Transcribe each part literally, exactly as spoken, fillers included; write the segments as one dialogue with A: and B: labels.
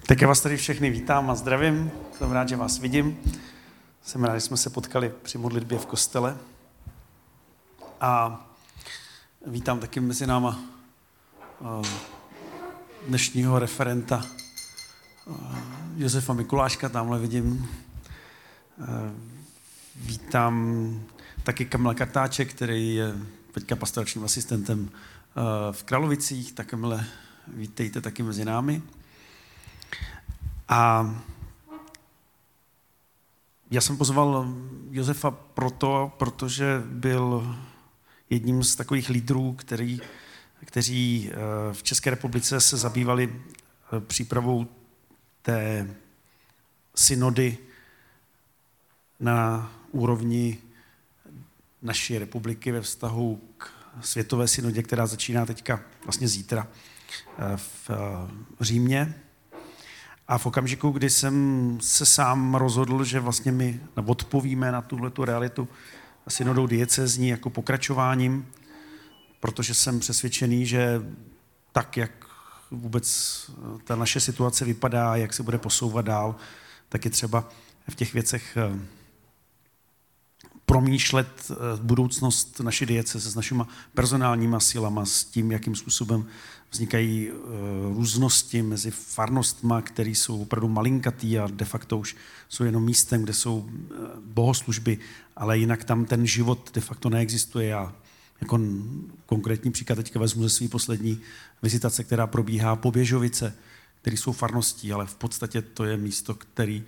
A: Tak já vás tady všechny vítám a zdravím. Jsem rád, že vás vidím. Jsem rád, že jsme se potkali při modlitbě v kostele. A vítám taky mezi náma dnešního referenta Josefa Mikuláška, tamhle vidím. Vítám taky Kamila Kartáček, který je teďka pastoračním asistentem v Kralovicích. Tak Kamile, vítejte taky mezi námi. A já jsem pozval Josefa proto, protože byl jedním z takových lídrů, který, kteří v České republice se zabývali přípravou té synody na úrovni naší republiky ve vztahu k světové synodě, která začíná teďka vlastně zítra v Římě. A v okamžiku, kdy jsem se sám rozhodl, že vlastně my odpovíme na tuhletu realitu synodou diecézní jako pokračováním, protože jsem přesvědčený, že tak, jak vůbec ta naše situace vypadá, jak se bude posouvat dál, tak je třeba v těch věcech promýšlet budoucnost naší diecéze s našimi personálníma silama, s tím, jakým způsobem vznikají různosti mezi farnostma, které jsou opravdu malinkatý a de facto už jsou jenom místem, kde jsou bohoslužby, ale jinak tam ten život de facto neexistuje. Já jako konkrétní příklad teďka vezmu ze své poslední vizitace, která probíhá po Běžovice, které jsou farností, ale v podstatě to je místo, který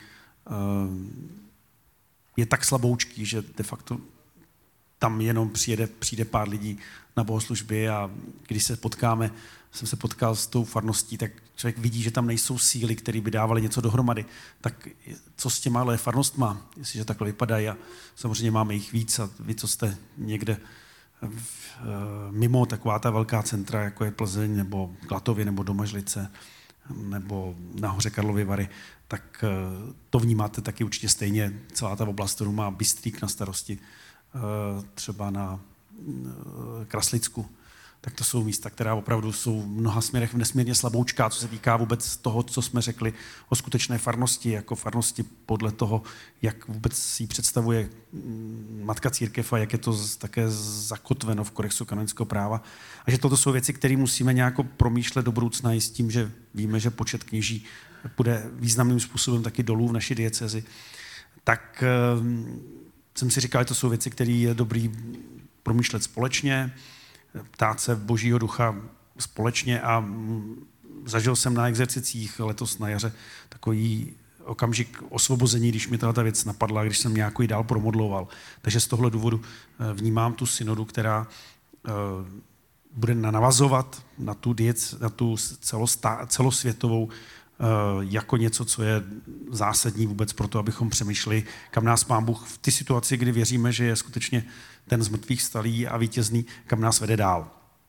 A: je tak slaboučký, že de facto tam jenom přijede, přijde pár lidí na bohoslužby a když se potkáme, jsem se potkal s tou farností, tak člověk vidí, že tam nejsou síly, které by dávaly něco dohromady. Tak co s těma ale farnostma, jestliže takhle vypadají a samozřejmě máme jich víc a vy, co jste někde v, mimo taková ta velká centra, jako je Plzeň nebo Klatově nebo Domažlice nebo nahoře Karlovy Vary, tak to vnímáte taky určitě stejně. Celá ta oblast, kterou má Bystřík na starosti, třeba na Kraslicku, tak to jsou místa, která opravdu jsou v mnoha směrech nesmírně slaboučká, co se týká vůbec toho, co jsme řekli o skutečné farnosti, jako farnosti podle toho, jak vůbec si představuje Matka Církev a jak je to také zakotveno v kodexu kanonického práva. A že toto jsou věci, které musíme nějak promýšlet do budoucna i s tím, že víme, že počet kněží půjde významným způsobem taky dolů v naší diecézi. Tak jsem si říkal, že to jsou věci, které je dobrý promýšlet společně, ptát se Božího ducha společně a zažil jsem na exercicích letos na jaře takový okamžik osvobození, když mi ta věc napadla, když jsem nějaký dál promodloval. Takže z tohle důvodu vnímám tu synodu, která bude navazovat na tu, diec, na tu celostá, celosvětovou jako něco, co je zásadní vůbec pro to, abychom přemýšleli, kam nás Pán Bůh v té situaci, kdy věříme, že je skutečně ten z mrtvých vstalý a vítězný, kam nás vede dál.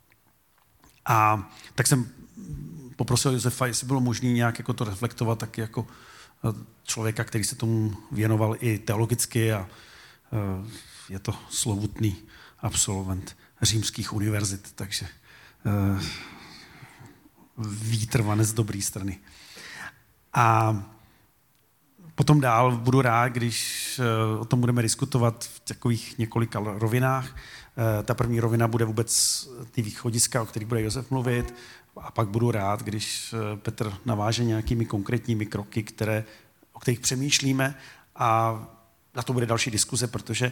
A: A tak jsem poprosil Josefa, jestli bylo možné nějak jako to reflektovat, tak jako člověka, který se tomu věnoval i teologicky a je to slovutný absolvent římských univerzit, takže výtrvanec z dobré strany. A potom dál budu rád, když o tom budeme diskutovat v takových několika rovinách. Ta první rovina bude vůbec ty východiska, o kterých bude Josef mluvit, a pak budu rád, když Petr naváže nějakými konkrétními kroky, které, o kterých přemýšlíme, a na to bude další diskuze, protože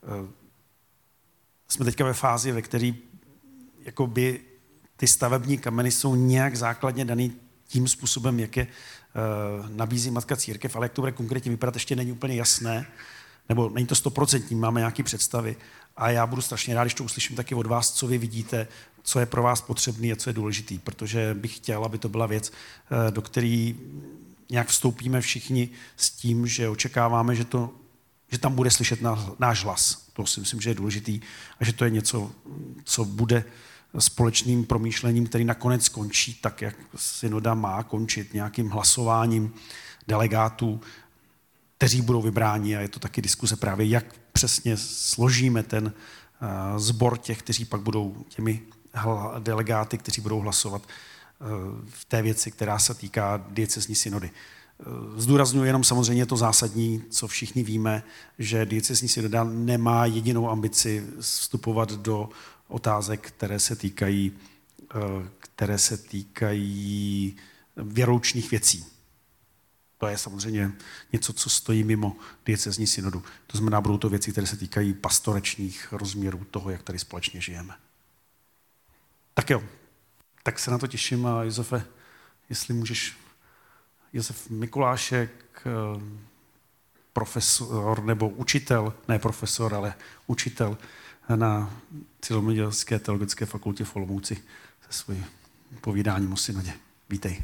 A: jsme teďka ve fázi, ve které jakoby ty stavební kameny jsou nějak základně daný tím způsobem, jak je uh, nabízí Matka Církev, ale jak to bude konkrétně vypadat, ještě není úplně jasné, nebo není to stoprocentní, máme nějaké představy a já budu strašně rád, když to uslyším taky od vás, co vy vidíte, co je pro vás potřebný a co je důležitý, protože bych chtěl, aby to byla věc, uh, do které nějak vstoupíme všichni s tím, že očekáváme, že, to, že tam bude slyšet náš hlas. To si myslím, že je důležitý a že to je něco, co bude společným promýšlením, který nakonec skončí tak, jak synoda má končit, nějakým hlasováním delegátů, kteří budou vybráni, a je to taky diskuse právě, jak přesně složíme ten sbor těch, kteří pak budou těmi delegáty, kteří budou hlasovat v té věci, která se týká diecézní synody. Zdůrazňuji jenom samozřejmě to zásadní, co všichni víme, že diecézní synoda nemá jedinou ambici vstupovat do otázek, které se týkají, které se týkají věroučných věcí. To je samozřejmě něco, co stojí mimo diecézní synodu. To znamená, budou to věci, které se týkají pastorečních rozměrů toho, jak tady společně žijeme. Tak jo, tak se na to těším a Josefe, jestli můžeš, Josef Mikulášek, profesor nebo učitel, ne profesor, ale učitel na Cizinecké teologické fakultě v Olomouci se svým povídáním o synodě. Vítej.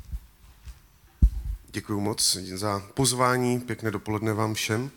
B: Děkuji moc za pozvání, pěkné dopoledne vám všem.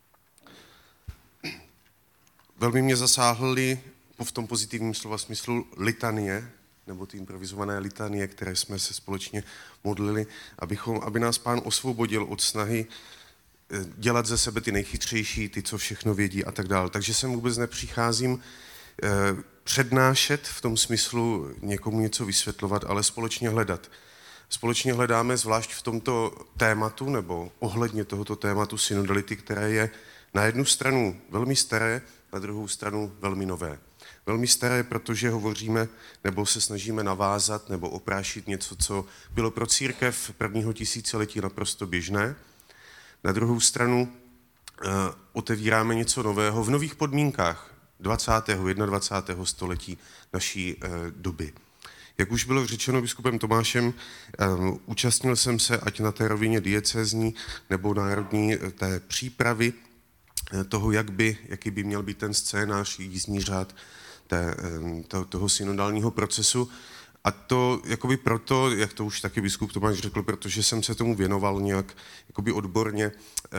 B: Velmi mě zasáhly v tom pozitivním slova smyslu litanie, nebo ty improvizované litanie, které jsme se společně modlili, abychom, aby nás Pán osvobodil od snahy dělat ze sebe ty nejchytřejší, ty, co všechno vědí a tak dále. Takže sem vůbec nepřicházím eh, přednášet v tom smyslu někomu něco vysvětlovat, ale společně hledat. Společně hledáme zvlášť v tomto tématu, nebo ohledně tohoto tématu synodality, které je na jednu stranu velmi staré, na druhou stranu velmi nové. Velmi staré, protože hovoříme, nebo se snažíme navázat, nebo oprášit něco, co bylo pro církev prvního tisíciletí naprosto běžné. Na druhou stranu uh, otevíráme něco nového v nových podmínkách dvacátého jednadvacátého století naší uh, doby. Jak už bylo řečeno biskupem Tomášem, um, účastnil jsem se ať na té rovině diecézní nebo národní té přípravy toho, jak by, jaký by měl být ten scénář, jízdní řád té, to, toho synodálního procesu. A to jakoby proto, jak to už taky biskup Tomáš řekl, protože jsem se tomu věnoval nějak jakoby odborně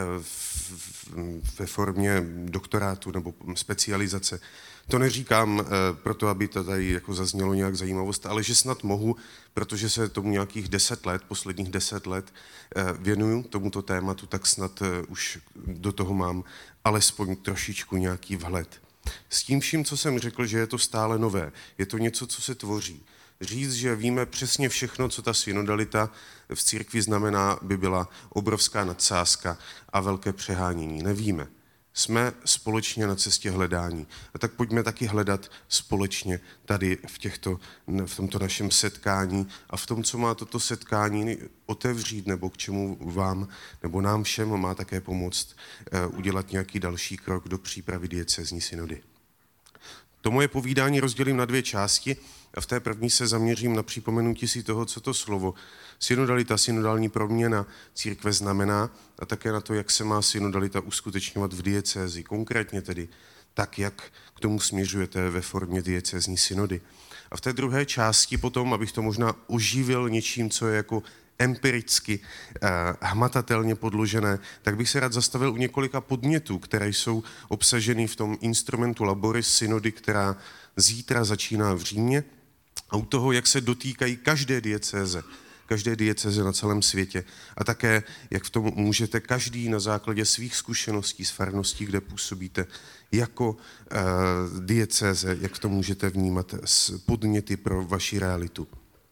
B: ve formě doktorátu nebo specializace. To neříkám proto, aby to tady jako zaznělo nějak zajímavost, ale že snad mohu, protože se tomu nějakých deset let, posledních deset let věnuju tomuto tématu, tak snad už do toho mám alespoň trošičku nějaký vhled. S tím vším, co jsem řekl, že je to stále nové, je to něco, co se tvoří. Říct, že víme přesně všechno, co ta synodalita v církvi znamená, by byla obrovská nadsázka a velké přehánění. Nevíme. Jsme společně na cestě hledání. A tak pojďme taky hledat společně tady v, těchto, v tomto našem setkání a v tom, co má toto setkání otevřít, nebo k čemu vám, nebo nám všem má také pomoct udělat nějaký další krok do přípravy diecézní synody. To moje povídání rozdělím na dvě části a v té první se zaměřím na připomenutí si toho, co to slovo synodalita, synodální proměna církve znamená a také na to, jak se má synodalita uskutečňovat v diecézi, konkrétně tedy tak, jak k tomu směřujete ve formě diecézní synody. A v té druhé části potom, abych to možná oživil něčím, co je jako empiricky, eh, hmatatelně podložené, tak bych se rád zastavil u několika podnětů, které jsou obsaženy v tom instrumentu Laboris synody, která zítra začíná v Římě, a u toho, jak se dotýkají každé diecéze, každé diecéze na celém světě a také, jak v tom můžete každý na základě svých zkušeností s farností, kde působíte jako eh, diecéze, jak to můžete vnímat s podněty pro vaši realitu.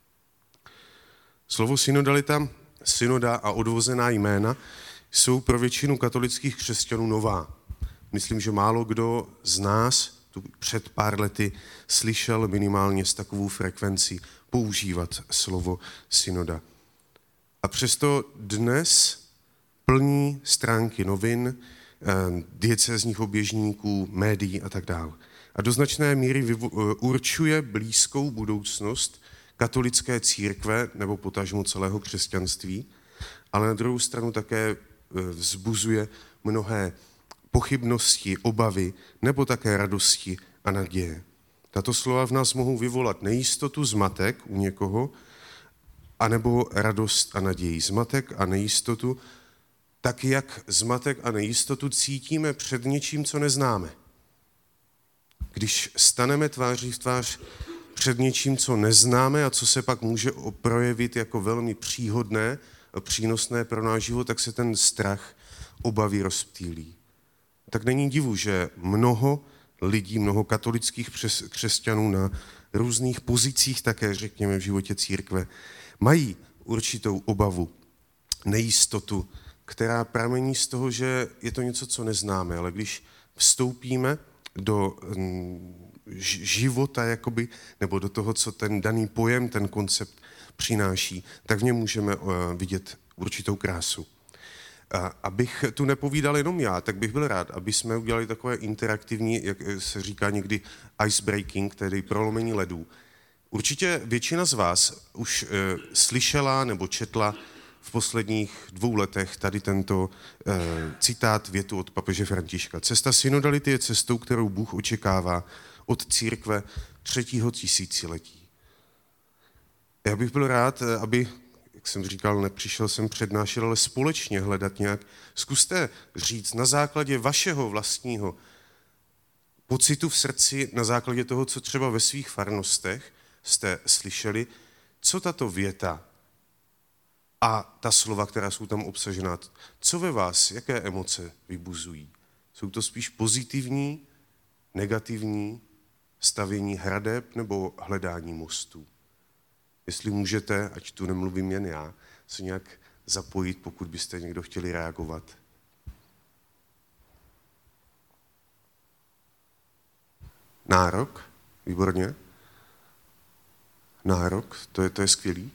B: Slovo synodalita, synoda a odvozená jména jsou pro většinu katolických křesťanů nová. Myslím, že málo kdo z nás tu před pár lety slyšel minimálně s takovou frekvencí používat slovo synoda. A přesto dnes plní stránky novin, diecézních oběžníků, médií a tak dále. A do značné míry určuje blízkou budoucnost katolické církve nebo potažmo celého křesťanství, ale na druhou stranu také vzbuzuje mnohé pochybnosti, obavy nebo také radosti a naděje. Tato slova v nás mohou vyvolat nejistotu, zmatek u někoho, anebo radost a naději. Zmatek a nejistotu, tak jak zmatek a nejistotu cítíme před něčím, co neznáme. Když staneme tváří v tvář před něčím, co neznáme a co se pak může projevit jako velmi příhodné a přínosné pro náš život, tak se ten strach, obavy rozptýlí. Tak není divu, že mnoho lidí, mnoho katolických křesťanů na různých pozicích také, řekněme, v životě církve, mají určitou obavu, nejistotu, která pramení z toho, že je to něco, co neznáme, ale když vstoupíme do života, jakoby, nebo do toho, co ten daný pojem, ten koncept přináší, tak v něm můžeme vidět určitou krásu. A abych tu nepovídal jenom já, tak bych byl rád, aby jsme udělali takové interaktivní, jak se říká někdy icebreaking, tedy prolomení ledů. Určitě většina z vás už e, slyšela nebo četla v posledních dvou letech tady tento e, citát, větu od papeže Františka. Cesta synodality je cestou, kterou Bůh očekává od církve třetího tisíciletí. Já bych byl rád, aby, jak jsem říkal, nepřišel jsem přednášet, ale společně hledat nějak. Zkuste říct na základě vašeho vlastního pocitu v srdci, na základě toho, co třeba ve svých farnostech jste slyšeli, co tato věta a ta slova, která jsou tam obsažená, co ve vás, jaké emoce vybuzují. Jsou to spíš pozitivní, negativní, stavění hradeb nebo hledání mostů? Jestli můžete, ať tu nemluvím jen já, se nějak zapojit, pokud byste někdo chtěli reagovat. Nárok, výborně. Nárok, to je, to je skvělý.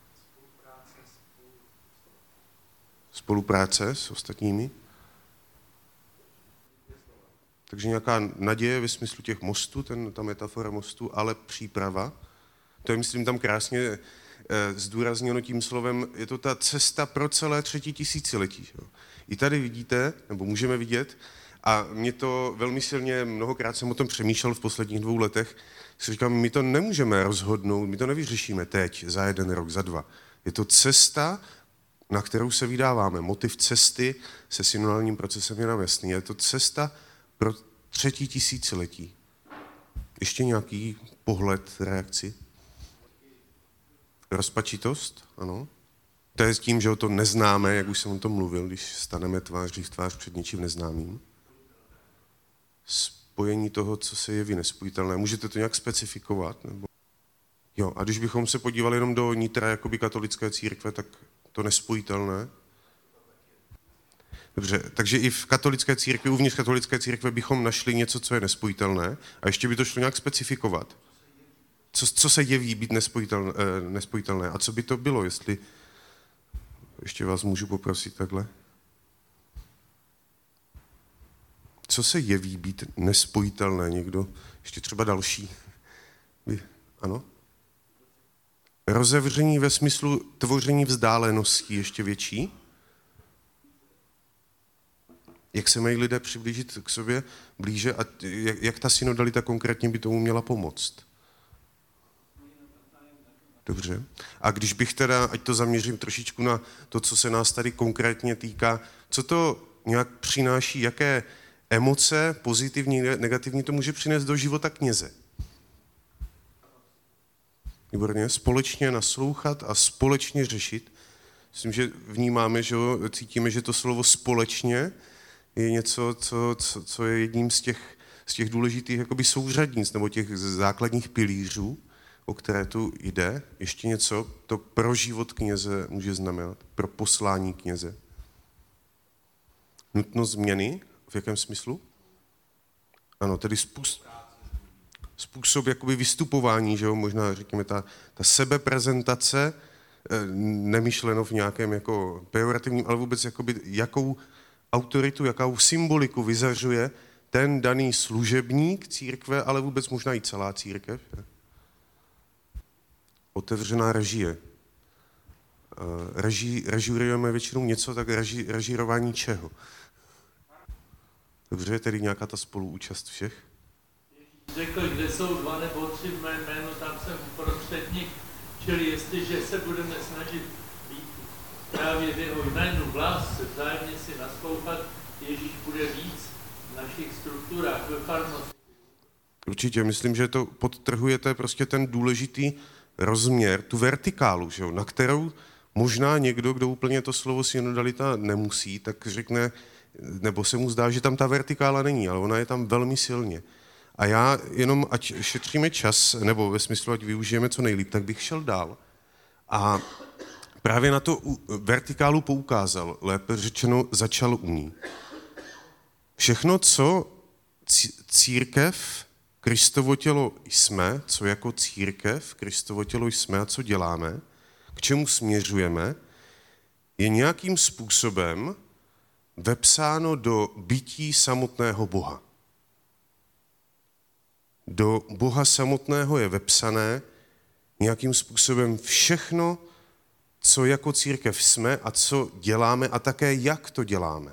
B: Spolupráce s ostatními. Takže nějaká naděje ve smyslu těch mostů, ten, ta metafora mostů, ale příprava. To je, myslím, tam krásně e, zdůrazněno tím slovem, je to ta cesta pro celé třetí tisíciletí. Jo. I tady vidíte, nebo můžeme vidět, a mě to velmi silně, mnohokrát jsem o tom přemýšlel v posledních dvou letech, si říkám, my to nemůžeme rozhodnout, my to nevyřešíme teď, za jeden rok, za dva. Je to cesta, na kterou se vydáváme. Motiv cesty se synodálním procesem je nám jasný. Je to cesta pro třetí tisíciletí. Ještě nějaký pohled, reakci? Rozpačitost, ano. To je s tím, že o to neznáme, jak už jsem o tom mluvil, když staneme tváří v tvář před něčím neznámým. Spojení toho, co se jeví nespojitelné. Můžete to nějak specifikovat? Nebo... Jo, a když bychom se podívali jenom do nitra jakoby katolické církve, tak to nespojitelné. Dobře, takže i v katolické církvi, uvnitř katolické církve bychom našli něco, co je nespojitelné a ještě by to šlo nějak specifikovat. Co, co se jeví být nespojitelné, eh, nespojitelné a co by to bylo, jestli... Ještě vás můžu poprosit takhle. Co se jeví být nespojitelné? Někdo? Ještě třeba další. Vy? Ano? Rozevření ve smyslu tvoření vzdáleností ještě větší? Jak se mají lidé přiblížit k sobě blíže a jak, jak ta synodalita konkrétně by tomu měla pomoct? Dobře. A když bych teda, ať to zaměřím trošičku na to, co se nás tady konkrétně týká, co to nějak přináší, jaké emoce, pozitivní, negativní, to může přinést do života kněze? Výborně, společně naslouchat a společně řešit. Myslím, že vnímáme, že cítíme, že to slovo společně je něco, co, co, co je jedním z těch, z těch důležitých jakoby souřadnic nebo těch základních pilířů, o které tu jde. Ještě něco to pro život kněze může znamenat, pro poslání kněze. Nutnost změny, v jakém smyslu? Ano, tedy způsob, způsob jakoby vystupování, že jo, možná řekněme ta, ta sebeprezentace, nemyšleno v nějakém jako pejorativním, ale vůbec jakoby jakou autoritu, jakou symboliku vyzařuje ten daný služebník církve, ale vůbec možná i celá církev. Otevřená režie. Reži, režirujeme většinou něco, tak reži, režírování čeho? Dobře, tedy nějaká ta spoluúčast všech?
C: Řekl, kde jsou dva nebo tři v mé jméno, tam jsem uprostřed nich. Čili jestliže se budeme snažit být právě v jeho jménu, v lásce, vzájemně si naslouchat, Ježíš bude víc v našich strukturách, ve farnosti.
B: Určitě, myslím, že to podtrhujete prostě ten důležitý rozměr, tu vertikálu, že jo, na kterou možná někdo, kdo úplně to slovo synodalita nemusí, tak řekne, nebo se mu zdá, že tam ta vertikála není, ale ona je tam velmi silně. A já jenom, ať šetříme čas, nebo ve smyslu, ať využijeme co nejlíp, tak bych šel dál. A právě na to vertikálu poukázal, lépe řečeno začal u ní. Všechno, co církev, Kristovo tělo jsme, co jako církev, Kristovo tělo jsme a co děláme, k čemu směřujeme, je nějakým způsobem vepsáno do bytí samotného Boha. Do Boha samotného je vepsané nějakým způsobem všechno, co jako církev jsme a co děláme a také jak to děláme.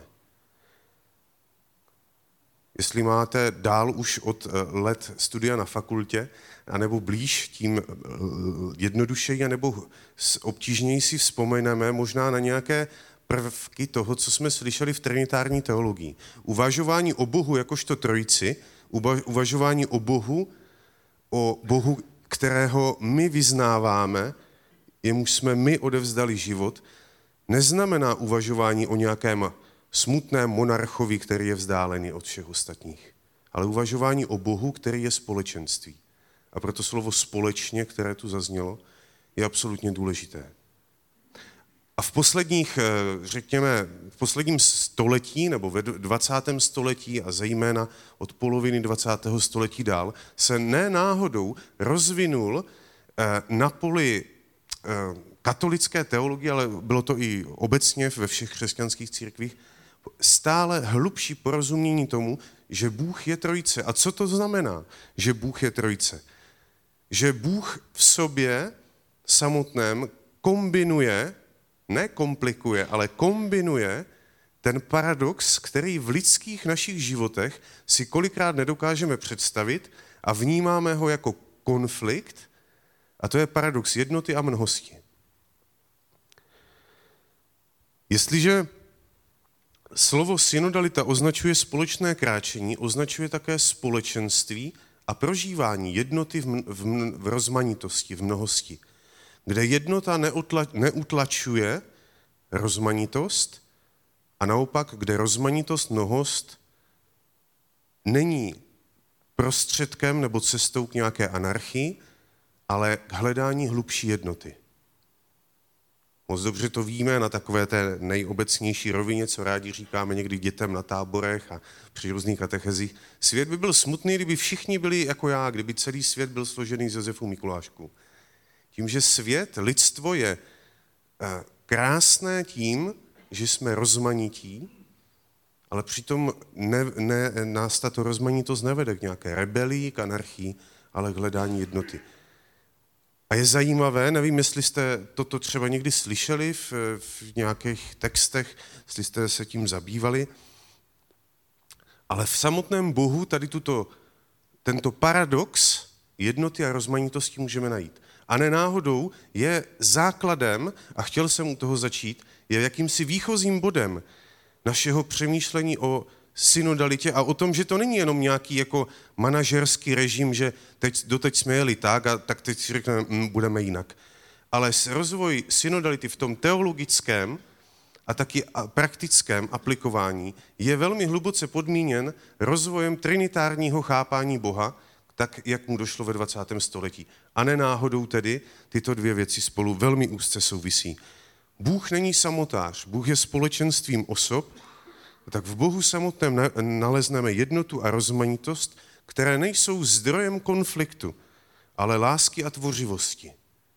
B: Jestli máte dál už od let studia na fakultě, anebo blíž, tím jednodušeji, anebo obtížněji si vzpomeneme možná na nějaké prvky toho, co jsme slyšeli v trinitární teologii. Uvažování o Bohu jakožto trojici, uvažování o Bohu, o Bohu, kterého my vyznáváme, jemuž jsme my odevzdali život, neznamená uvažování o nějakém smutném monarchovi, který je vzdálený od všech ostatních, ale uvažování o Bohu, který je společenství. A proto slovo společně, které tu zaznělo, je absolutně důležité. A v posledních, řekněme, v posledním století, nebo ve dvacátém století a zejména od poloviny dvacátého století dál, se ne náhodou rozvinul na poli katolické teologie, ale bylo to i obecně ve všech křesťanských církvích, stále hlubší porozumění tomu, že Bůh je trojice. A co to znamená, že Bůh je trojice? Že Bůh v sobě samotném kombinuje, ne komplikuje, ale kombinuje ten paradox, který v lidských našich životech si kolikrát nedokážeme představit a vnímáme ho jako konflikt, a to je paradox jednoty a mnohosti. Jestliže slovo synodalita označuje společné kráčení, označuje také společenství a prožívání jednoty v, v, v rozmanitosti, v mnohosti, kde jednota neutla, neutlačuje rozmanitost a naopak, kde rozmanitost, mnohost není prostředkem nebo cestou k nějaké anarchii, ale k hledání hlubší jednoty. Moc dobře to víme na takové té nejobecnější rovině, co rádi říkáme někdy dětem na táborech a při různých katechezích. Svět by byl smutný, kdyby všichni byli jako já, kdyby celý svět byl složený z Josefu Mikulášků. Tím, že svět, lidstvo je krásné tím, že jsme rozmanití, ale přitom ne, ne, nás tato rozmanitost nevede k nějaké rebelii, k anarchii, ale k hledání jednoty. A je zajímavé, nevím, jestli jste toto třeba někdy slyšeli v, v nějakých textech, jestli jste se tím zabývali, ale v samotném Bohu tady tuto, tento paradox jednoty a rozmanitosti můžeme najít. A nenáhodou je základem, a chtěl jsem u toho začít, je jakýmsi výchozím bodem našeho přemýšlení o synodalitě a o tom, že to není jenom nějaký jako manažerský režim, že teď, doteď jsme jeli tak a tak teď si řekneme, hm, budeme jinak. Ale rozvoj synodality v tom teologickém a taky praktickém aplikování je velmi hluboce podmíněn rozvojem trinitárního chápání Boha, tak, jak mu došlo ve dvacátém století. A nenáhodou tedy tyto dvě věci spolu velmi úzce souvisí. Bůh není samotář, Bůh je společenstvím osob, tak v Bohu samotném nalezneme jednotu a rozmanitost, které nejsou zdrojem konfliktu, ale lásky a tvořivosti.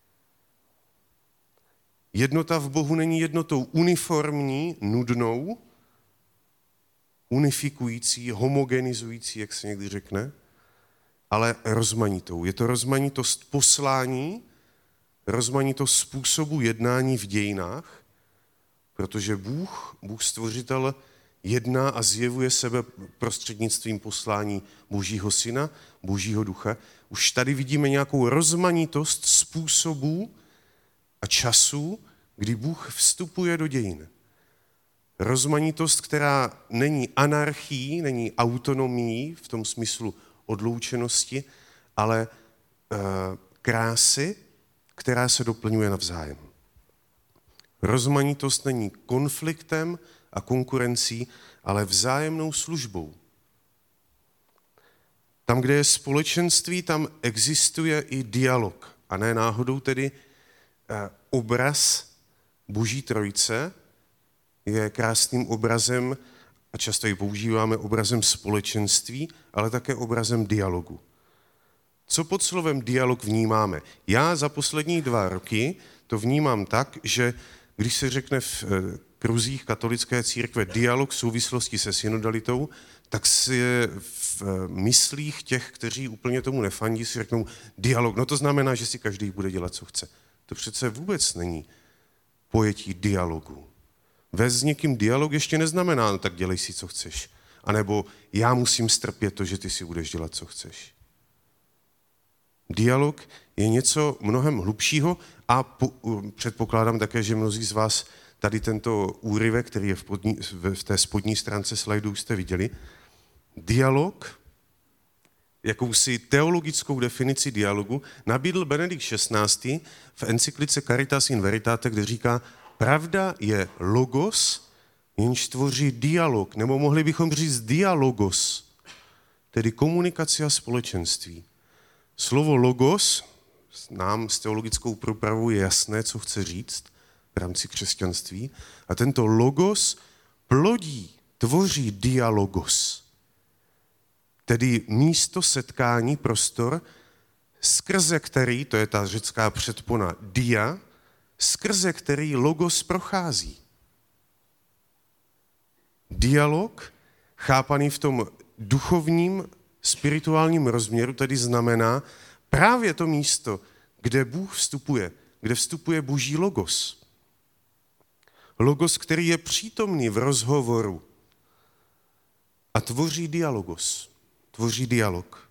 B: Jednota v Bohu není jednotou uniformní, nudnou, unifikující, homogenizující, jak se někdy řekne, ale rozmanitou. Je to rozmanitost poslání, rozmanitost způsobu jednání v dějinách, protože Bůh, Bůh stvořitel, jedná a zjevuje sebe prostřednictvím poslání Božího Syna, Božího Ducha. Už tady vidíme nějakou rozmanitost způsobů a časů, kdy Bůh vstupuje do dějin. Rozmanitost, která není anarchií, není autonomií v tom smyslu odloučenosti, ale e, krásy, která se doplňuje navzájem. Rozmanitost není konfliktem a konkurencí, ale vzájemnou službou. Tam, kde je společenství, tam existuje i dialog. A ne náhodou tedy eh, obraz Boží Trojice je krásným obrazem, a často ji používáme, obrazem společenství, ale také obrazem dialogu. Co pod slovem dialog vnímáme? Já za poslední dva roky to vnímám tak, že když se řekne v kruzích katolické církve dialog v souvislosti se synodalitou, tak si v myslích těch, kteří úplně tomu nefandí, si řeknou dialog. No to znamená, že si každý bude dělat, co chce. To přece vůbec není pojetí dialogu. Vést s někým dialog ještě neznamená, no tak dělej si, co chceš. A nebo já musím strpět to, že ty si budeš dělat, co chceš. Dialog je něco mnohem hlubšího a po, předpokládám také, že mnozí z vás tady tento úryvek, který je v, podní, v té spodní stránce slajdu, jste viděli. Dialog, jakousi teologickou definici dialogu, nabídl Benedikt šestnáctý v encyklice Caritas in Veritate, kde říká, pravda je logos, jenž tvoří dialog, nebo mohli bychom říct dialogos, tedy komunikace a společenství. Slovo logos, nám s teologickou průpravou je jasné, co chce říct v rámci křesťanství, a tento logos plodí, tvoří dialogos, tedy místo setkání, prostor, skrze který, to je ta řecká předpona dia, skrze který logos prochází. Dialog, chápaný v tom duchovním, spirituálním rozměru, tedy znamená právě to místo, kde Bůh vstupuje, kde vstupuje Boží logos. Logos, který je přítomný v rozhovoru a tvoří dialogos, tvoří dialog.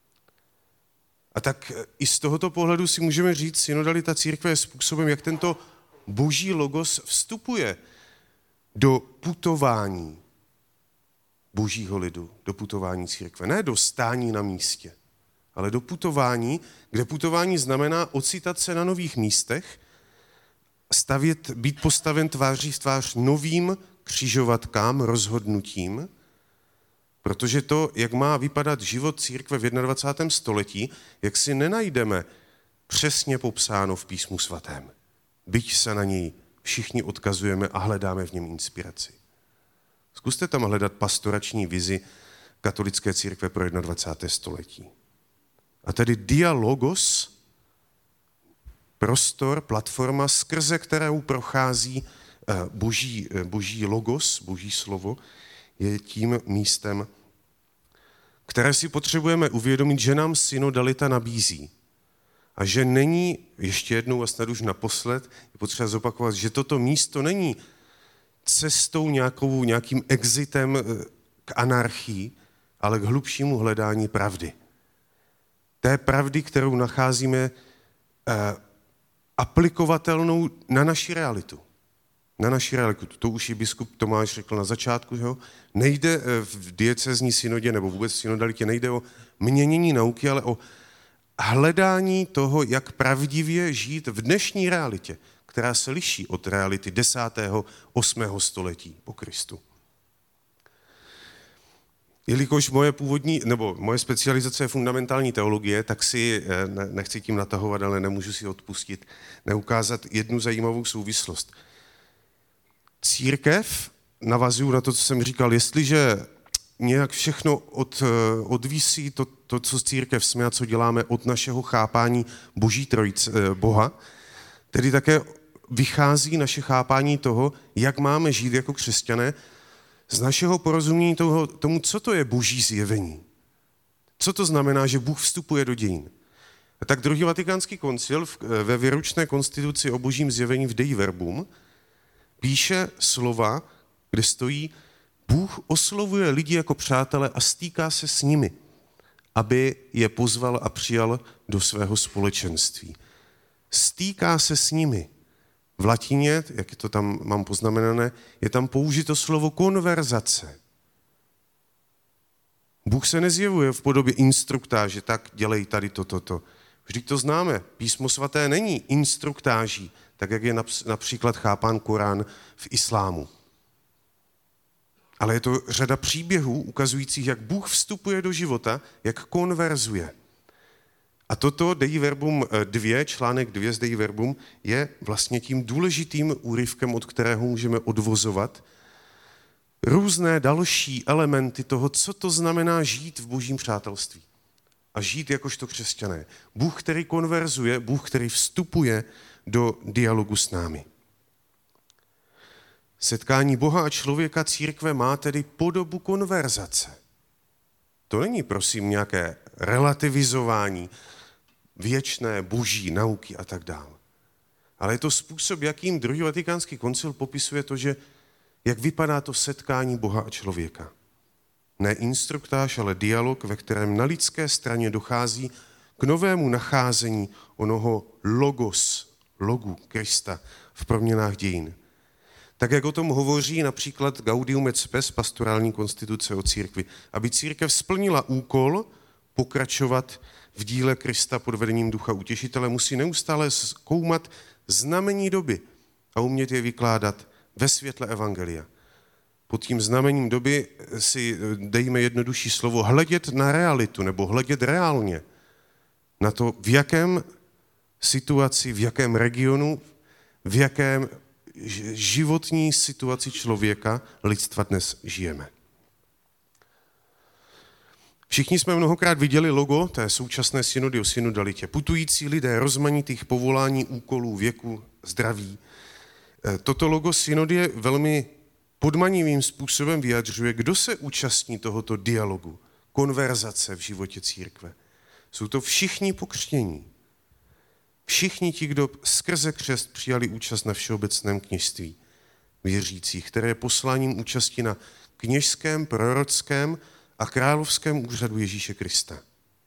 B: A tak i z tohoto pohledu si můžeme říct, synodalita církve je způsobem, jak tento Boží logos vstupuje do putování Božího lidu, do putování církve. Ne do stání na místě, ale do putování, kde putování znamená ocitat se na nových místech, stavět, být postaven tváří v tvář novým křižovatkám, rozhodnutím, protože to, jak má vypadat život církve v dvacátém prvním století, jak si nenajdeme přesně popsáno v Písmu svatém. Byť se na něj všichni odkazujeme a hledáme v něm inspiraci. Zkuste tam hledat pastorační vizi katolické církve pro dvacátém prvním století. A tedy dialogos, prostor, platforma, skrze kterou prochází boží, boží logos, boží slovo, je tím místem, které si potřebujeme uvědomit, že nám synodalita nabízí. A že není, ještě jednou a snad už naposled, je potřeba zopakovat, že toto místo není cestou nějakou, nějakým exitem k anarchii, ale k hlubšímu hledání pravdy. Té pravdy, kterou nacházíme eh, aplikovatelnou na naši realitu. Na naši realitu. To už i biskup Tomáš řekl na začátku, že jo? Nejde v diecézní synodě nebo vůbec v synodalitě nejde o měnění nauky, ale o hledání toho, jak pravdivě žít v dnešní realitě, která se liší od reality desátého osmého století po Kristu. Jelikož moje původní, nebo moje specializace je fundamentální teologie, tak si, ne, nechci tím natahovat, ale nemůžu si odpustit, neukázat jednu zajímavou souvislost. Církev, navazuju na to, co jsem říkal, jestliže nějak všechno od, odvisí to, to, co církev jsme a co děláme od našeho chápání Boží trojice, Boha, tedy také vychází naše chápání toho, jak máme žít jako křesťané, z našeho porozumění toho, tomu, co to je Boží zjevení. Co to znamená, že Bůh vstupuje do dějin. A tak druhý vatikánský koncil ve výročné konstituci o Božím zjevení v Dei Verbum píše slova, kde stojí: Bůh oslovuje lidi jako přátele a stýká se s nimi, aby je pozval a přijal do svého společenství. Stýká se s nimi. V latině, jak to tam mám poznamenané, je tam použito slovo konverzace. Bůh se nezjevuje v podobě instruktáže, tak dělej tady toto. To, to. Vždyť to známe, Písmo svaté není instruktáží, tak jak je například chápán Korán v islámu. ale je to řada příběhů ukazujících, jak Bůh vstupuje do života, jak konverzuje. A toto Dei Verbum dva, článek dva z Dei Verbum, je vlastně tím důležitým úryvkem, od kterého můžeme odvozovat různé další elementy toho, co to znamená žít v božím přátelství. A žít jakožto křesťané. Bůh, který konverzuje, Bůh, který vstupuje do dialogu s námi. Setkání Boha a člověka církve má tedy podobu konverzace. To není, prosím, nějaké relativizování věčné boží nauky a tak dále. Ale je to způsob, jakým druhý vatikánský koncil popisuje to, že jak vypadá to setkání Boha a člověka. Ne instruktáž, ale dialog, ve kterém na lidské straně dochází k novému nacházení onoho logos, logu Krista v proměnách dějin. Tak, jak o tom hovoří například Gaudium et Spes, pastorální konstituce o církvi, aby církev splnila úkol pokračovat v díle Krista pod vedením Ducha Utěšitele, musí neustále zkoumat znamení doby a umět je vykládat ve světle evangelia. Pod tím znamením doby si dejme jednodušší slovo hledět na realitu nebo hledět reálně na to, v jakém situaci, v jakém regionu, v jakém životní situaci člověka, lidstva dnes žijeme. Všichni jsme mnohokrát viděli logo té současné synody o synodalitě. Putující lidé rozmanitých povolání, úkolů, věku, zdraví. Toto logo synody je velmi podmanivým způsobem vyjadřuje, kdo se účastní tohoto dialogu, konverzace v životě církve. Jsou to všichni pokřtění. Všichni ti, kdo skrze křest přijali účast na všeobecném kněžství věřících, které je posláním účasti na kněžském, prorockém a královském úřadu Ježíše Krista.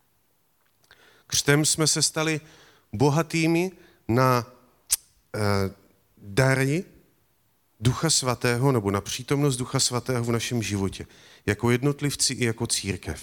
B: Křtem jsme se stali bohatými na eh, dary Ducha Svatého nebo na přítomnost Ducha Svatého v našem životě, jako jednotlivci i jako církev.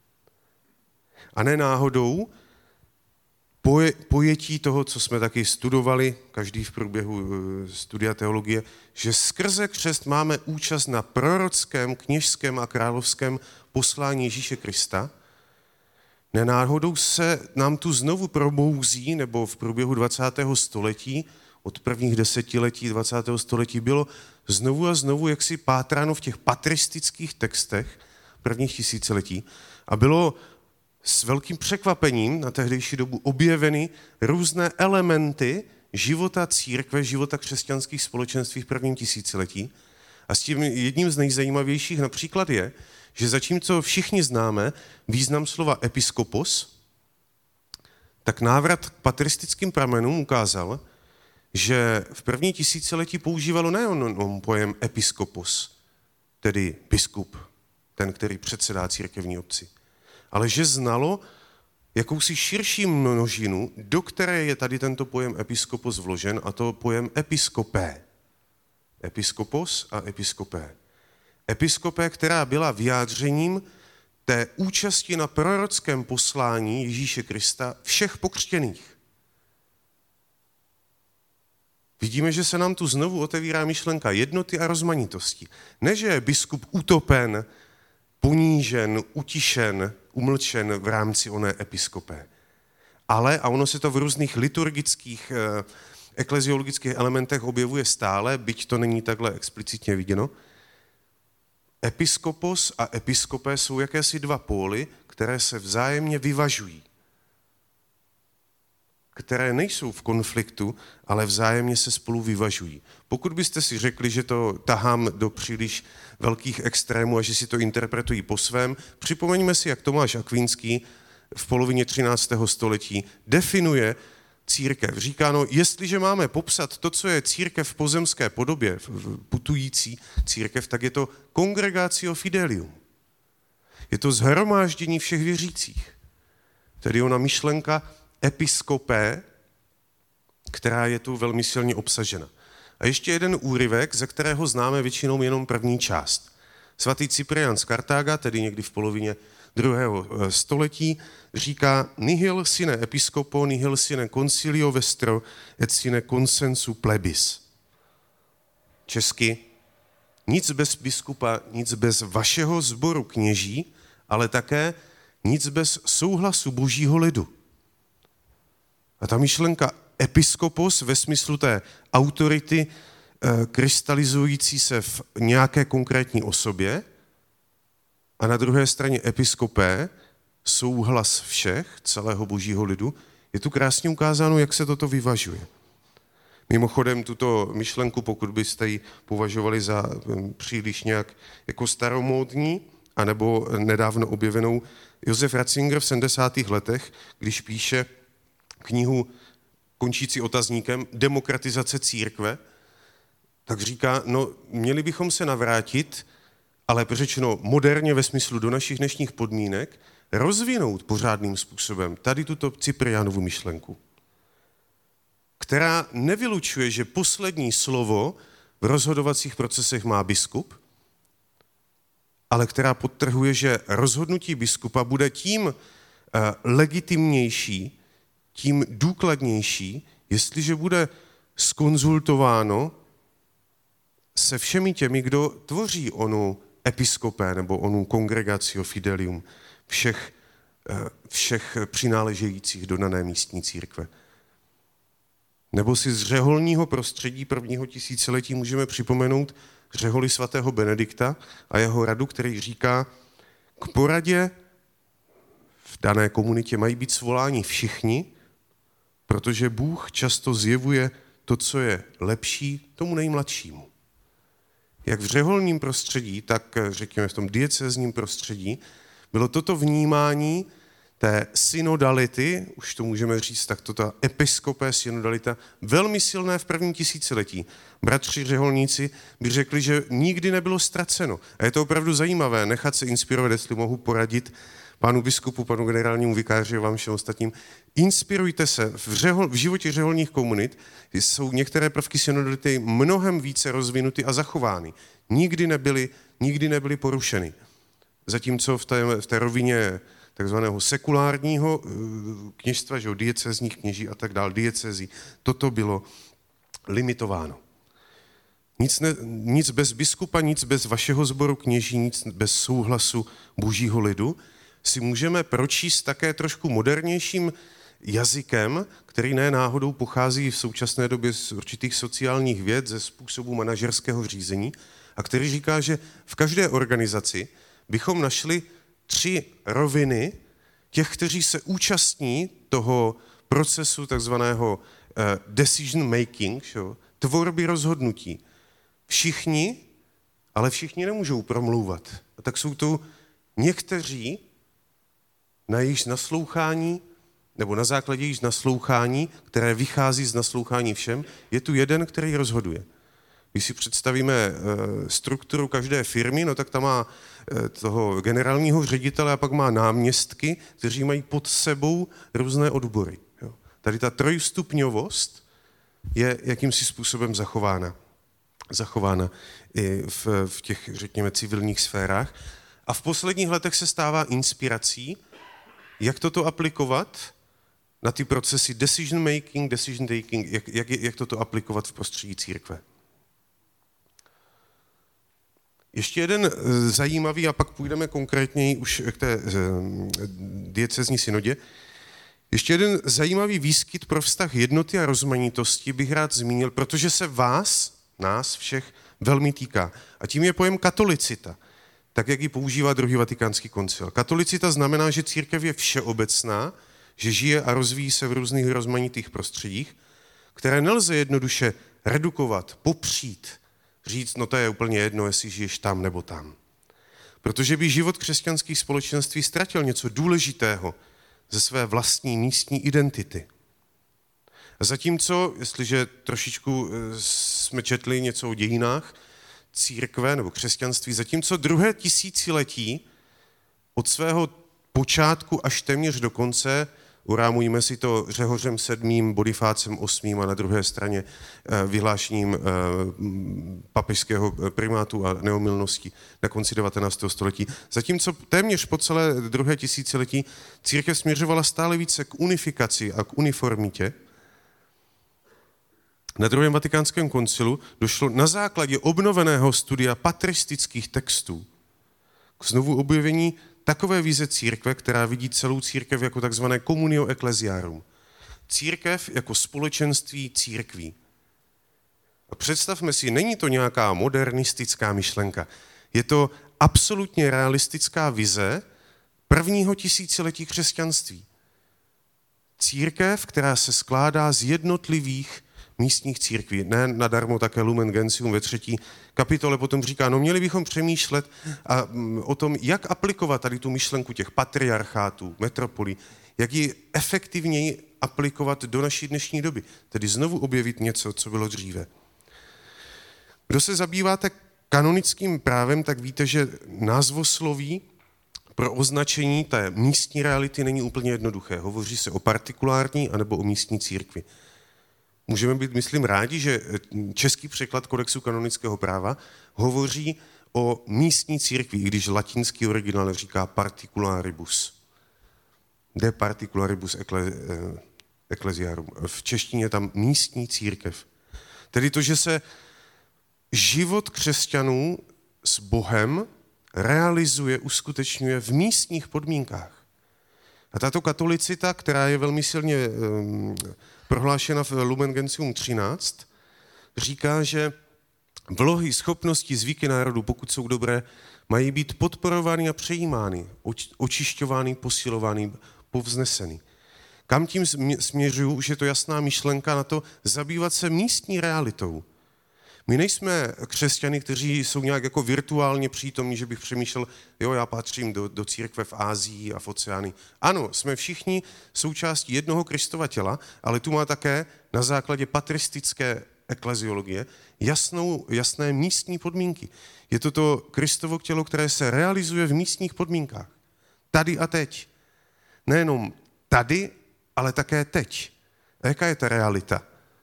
B: A ne náhodou poje, pojetí toho, co jsme taky studovali, každý v průběhu studia teologie, že skrze křest máme účast na prorockém, kněžském a královském poslání Ježíše Krista. Nenáhodou se nám tu znovu probouzí, nebo v průběhu dvacátého století, od prvních desetiletí dvacátého století bylo znovu a znovu jaksi pátráno v těch patristických textech prvních tisíciletí a bylo s velkým překvapením na tehdejší dobu objeveny různé elementy života církve, života křesťanských společenství v prvním tisíciletí. A s tím jedním z nejzajímavějších například je, že zatímco všichni známe význam slova episkopos, tak návrat k patristickým pramenům ukázal, že v první tisíciletí používalo nejenom pojem episkopos, tedy biskup, ten, který předsedá církevní obci, ale že znalo jakousi širší množinu, do které je tady tento pojem episkopos vložen, a to pojem episkopé. Episkopos a episkopé. Episkopé, která byla vyjádřením té účasti na prorockém poslání Ježíše Krista všech pokřtěných. Vidíme, že se nám tu znovu otevírá myšlenka jednoty a rozmanitosti. Ne, že je biskup utopen, ponížen, utišen, umlčen v rámci oné episkopé. Ale, a ono se to v různých liturgických, eh, ekleziologických elementech objevuje stále, byť to není takhle explicitně viděno, episkopos a episkopé jsou jakési dva póly, které se vzájemně vyvažují. Které nejsou v konfliktu, ale vzájemně se spolu vyvažují. Pokud byste si řekli, že to tahám do příliš velkých extrémů a že si to interpretují po svém, připomeňme si, jak Tomáš Akvínský v polovině třináctého století definuje církev. Říká, no, jestliže máme popsat to, co je církev v pozemské podobě, putující církev, tak je to congregatio fidelium. Je to shromáždění všech věřících. Tedy ona myšlenka episkopé, která je tu velmi silně obsažena. A ještě jeden úryvek, ze kterého známe většinou jenom první část. Svatý Cyprian z Kartága, tedy někdy v polovině druhého století, říká nihil sine episkopo, nihil sine concilio vestro, et sine consensu plebis. Česky, nic bez biskupa, nic bez vašeho sboru kněží, ale také nic bez souhlasu božího lidu. A ta myšlenka episkopos ve smyslu té autority e, krystalizující se v nějaké konkrétní osobě a na druhé straně episkopé, souhlas všech, celého božího lidu, je tu krásně ukázáno, jak se toto vyvažuje. Mimochodem tuto myšlenku, pokud byste ji považovali za příliš nějak jako staromódní, anebo nedávno objevenou, Josef Ratzinger v sedmdesátých letech, když píše knihu končící otazníkem Demokratizace církve, tak říká, no měli bychom se navrátit, ale řečeno moderně ve smyslu do našich dnešních podmínek, rozvinout pořádným způsobem tady tuto Cyprianovu myšlenku, která nevylučuje, že poslední slovo v rozhodovacích procesech má biskup, ale která podtrhuje, že rozhodnutí biskupa bude tím legitimnější, tím důkladnější, jestliže bude skonzultováno se všemi těmi, kdo tvoří onu episkopé nebo onu congregatio fidelium všech, všech přináležejících do dané místní církve. Nebo si z řeholního prostředí prvního tisíciletí můžeme připomenout řeholy svatého Benedikta a jeho radu, který říká, k poradě v dané komunitě mají být svoláni všichni, protože Bůh často zjevuje to, co je lepší, tomu nejmladšímu. Jak v řeholním prostředí, tak řekněme v tom diecézním prostředí, bylo toto vnímání té synodality, už to můžeme říct takto, ta episkopé synodalita, velmi silné v prvním tisíciletí. Bratři řeholníci by řekli, že nikdy nebylo ztraceno. A je to opravdu zajímavé nechat se inspirovat, jestli mohu poradit panu biskupu, panu generálnímu vikáři a vám všem ostatním. Inspirujte se. V, řehol, v životě řeholních komunit jsou některé prvky synodality mnohem více rozvinuty a zachovány. Nikdy nebyly, nikdy nebyly porušeny. Zatímco v té, v té rovině takzvaného sekulárního kněžstva, že diecézních kněží a tak dále, diecézí, toto bylo limitováno. Nic, ne, nic bez biskupa, nic bez vašeho sboru kněží, nic bez souhlasu božího lidu si můžeme pročíst také trošku modernějším jazykem, který ne náhodou pochází v současné době z určitých sociálních věd, ze způsobu manažerského řízení, a který říká, že v každé organizaci bychom našli tři roviny těch, kteří se účastní toho procesu takzvaného decision making, šo, tvorby rozhodnutí. Všichni, ale všichni nemůžou promlouvat. A tak jsou to někteří, na jejich naslouchání, nebo na základě jejich naslouchání, které vychází z naslouchání všem, je tu jeden, který rozhoduje. Když si představíme strukturu každé firmy, no tak tam má toho generálního ředitele a pak má náměstky, kteří mají pod sebou různé odbory. Jo. Tady ta trojstupňovost je jakýmsi způsobem zachována. Zachována i v, v těch, řekněme, civilních sférách. A v posledních letech se stává inspirací, jak toto aplikovat na ty procesy decision making, decision taking, jak, jak, jak toto aplikovat v prostředí církve. Ještě jeden zajímavý, a pak půjdeme konkrétněji už k té diecézní synodě. Ještě jeden zajímavý výskyt pro vztah jednoty a rozmanitosti bych rád zmínil, protože se vás, nás všech, velmi týká. A tím je pojem katolicita, tak jak ji používá druhý vatikánský koncil. Katolicita znamená, že církev je všeobecná, že žije a rozvíjí se v různých rozmanitých prostředích, které nelze jednoduše redukovat, popřít, říct, no to je úplně jedno, jestli žiješ tam nebo tam. Protože by život křesťanských společenství ztratil něco důležitého ze své vlastní místní identity. A zatímco, jestliže trošičku jsme četli něco o dějinách církve nebo křesťanství, zatímco druhé tisíciletí od svého počátku až téměř do konce, urámujeme si to Řehořem sedmým, Bonifácem osmým a na druhé straně vyhlášením papežského primátu a neomylnosti na konci devatenáctého století. Zatímco téměř po celé druhé tisíciletí církev směřovala stále více k unifikaci a k uniformitě, Na druhém vatikánském koncilu došlo na základě obnoveného studia patristických textů k znovu objevení takové vize církve, která vidí celou církev jako takzvané communio ecclesiarum. Církev jako společenství církví. A představme si, není to nějaká modernistická myšlenka. Je to absolutně realistická vize prvního tisíciletí křesťanství. Církev, která se skládá z jednotlivých místních církví. Ne nadarmo také Lumen Gentium ve třetí kapitole potom říká, no měli bychom přemýšlet a, o tom, jak aplikovat tady tu myšlenku těch patriarchátů, metropolí, jak ji efektivněji aplikovat do naší dnešní doby. Tedy znovu objevit něco, co bylo dříve. Kdo se zabýváte kanonickým právem, tak víte, že názvosloví pro označení té místní reality není úplně jednoduché. Hovoří se o partikulární anebo o místní církvi. Můžeme být, myslím, rádi, že český překlad kodexu kanonického práva hovoří o místní církvi, i když latinský originál říká particularibus. De particularibus ecclesiarum. V češtině je tam místní církev. Tedy to, že se život křesťanů s Bohem realizuje, uskutečňuje v místních podmínkách. A tato katolicita, která je velmi silně um, prohlášena v Lumen Gentium třináct, říká, že vlohy, schopnosti, zvyky národu, pokud jsou dobré, mají být podporovány a přejímány, očišťovány, posilovány, povzneseny. Kam tím směřuju, už je to jasná myšlenka na to zabývat se místní realitou. My nejsme křesťany, kteří jsou nějak jako virtuálně přítomní, že bych přemýšlel, jo, já patřím do, do církve v Ázii a v Oceánii. Ano, jsme všichni součástí jednoho Kristova těla, ale tu má také na základě patristické ekleziologie jasnou, jasné místní podmínky. Je to to Kristovo tělo, které se realizuje v místních podmínkách. Tady a teď. Nejenom tady, ale také teď. A jaká je ta realita,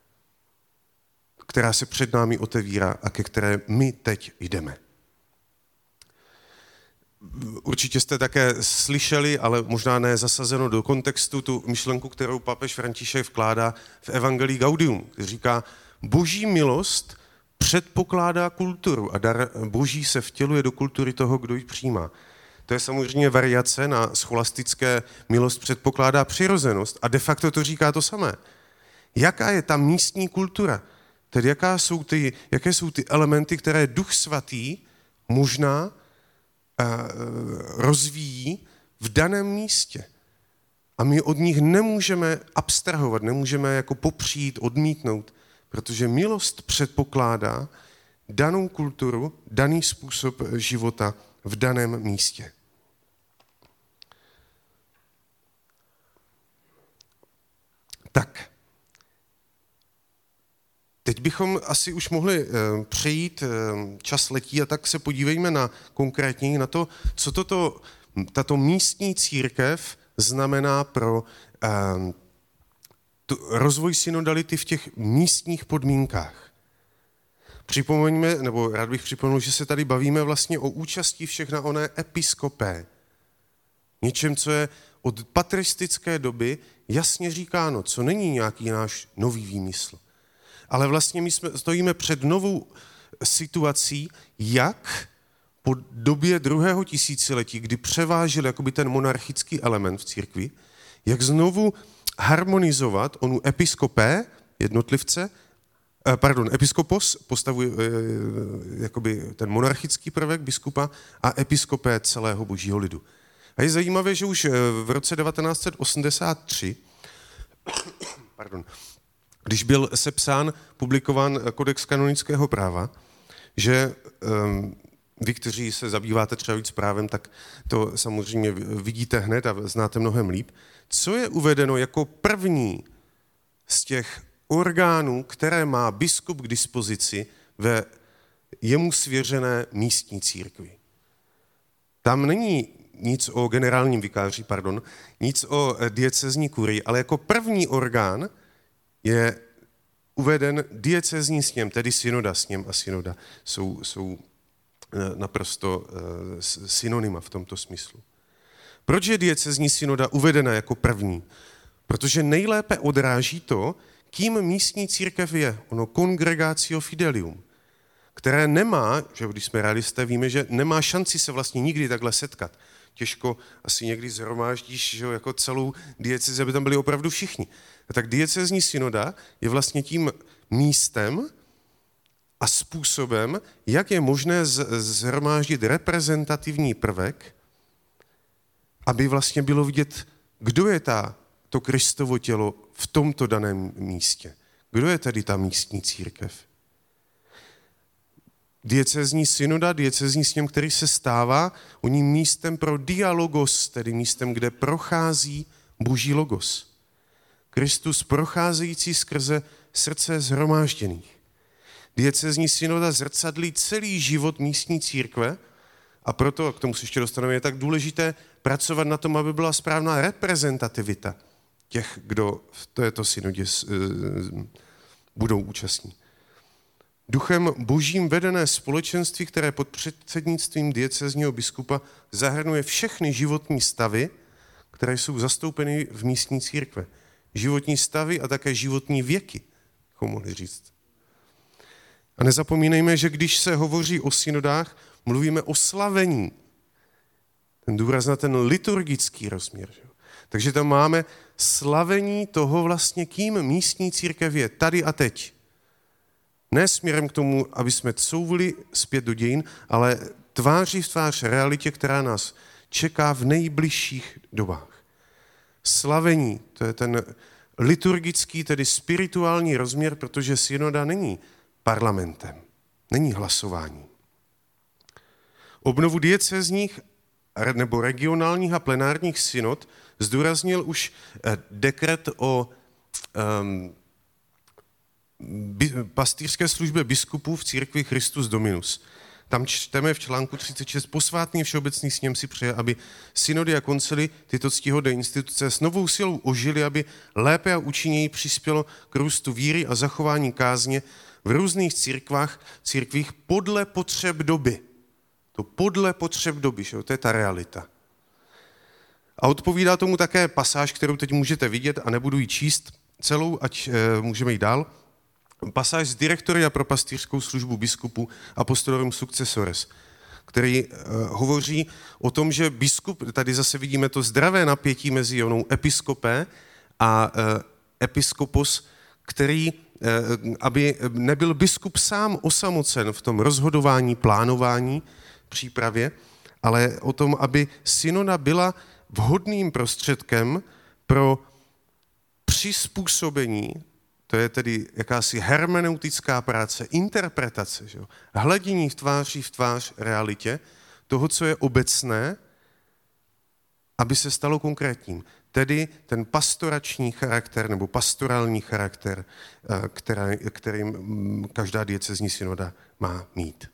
B: která se před námi otevírá a ke které my teď jdeme? Určitě jste také slyšeli, ale možná ne zasazeno do kontextu, tu myšlenku, kterou papež František vkládá v Evangelii Gaudium, který říká, boží milost předpokládá kulturu a dar boží se vtěluje do kultury toho, kdo ji přijímá. To je samozřejmě variace na scholastické milost předpokládá přirozenost a de facto to říká to samé. Jaká je ta místní kultura? Tedy jaká jsou ty, jaké jsou ty elementy, které Duch Svatý možná uh, rozvíjí v daném místě. A my od nich nemůžeme abstrahovat, nemůžeme jako popřít, odmítnout, protože milost předpokládá danou kulturu, daný způsob života v daném místě. Tak. Teď bychom asi už mohli přejít, čas letí, a tak se podívejme na konkrétně na to, co toto, tato místní církev znamená pro um, tu, rozvoj synodality v těch místních podmínkách. Připomeňme, nebo rád bych připomenul, že se tady bavíme vlastně o účasti všech na oné episkopé. Něčem, co je od patristické doby jasně říkáno, co není nějaký náš nový výmysl. Ale vlastně my jsme, stojíme před novou situací, jak po době druhého tisíciletí, kdy převážil jakoby ten monarchický element v církvi, jak znovu harmonizovat onu episkopé, jednotlivce, pardon, episkopos, postavuje jakoby ten monarchický prvek biskupa a episkopé celého božího lidu. A je zajímavé, že už v roce devatenáct set osmdesát tři, pardon, když byl sepsán, publikován kodex kanonického práva, že um, vy, kteří se zabýváte třeba víc právem, tak to samozřejmě vidíte hned a znáte mnohem líp. Co je uvedeno jako první z těch orgánů, které má biskup k dispozici ve jemu svěřené místní církvi? Tam není nic o generálním vikáři, pardon, nic o diecezní kurii, ale jako první orgán je uveden diecezní sněm, tedy synoda, sněm a synoda jsou, jsou naprosto uh, synonyma v tomto smyslu. Proč je diecezní synoda uvedena jako první? Protože nejlépe odráží to, kým místní církev je? Ono congregatio fidelium, které nemá, že když jsme realisté, víme, že nemá šanci se vlastně nikdy takhle setkat. Těžko asi někdy zhromáždíš, že jako celou diecezi, aby tam byli opravdu všichni. A tak diecezní synoda je vlastně tím místem a způsobem, jak je možné zhromáždit reprezentativní prvek, aby vlastně bylo vidět, kdo je ta, to Kristovo tělo v tomto daném místě. Kdo je tedy ta místní církev? Diecezní synoda, diecezní sněm, který se stává oním místem pro dialogos, tedy místem, kde prochází Boží logos. Kristus procházející skrze srdce shromážděných. Diecezní synoda zrcadlí celý život místní církve a proto, a k tomu se ještě dostaneme, je tak důležité pracovat na tom, aby byla správná reprezentativita těch, kdo v této synodě budou účastní. Duchem božím vedené společenství, které pod předsednictvím diecezního biskupa zahrnuje všechny životní stavy, které jsou zastoupeny v místní církve. Životní stavy a také životní věky, bychom mohli říct. A nezapomínejme, že když se hovoří o synodách, mluvíme o slavení. Ten důraz na ten liturgický rozměr. Že? Takže tam máme slavení toho vlastně, kým místní církev je tady a teď. Ne směrem k tomu, aby jsme couvli zpět do dějin, ale tváří v tvář realitě, která nás čeká v nejbližších dobách. Slavení, to je ten liturgický, tedy spirituální rozměr, protože synoda není parlamentem, není hlasování. Obnovu diecezních nebo regionálních a plenárních synod zdůraznil už dekret o um, pastýřské službě biskupů v církvi Christus Dominus. Tam čteme v článku třicet šest, posvátný všeobecný sněm si přeje, aby synody a koncily tyto ctihodné instituce s novou silou ožily, aby lépe a účinněji přispělo k růstu víry a zachování kázně v různých církvách, církvích podle potřeb doby. To podle potřeb doby, že? To je ta realita. A odpovídá tomu také pasáž, kterou teď můžete vidět a nebudu ji číst celou, ať e, můžeme jít dál. Pasáž z Direktoria pro pastýřskou službu biskupů Apostolorum Successores, který e, hovoří o tom, že biskup, tady zase vidíme to zdravé napětí mezi onou episkopé a e, episkopos, který, e, aby nebyl biskup sám osamocen v tom rozhodování, plánování, přípravě, ale o tom, aby synoda byla vhodným prostředkem pro přizpůsobení, to je tedy jakási hermeneutická práce, interpretace, že jo? Hledění v tváří v tvář realitě, toho, co je obecné, aby se stalo konkrétním. Tedy ten pastorační charakter nebo pastorální charakter, který, kterým každá diecezní synoda má mít.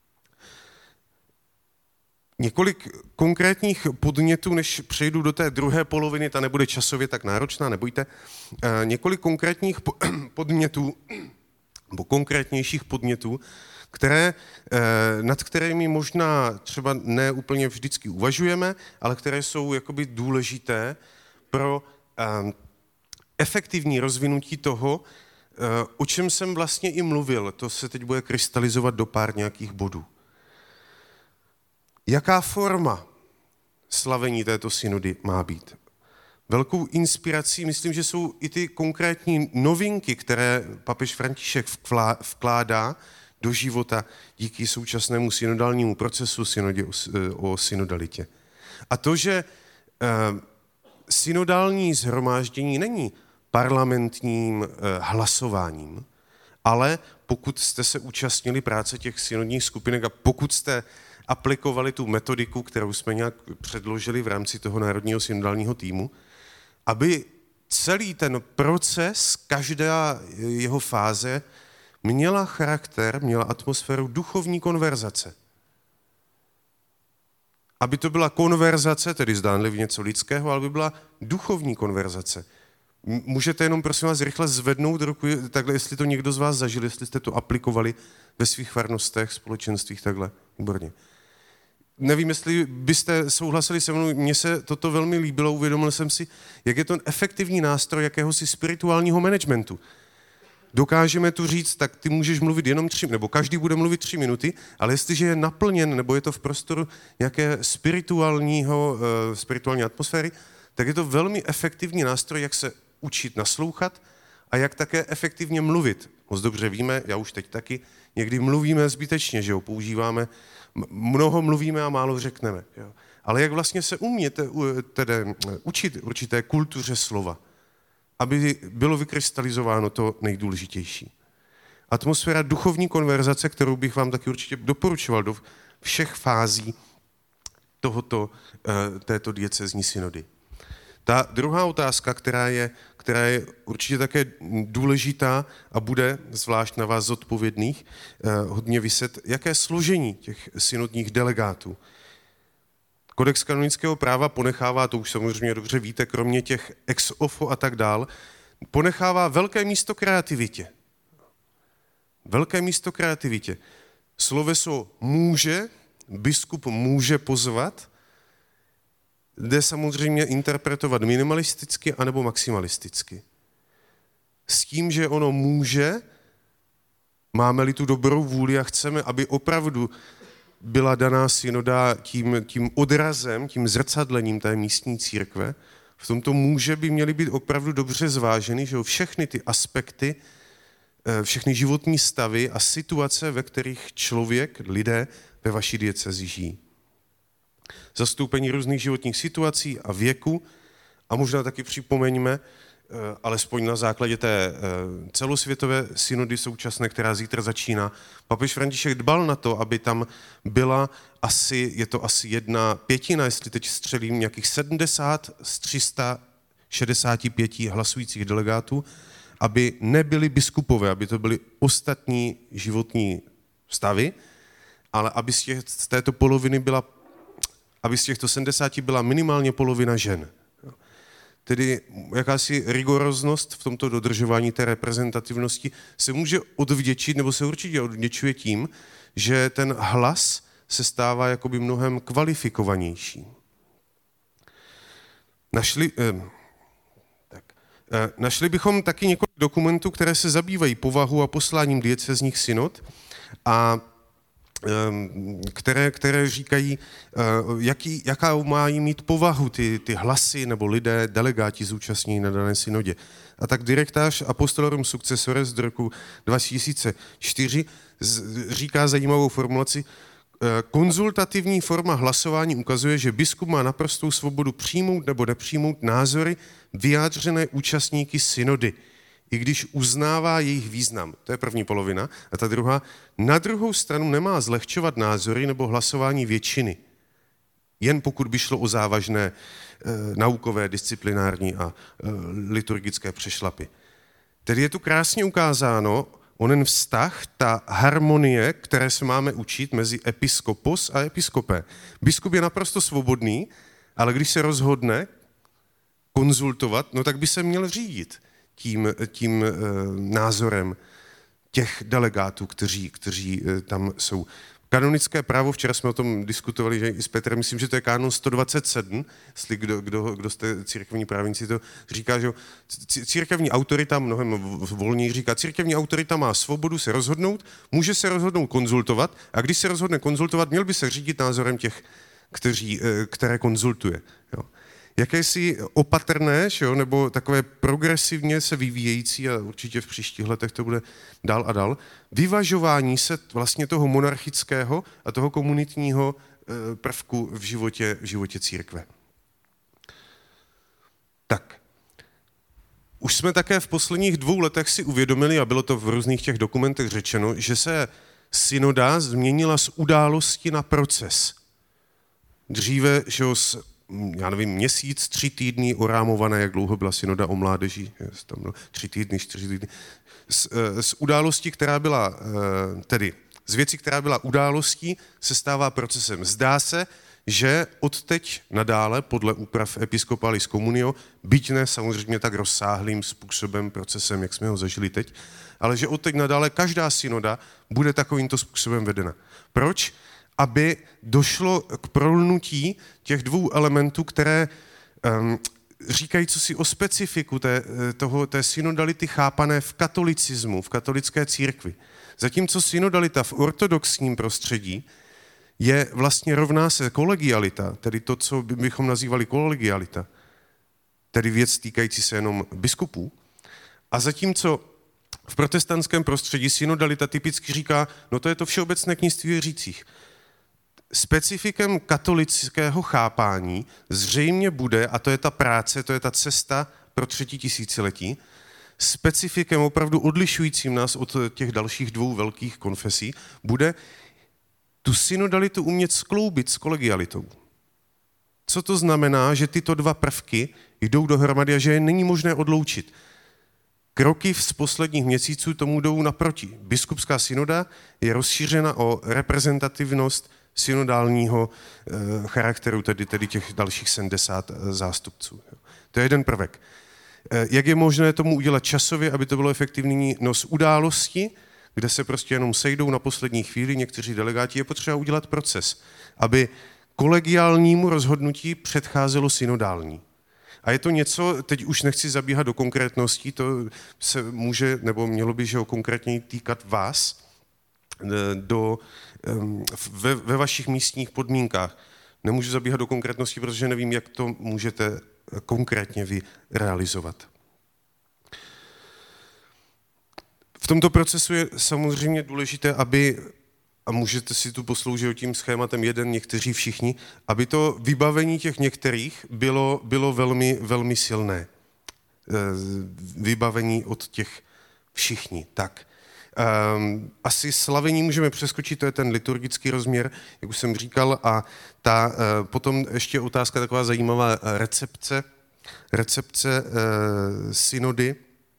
B: Několik konkrétních podnětů, než přejdu do té druhé poloviny, ta nebude časově tak náročná, nebojte. Několik konkrétních podnětů, nebo konkrétnějších podnětů, které, nad kterými možná třeba ne úplně vždycky uvažujeme, ale které jsou jakoby důležité pro efektivní rozvinutí toho, o čem jsem vlastně i mluvil. To se teď bude krystalizovat do pár nějakých bodů. Jaká forma slavení této synody má být? Velkou inspirací, myslím, že jsou i ty konkrétní novinky, které papež František vkládá do života díky současnému synodálnímu procesu, synodě o synodalitě. A to, že synodální shromáždění není parlamentním hlasováním, ale pokud jste se účastnili práce těch synodních skupinek a pokud jste aplikovali tu metodiku, kterou jsme nějak předložili v rámci toho národního synodálního týmu, aby celý ten proces, každá jeho fáze měla charakter, měla atmosféru duchovní konverzace. Aby to byla konverzace, tedy zdánlivě něco lidského, ale aby byla duchovní konverzace. Můžete jenom, prosím vás, rychle zvednout ruku, takhle, jestli to někdo z vás zažil, jestli jste to aplikovali ve svých farnostech, společenstvích, takhle. Výborně. Nevím, jestli byste souhlasili se mnou, mně se toto velmi líbilo, uvědomil jsem si, jak je to efektivní nástroj jakéhosi spirituálního managementu. dokážeme tu říct, tak ty můžeš mluvit jenom tři, nebo každý bude mluvit tři minuty, ale jestliže je naplněn, nebo je to v prostoru nějaké spirituálního, uh, spirituální atmosféry, tak je to velmi efektivní nástroj, jak se učit naslouchat a jak také efektivně mluvit. Moc dobře víme, já už teď taky, někdy mluvíme zbytečně, že jo, používáme, mnoho mluvíme a málo řekneme. Jo. Ale jak vlastně se umět tedy učit určité kultuře slova, aby bylo vykrystalizováno to nejdůležitější. Atmosféra duchovní konverzace, kterou bych vám taky určitě doporučoval do všech fází tohoto, této diecézní synody. Ta druhá otázka, která je, která je určitě také důležitá a bude zvlášť na vás zodpovědných eh, hodně vyset, jaké složení těch synodních delegátů. Kodex kanonického práva ponechává, to už samozřejmě dobře víte, kromě těch ex ofo a tak dál, ponechává velké místo kreativitě. Velké místo kreativitě. Sloveso může, biskup může pozvat, jde samozřejmě interpretovat minimalisticky anebo maximalisticky. S tím, že ono může, máme-li tu dobrou vůli a chceme, aby opravdu byla daná synoda tím, tím odrazem, tím zrcadlením té místní církve, v tomto může by měly být opravdu dobře zváženy, že všechny ty aspekty, všechny životní stavy a situace, ve kterých člověk, lidé ve vaší diecézi žijí. Zastoupení různých životních situací a věku a možná taky připomeňme, alespoň na základě té celosvětové synody současné, která zítra začíná, papež František dbal na to, aby tam byla asi, je to asi jedna pětina, jestli teď střelím, nějakých sedmdesát z tři sta šedesát pět hlasujících delegátů, aby nebyli biskupové, aby to byly ostatní životní stavy, ale aby z, těch, z této poloviny byla, aby z těchto sedmdesáti byla minimálně polovina žen. Tedy jakási rigoroznost v tomto dodržování té reprezentativnosti se může odvděčit, nebo se určitě odvděčuje tím, že ten hlas se stává jakoby mnohem kvalifikovanější. Našli, eh, tak, eh, našli bychom taky několik dokumentů, které se zabývají povahou a posláním diecézních synod a Které, které říkají, jaký, jaká mají mít povahu ty, ty hlasy nebo lidé, delegáti zúčastnění na dané synodě. A tak direktář Apostolorum Successores z roku dva tisíce čtyři říká zajímavou formulaci, konzultativní forma hlasování ukazuje, že biskup má naprostou svobodu přijmout nebo nepřijmout názory vyjádřené účastníky synody, i když uznává jejich význam. To je první polovina. A ta druhá, na druhou stranu nemá zlehčovat názory nebo hlasování většiny. Jen pokud by šlo o závažné e, naukové, disciplinární a e, liturgické přešlapy. Tedy je tu krásně ukázáno onen vztah, ta harmonie, které se máme učit mezi episkopos a episkopé. Biskup je naprosto svobodný, ale když se rozhodne konzultovat, no tak by se měl řídit tím, tím e, názorem těch delegátů, kteří, kteří e, tam jsou. Kanonické právo, včera jsme o tom diskutovali, že i s Petrem, myslím, že to je kánon sto dvacet sedm, jestli kdo, kdo, kdo jste církevní právníci, to říká, že církevní autorita, mnohem volněji říká, církevní autorita má svobodu se rozhodnout, může se rozhodnout konzultovat a když se rozhodne konzultovat, měl by se řídit názorem těch, kteří, které konzultuje. Jo. Jakési opatrné, jo, nebo takové progresivně se vyvíjející, a určitě v příštích letech to bude dál a dál, vyvažování se vlastně toho monarchického a toho komunitního prvku v životě, v životě církve. Tak. Už jsme také v posledních dvou letech si uvědomili, a bylo to v různých těch dokumentech řečeno, že se synoda změnila z události na proces. Dříve, že z já nevím, měsíc, tři týdny orámované, jak dlouho byla synoda o mládeži, tam bylo tři týdny, čtyři týdny, z, z události, která byla, tedy z věci, která byla událostí, se stává procesem. Zdá se, že odteď nadále, podle úprav Episcopalis Communio, byť ne samozřejmě tak rozsáhlým způsobem, procesem, jak jsme ho zažili teď, ale že odteď nadále každá synoda bude takovýmto způsobem vedena. Proč? Aby došlo k prolnutí těch dvou elementů, které um, říkají cosi o specifiku té, toho, té synodality chápané v katolicismu, v katolické církvi. Zatímco synodalita v ortodoxním prostředí je vlastně rovná se kolegialita, tedy to, co bychom nazývali kolegialita, tedy věc týkající se jenom biskupů. A zatímco v protestantském prostředí synodalita typicky říká, no to je to všeobecné kněžství věřících. Specifikem katolického chápání zřejmě bude, a to je ta práce, to je ta cesta pro třetí tisíciletí, specifikem opravdu odlišujícím nás od těch dalších dvou velkých konfesí, bude tu synodalitu umět skloubit s kolegialitou. Co to znamená, že tyto dva prvky jdou dohromady a že je není možné odloučit. Kroky z posledních měsíců tomu jdou naproti. Biskupská synoda je rozšířena o reprezentativnost synodálního e, charakteru, tedy, tedy těch dalších sedmdesát zástupců. To je jeden prvek. E, jak je možné tomu udělat časově, aby to bylo efektivní nos události, kde se prostě jenom sejdou na poslední chvíli někteří delegáti, je potřeba udělat proces, aby kolegiálnímu rozhodnutí předcházelo synodální. A je to něco, teď už nechci zabíhat do konkrétností, to se může, nebo mělo by, že ho konkrétně týkat vás, do, ve, ve vašich místních podmínkách. Nemůžu zabíhat do konkrétností, protože nevím, jak to můžete konkrétně vy realizovat. V tomto procesu je samozřejmě důležité, aby, a můžete si tu posloužit tím schématem jeden, někteří, všichni, aby to vybavení těch některých bylo, bylo velmi, velmi silné. Vybavení od těch všichni. Tak. Um, asi slavení můžeme přeskočit, to je ten liturgický rozměr, jak už jsem říkal, a ta, uh, potom ještě otázka taková zajímavá recepce, recepce uh, synody.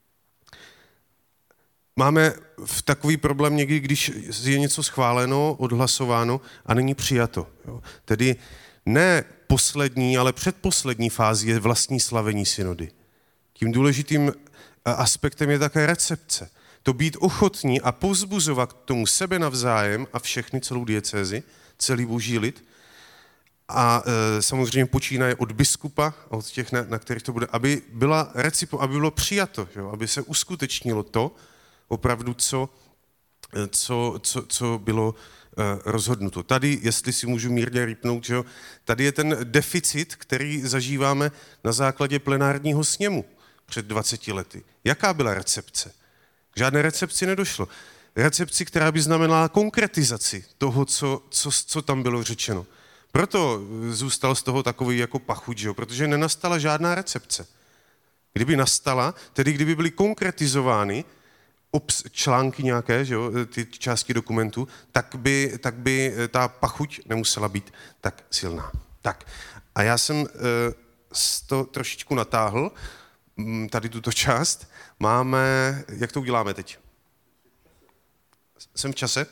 B: Máme v takový problém někdy, když je něco schváleno, odhlasováno a není přijato. Jo. Tedy ne poslední, ale předposlední fázi je vlastní slavení synody. Tím důležitým aspektem je také recepce. To být ochotní a povzbuzovat k tomu sebe navzájem a všechny, celou diecézi, celý boží lid. A e, samozřejmě počínaje od biskupa, od těch, na, na kterých to bude, aby byla recipo, aby bylo přijato, jo, aby se uskutečnilo to, opravdu, co, co, co, co bylo e, rozhodnuto. Tady, jestli si můžu mírně rýpnout, že jo, tady je ten deficit, který zažíváme na základě plenárního sněmu před dvaceti lety. Jaká byla recepce? K žádné recepci nedošlo. Recepci, která by znamenala konkretizaci toho, co, co, co tam bylo řečeno. Proto zůstal z toho takový jako pachuť, že jo? Protože nenastala žádná recepce. Kdyby nastala, tedy kdyby byly konkretizovány obs, články nějaké, že jo, ty části dokumentu, tak by, tak by ta pachuť nemusela být tak silná. Tak, a já jsem e, to trošičku natáhl, tady tuto část. Máme, jak to uděláme teď? Jsem v čase?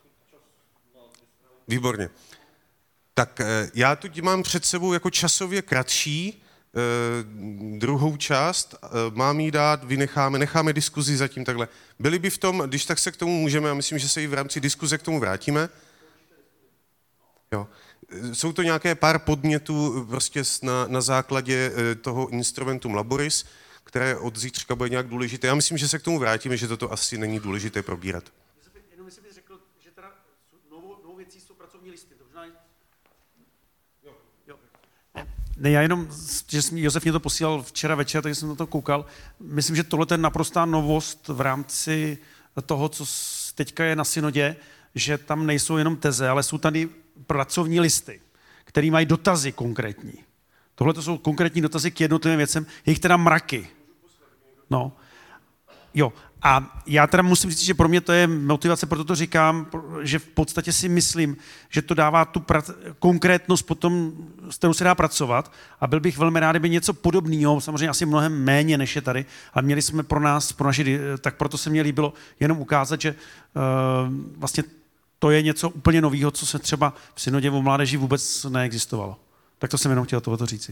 B: Výborně. Tak já tu mám před sebou jako časově kratší eh, druhou část. Eh, mám jí dát, vynecháme, necháme diskuzi zatím takhle. Byli by v tom, když tak se k tomu můžeme, a myslím, že se i v rámci diskuze k tomu vrátíme. Jo. Jsou to nějaké pár podnětů prostě na, na základě toho instrumentum laboris, které od zítřka bude nějak důležité. Já myslím, že se k tomu vrátíme, že toto asi není důležité probírat.
A: Jenom jestli bys řekl, že teda novou, novou věcí jsou pracovní listy. To možná... Jo. Jo. Ne, já jenom, že jsem, Josef mě to posílal včera večer, takže jsem na to koukal. Myslím, že tohle je naprostá novost v rámci toho, co teďka je na synodě, že tam nejsou jenom teze, ale jsou tady pracovní listy, které mají dotazy konkrétní. Tohle to jsou konkrétní dotazy k jednotlivým věcem, je jich teda mraky. No, jo. A já teda musím říct, že pro mě to je motivace, proto to říkám, že v podstatě si myslím, že to dává tu pra- konkrétnost potom, s kterou se dá pracovat, a byl bych velmi rád, kdyby něco podobného, samozřejmě asi mnohem méně, než je tady, a měli jsme pro nás, pro naši, tak proto se mě líbilo jenom ukázat, že uh, vlastně to je něco úplně nového, co se třeba v synodě o mládeži vůbec neexistovalo. Tak to jsem jenom chtěl tohoto říci.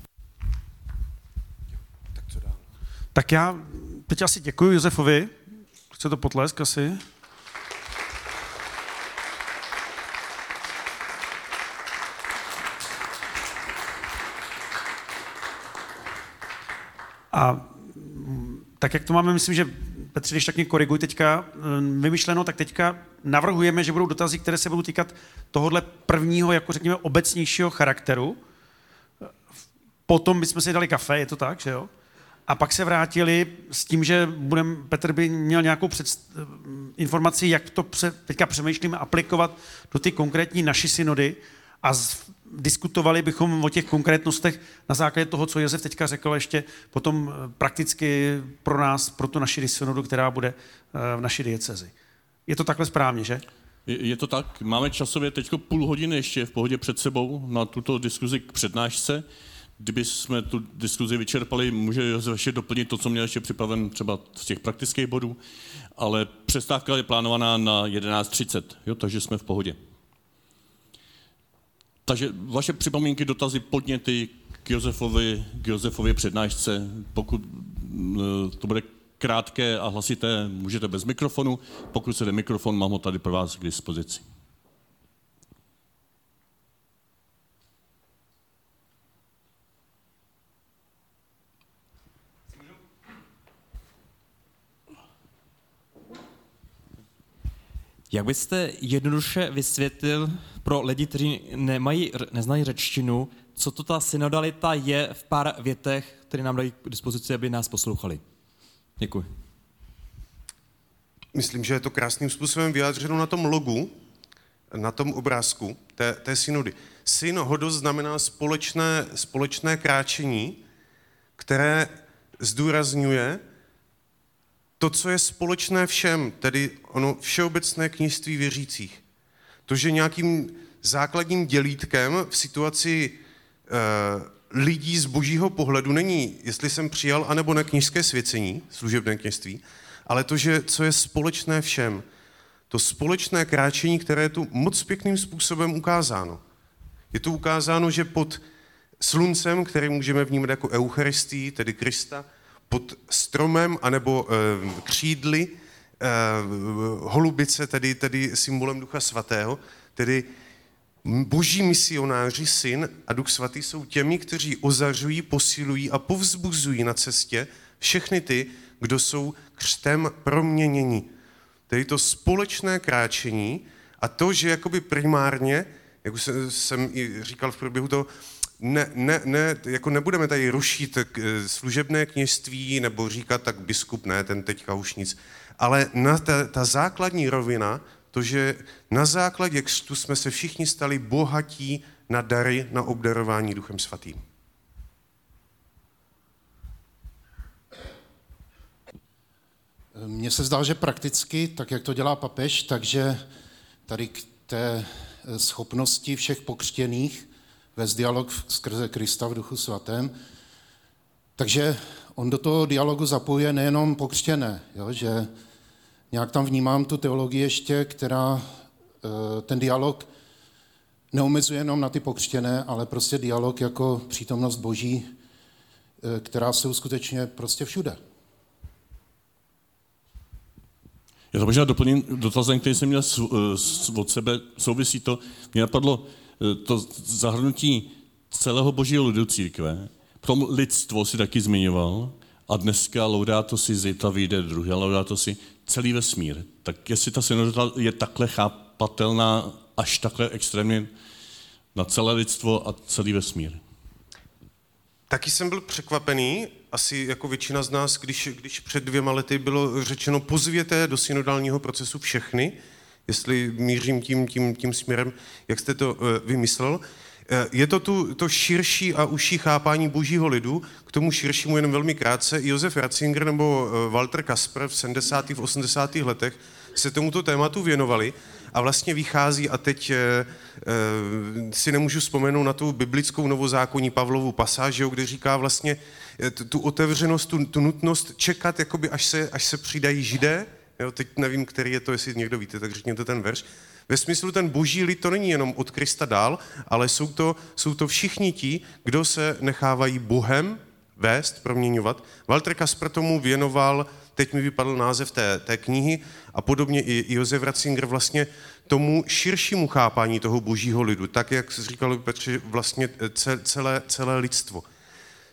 B: Tak co dál?
A: Tak já teď asi děkuji Josefovi. Chce to potlesk asi? A tak, jak to máme, myslím, že Petře, když tak mě koriguj teďka, vymyšleno, tak teďka navrhujeme, že budou dotazy, které se budou týkat tohohle prvního, jako řekněme, obecnějšího charakteru. Potom bychom si dali kafe, je to tak, že jo? A pak se vrátili s tím, že budem, Petr by měl nějakou předst- informaci, jak to pře- teďka přemýšlíme aplikovat do ty konkrétní naší synody a z- diskutovali bychom o těch konkrétnostech na základě toho, co Josef teďka řekl, ještě potom prakticky pro nás, pro tu naši synodu, která bude v naší diecezi. Je to takhle správně, že?
D: Je, je to tak. Máme časově teď půl hodiny ještě v pohodě před sebou na tuto diskuzi k přednášce. Kdyby jsme tu diskuzi vyčerpali, může Josef ještě doplnit to, co měl ještě připraven třeba z těch praktických bodů, ale přestávka je plánovaná na jedenáct třicet, jo, takže jsme v pohodě. Takže vaše připomínky, dotazy, podněty k Josefovi, k Josefově přednášce, pokud to bude krátké a hlasité, můžete bez mikrofonu, pokud se jde mikrofon, mám ho tady pro vás k dispozici.
E: Jak byste jednoduše vysvětlil pro lidi, kteří nemají, neznají řečtinu, co to ta synodalita je v pár větech, které nám dají k dispozici, aby nás poslouchali? Děkuji.
B: Myslím, že je to krásným způsobem vyjádřeno na tom logu, na tom obrázku té, té synody. Synodos znamená společné, společné kráčení, které zdůrazňuje to, co je společné všem, tedy ono všeobecné kněžství věřících. To, že nějakým základním dělítkem v situaci e, lidí z božího pohledu není, jestli jsem přijal anebo ne kněžské svěcení, služebné kněžství, ale to, že co je společné všem. To společné kráčení, které je tu moc pěkným způsobem ukázáno. Je tu ukázáno, že pod sluncem, který můžeme vnímat jako Eucharistii, tedy Krista, pod stromem anebo e, křídly e, holubice, tedy, tedy symbolem Ducha Svatého, tedy boží misionáři, Syn a Duch Svatý jsou těmi, kteří ozařují, posilují a povzbuzují na cestě všechny ty, kdo jsou křtem proměnění. Tedy to společné kráčení a to, že jakoby primárně, jak už jsem i říkal v průběhu toho, Ne, ne, ne, jako nebudeme tady rušit služebné kněžství nebo říkat tak biskup, ne, ten teďka už nic. Ale na ta, ta základní rovina, to, že na základě křtu jsme se všichni stali bohatí na dary, na obdarování Duchem Svatým.
F: Mně se zdá, že prakticky, tak jak to dělá papež, takže tady k té schopnosti všech pokřtěných vést dialog skrze Krista v Duchu Svatém. Takže on do toho dialogu zapojuje nejenom pokřtěné, jo, že nějak tam vnímám tu teologii ještě, která ten dialog neomezuje jenom na ty pokřtěné, ale prostě dialog jako přítomnost Boží, která se uskutečňuje prostě všude.
D: Já to možná doplním dotazem, který jsem měl od sebe, souvisí to, mě napadlo, to zahrnutí celého božího lidu církve, potom lidstvo si taky zmiňoval a dneska Laudato si, zítra vyjde druhý Laudato si, celý vesmír. Tak jestli ta synodota je takhle chápatelná až takhle extrémně na celé lidstvo a celý vesmír.
B: Taky jsem byl překvapený, asi jako většina z nás, když, když před dvěma lety bylo řečeno pozvěte do synodálního procesu všechny, jestli mířím tím, tím, tím směrem, jak jste to uh, vymyslel. Uh, je to tu, to širší a užší chápání božího lidu, k tomu širšímu jenom velmi krátce. Josef Ratzinger nebo uh, Walter Kasper v sedmdesátých, v osmdesátých letech se tomuto tématu věnovali a vlastně vychází, a teď uh, uh, si nemůžu vzpomenout na tu biblickou novozákonní Pavlovu pasáž, kde říká vlastně uh, tu otevřenost, tu, tu nutnost čekat, jakoby až se, až se přidají Židé. Jo, teď nevím, který je to, jestli někdo víte, tak řekněte ten verš. Ve smyslu ten boží lid to není jenom od Krista dál, ale jsou to, jsou to všichni ti, kdo se nechávají Bohem vést, proměňovat. Walter Kasper tomu věnoval, teď mi vypadl název té, té knihy, a podobně i Josef Ratzinger vlastně tomu širšímu chápání toho božího lidu, tak jak říkal Petře, vlastně celé, celé lidstvo.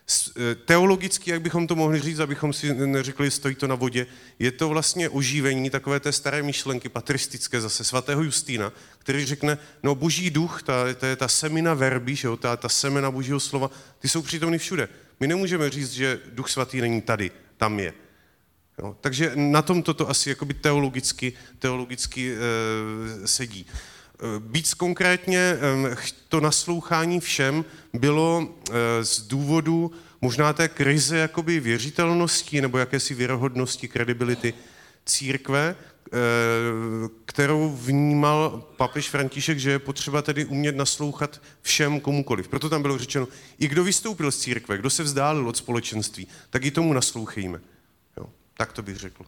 B: Teologicky, jak bychom to mohli říct, abychom si neřekli, stojí to na vodě, je to vlastně oživení takové té staré myšlenky, patristické zase, svatého Justína, který řekne, no boží duch, ta, ta, ta semina verbi, že jo, ta, ta semena božího slova, ty jsou přítomny všude. My nemůžeme říct, že duch svatý není tady, tam je. Jo, takže na tom toto asi jakoby teologicky, teologicky e, sedí. Víc konkrétně to naslouchání všem bylo z důvodu možná té krize jakoby věřitelnosti nebo jakési věrohodnosti, kredibility církve, kterou vnímal papež František, že je potřeba tedy umět naslouchat všem komukoliv. Proto tam bylo řečeno, i kdo vystoupil z církve, kdo se vzdálil od společenství, tak i tomu naslouchejme. Jo, tak to bych řekl.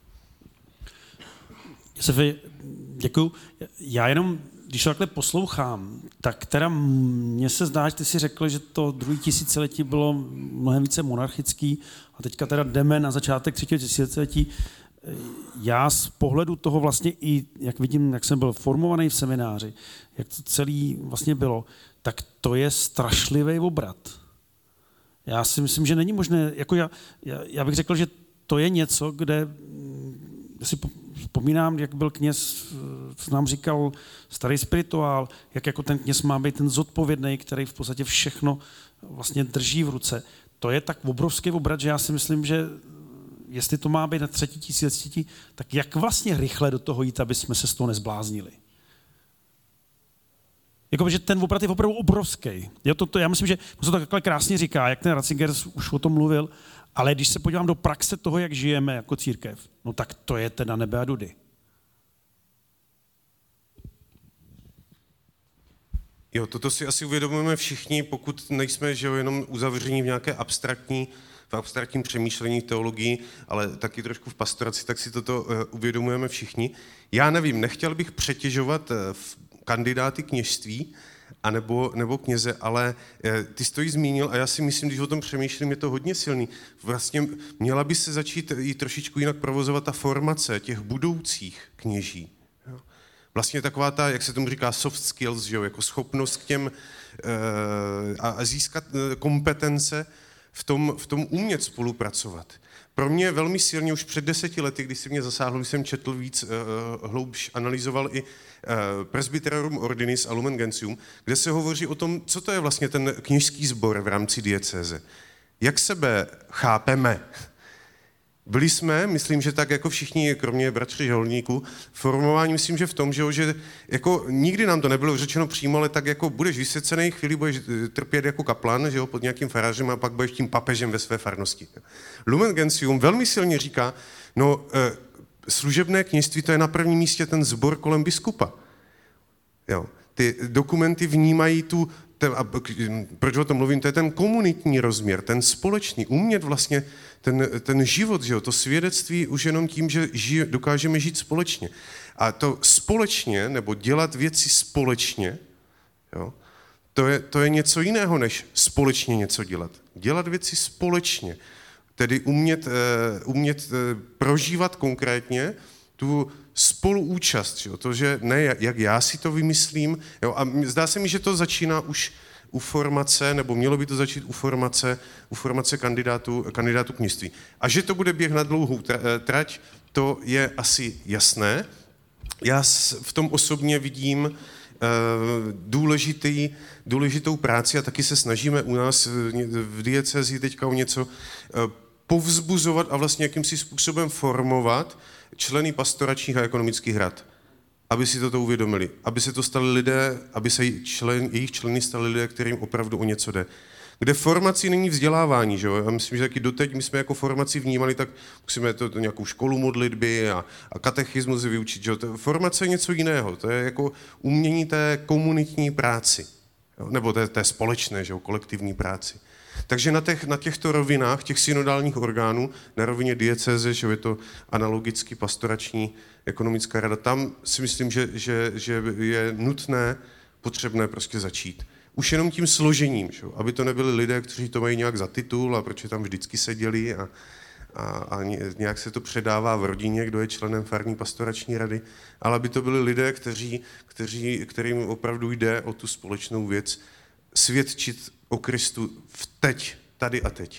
A: Josefe, děkuju. Já jenom, když to takhle poslouchám, tak teda mně se zdá, že ty si řekl, že to druhé tisíciletí bylo mnohem více monarchický a teďka teda jdeme na začátek třetího tisíciletí. Já z pohledu toho vlastně i, jak vidím, jak jsem byl formovaný v semináři, jak to celé vlastně bylo, tak to je strašlivý obrat. Já si myslím, že není možné, jako já, já, já bych řekl, že to je něco, kde si vzpomínám, jak byl kněz, co nám říkal starý spirituál, jak jako ten kněz má být ten zodpovědný, který v podstatě všechno vlastně drží v ruce. To je tak obrovský obrat, že já si myslím, že jestli to má být na třetí tisíciletí, tak jak vlastně rychle do toho jít, aby jsme se z toho nezbláznili? Jako, že ten obrat je opravdu obrovský. Jo, to, to, já myslím, že to takhle krásně říká, jak ten Ratzinger už o tom mluvil, ale když se podívám do praxe toho, jak žijeme jako církev, no tak to je teda nebe a dudy.
B: Jo, toto si asi uvědomujeme všichni, pokud nejsme že jo, jenom uzavření v nějaké abstraktní, v abstraktním přemýšlení teologii, ale taky trošku v pastoraci, tak si toto uh, uvědomujeme všichni. Já nevím, nechtěl bych přetěžovat uh, kandidáty kněžství, anebo, nebo kněze, ale eh, ty jsi to jí zmínil a já si myslím, když o tom přemýšlím, je to hodně silný. Vlastně měla by se začít i trošičku jinak provozovat ta formace těch budoucích kněží. Jo. Vlastně taková ta, jak se tomu říká, soft skills, že jo, jako schopnost k těm eh, a, a získat kompetence v tom, v tom umět spolupracovat. Pro mě velmi silně už před deseti lety, když si mě zasáhl, když jsem četl víc, uh, hloubš, analyzoval i uh, Presbyterorum Ordinis a Lumen Gentium, kde se hovoří o tom, co to je vlastně ten kněžský sbor v rámci diecéze. Jak sebe chápeme? Byli jsme, myslím, že tak jako všichni, kromě bratři žolníků, formování, myslím, že v tom, že, že jako nikdy nám to nebylo řečeno přímo, ale tak jako budeš vysvěcený, chvíli budeš trpět jako kaplan, že jo, pod nějakým farářem a pak budeš tím papežem ve své farnosti. Lumen Gentium velmi silně říká, no služebné kněžství, to je na prvním místě ten sbor kolem biskupa. Jo. Ty dokumenty vnímají tu, ten, a proč o tom mluvím, to je ten komunitní rozměr, ten společný, umět vlastně ten, ten život, že jo, to svědectví už jenom tím, že žij, dokážeme žít společně. A to společně, nebo dělat věci společně, jo, to je, to je něco jiného, než společně něco dělat. Dělat věci společně, tedy umět, uh, umět uh, prožívat konkrétně tu spoluúčast, že jo? To, že ne, jak já si to vymyslím. Jo? A zdá se mi, že to začíná už u formace, nebo mělo by to začít u formace, u formace kandidátů, kandidátů kněžství. A že to bude běh na dlouhou trať, to je asi jasné. Já v tom osobně vidím uh, důležitý, důležitou práci a taky se snažíme u nás v diecézi teďka o něco uh, povzbuzovat a vlastně jakýmsi způsobem formovat členy pastoračních a ekonomických rad, aby si toto uvědomili, aby se to stali lidé, aby se člen, jejich členy stali lidé, kterým opravdu o něco jde. Kde formací není vzdělávání, že jo? Já myslím, že taky doteď my jsme jako formaci vnímali, tak musíme to, to nějakou školu modlitby a, a katechismus vyučit, že jo? To, formace je něco jiného, to je jako umění té komunitní práci, jo? Nebo té, té společné, že jo? Kolektivní práci. Takže na, těch, na těchto rovinách, těch synodálních orgánů, na rovině diecéze, že je to analogicky pastorační ekonomická rada, tam si myslím, že, že, že je nutné, potřebné prostě začít. Už jenom tím složením, že? Aby to nebyli lidé, kteří to mají nějak za titul a proč tam vždycky seděli a, a, a nějak se to předává v rodině, kdo je členem farní pastorační rady, ale aby to byli lidé, kteří, kteří, kterým opravdu jde o tu společnou věc, svědčit o Kristu v teď, tady a teď.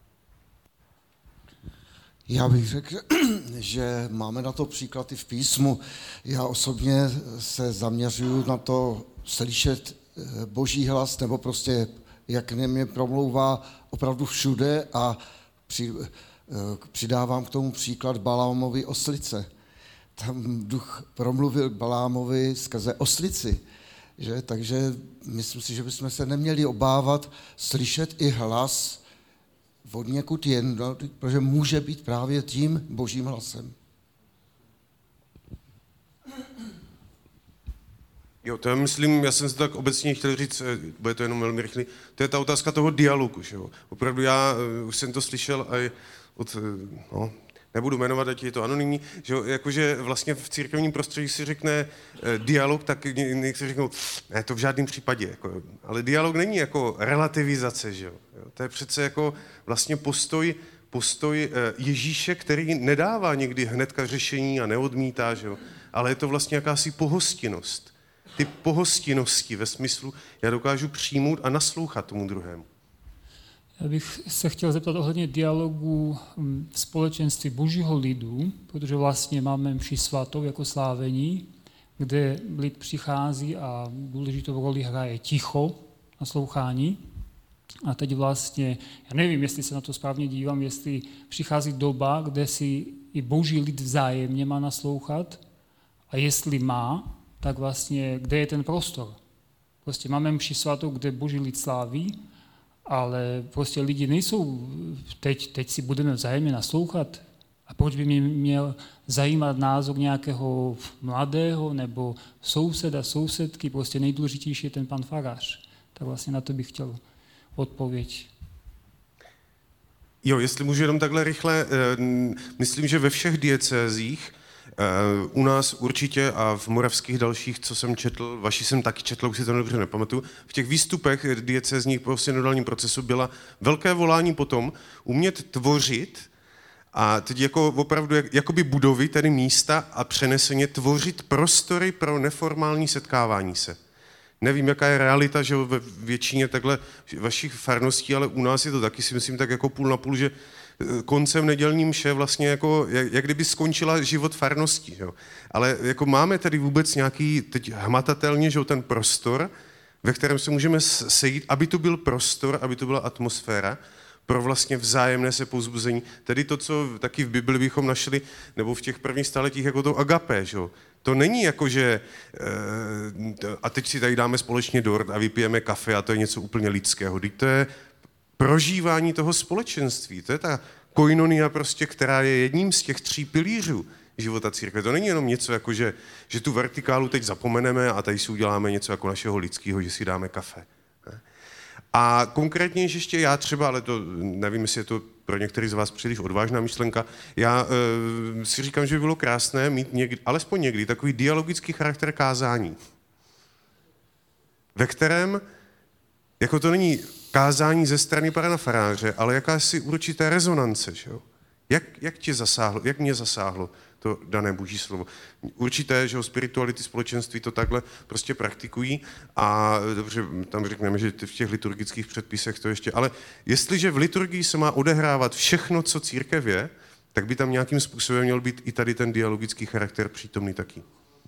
G: Já bych řekl, že máme na to příklady v písmu. Já osobně se zaměřuju na to slyšet Boží hlas, nebo prostě jak mě promlouvá opravdu všude a při, přidávám k tomu příklad Balámovi oslice. Tam duch promluvil Balámovi skrze oslici. Že? Takže myslím si, že bychom se neměli obávat slyšet i hlas od někud jen, protože může být právě tím Božím hlasem.
B: Jo, to je, myslím, já jsem si tak obecně chtěl říct, bude to jenom velmi rychlý, to je ta otázka toho dialogu, že jo. Opravdu já už jsem to slyšel a od, no, nebudu jmenovat, ať je to anonymní, že jo, jakože vlastně v církevním prostředí si řekne eh, dialog, tak někteří řeknou, ne, to v žádném případě, jako, ale dialog není jako relativizace, že jo. To je přece jako vlastně postoj, postoj eh, Ježíše, který nedává někdy hnedka řešení a neodmítá, že jo, ale je to vlastně jakási pohostinnost. Ty pohostinnosti ve smyslu, já dokážu přijmout a naslouchat tomu druhému.
H: Já bych se chtěl zeptat ohledně dialogu v společenství Božího lidu, protože vlastně máme mši svatou jako slávení, kde lid přichází a důležitou roli hraje ticho, naslouchání. A teď vlastně, já nevím, jestli se na to správně dívám, jestli přichází doba, kde si i Boží lid vzájemně má naslouchat a jestli má, tak vlastně, kde je ten prostor. Prostě máme mši svatou, kde Boží lid sláví, ale prostě lidi nejsou, teď, teď si budeme vzájemně naslouchat. A proč by mě měl zajímat názor nějakého mladého nebo souseda, sousedky, prostě nejdůležitější je ten pan farář. Tak vlastně na to bych chtěl odpověď.
B: Jo, jestli můžu jenom takhle rychle, myslím, že ve všech diecézích, u nás určitě a v moravských dalších, co jsem četl, vaši jsem taky četl, už si to dobře nepamatuju, v těch výstupech diecézních po synodálním procesu byla velké volání potom umět tvořit a teď jako opravdu jakoby budovy, tedy místa a přeneseně tvořit prostory pro neformální setkávání se. Nevím, jaká je realita, že ve většině takhle vašich farností, ale u nás je to taky, si myslím, tak jako půl na půl, že koncem nedělní mše vlastně jako, jak, jak kdyby skončila život farností. Jo. Ale jako máme tady vůbec nějaký, teď hmatatelně, že ten prostor, ve kterém se můžeme sejít, aby to byl prostor, aby to byla atmosféra pro vlastně vzájemné se povzbuzení. Tedy to, co taky v Bibli bychom našli, nebo v těch prvních staletích, jako to agapé, že? To není jako, že a teď si tady dáme společně dort a vypijeme kafe a to je něco úplně lidského. Teď to je prožívání toho společenství. To je ta koinonia prostě, která je jedním z těch tří pilířů života církve. To není jenom něco jako, že, že tu vertikálu teď zapomeneme a tady si uděláme něco jako našeho lidského, že si dáme kafe. A konkrétně ještě já třeba, ale to nevím, jestli je to pro některý z vás příliš odvážná myšlenka, já e, si říkám, že by bylo krásné mít někdy, alespoň někdy takový dialogický charakter kázání, ve kterém, jako to není kázání ze strany pana faráře, ale jakási určité rezonance, že jo? Jak, jak tě zasáhlo, jak mě zasáhlo to dané boží slovo. Určité, že jo, spirituality společenství to takhle prostě praktikují a dobře, tam řekneme, že v těch liturgických předpisech to ještě, ale jestliže v liturgii se má odehrávat všechno, co církev je, tak by tam nějakým způsobem měl být i tady ten dialogický charakter přítomný taky.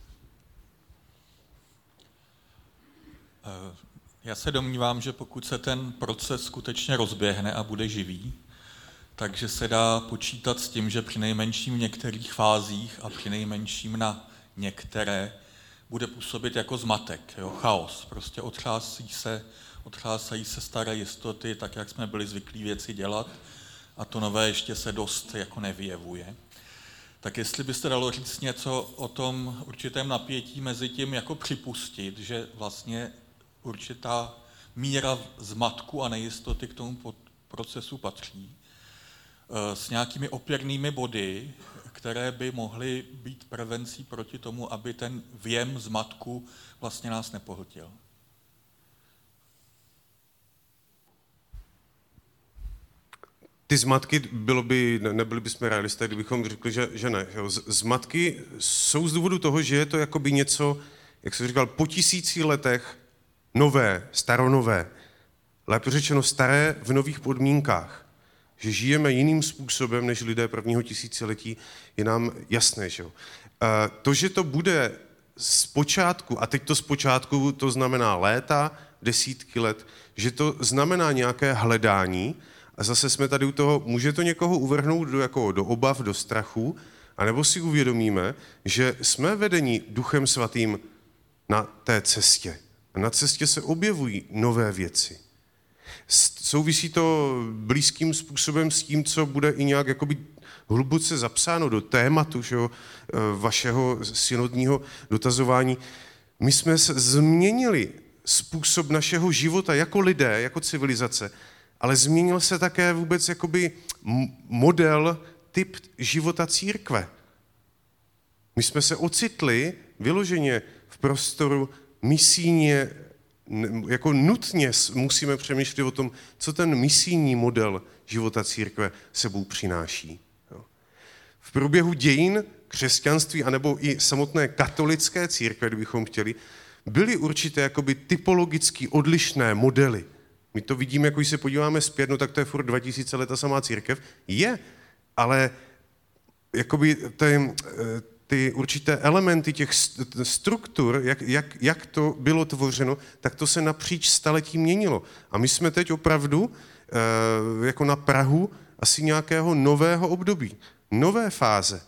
I: Já se domnívám, že pokud se ten proces skutečně rozběhne a bude živý, takže se dá počítat s tím, že při nejmenším v některých fázích a při nejmenším na některé bude působit jako zmatek, jo, chaos. Prostě otřásí se, otřásají se staré jistoty, tak jak jsme byli zvyklí věci dělat a to nové ještě se dost jako nevyjevuje. Tak jestli byste dalo říct něco o tom určitém napětí mezi tím, jako připustit, že vlastně určitá míra zmatku a nejistoty k tomu procesu patří, s nějakými opěrnými body, které by mohly být prevencí proti tomu, aby ten věm zmatku vlastně nás nepohltil.
B: Ty zmatky, bylo by, nebyli bychom realisté, kdybychom řekli, že, že ne. Zmatky jsou z důvodu toho, že je to jakoby něco, jak jsem říkal, po tisíci letech nové, staronové. lépe řečeno staré v nových podmínkách. Že žijeme jiným způsobem než lidé prvního tisíciletí, je nám jasné. Že jo? To, že to bude z počátku, a teď to z počátku, to znamená léta, desítky let, že to znamená nějaké hledání, a zase jsme tady u toho, může to někoho uvrhnout do, jako, do obav, do strachu, anebo si uvědomíme, že jsme vedeni Duchem Svatým na té cestě. A na cestě se objevují nové věci. Souvisí to blízkým způsobem s tím, co bude i nějak jakoby hluboce zapsáno do tématu, že jo, vašeho synodního dotazování. My jsme změnili způsob našeho života jako lidé, jako civilizace, ale změnil se také vůbec jakoby model, typ života církve. My jsme se ocitli vyloženě v prostoru misijně, jako nutně musíme přemýšlet o tom, co ten misijní model života církve sebou přináší. V průběhu dějin křesťanství, anebo i samotné katolické církve, kdybychom chtěli, byly určité jakoby typologicky odlišné modely. My to vidíme, jako když se podíváme zpět, no tak to je furt dva tisíce let ta samá církev. Je, ale jakoby ty, ty určité elementy těch struktur, jak, jak, jak to bylo tvořeno, tak to se napříč staletí měnilo. A my jsme teď opravdu jako na prahu asi nějakého nového období, nové fáze,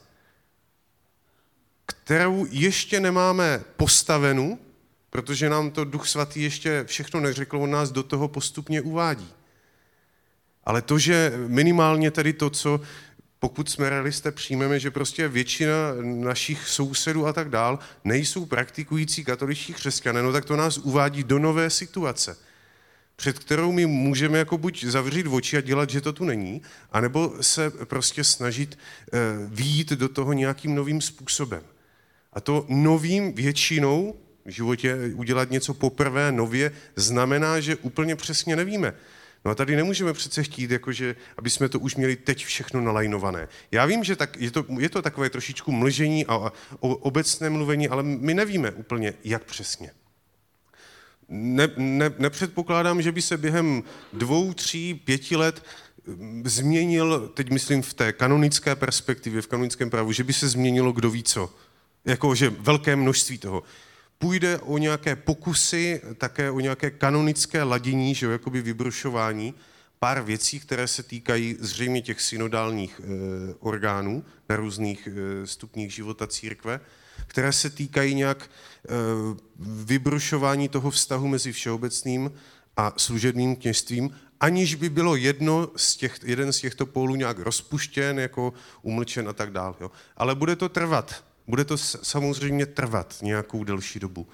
B: kterou ještě nemáme postavenou, protože nám to Duch Svatý ještě všechno neřekl, on nás do toho postupně uvádí. Ale to, že minimálně tady to, co pokud jsme realisté, přijmeme, že prostě většina našich sousedů a tak dál nejsou praktikující katoličtí křesťané, no tak to nás uvádí do nové situace, před kterou my můžeme jako buď zavřít oči a dělat, že to tu není, anebo se prostě snažit eh, vyjít do toho nějakým novým způsobem. A to novým většinou v životě udělat něco poprvé nově znamená, že úplně přesně nevíme. No a tady nemůžeme přece chtít, jakože, aby jsme to už měli teď všechno nalajnované. Já vím, že tak, je, to, je to takové trošičku mlžení a, a obecné mluvení, ale my nevíme úplně, jak přesně. Ne, ne, nepředpokládám, že by se během dvou, tří, pěti let změnil, teď myslím v té kanonické perspektivě, v kanonickém právu, že by se změnilo kdo ví co. Jakože velké množství toho. Půjde o nějaké pokusy, také o nějaké kanonické ladění, že jo, jakoby vybrušování, pár věcí, které se týkají zřejmě těch synodálních e, orgánů na různých e, stupních života církve, které se týkají nějak e, vybrušování toho vztahu mezi všeobecným a služebným kněžstvím, aniž by bylo jedno z těch, jeden z těchto pólů nějak rozpuštěn, jako umlčen a tak dále. Jo. Ale bude to trvat. Bude to samozřejmě trvat nějakou delší dobu.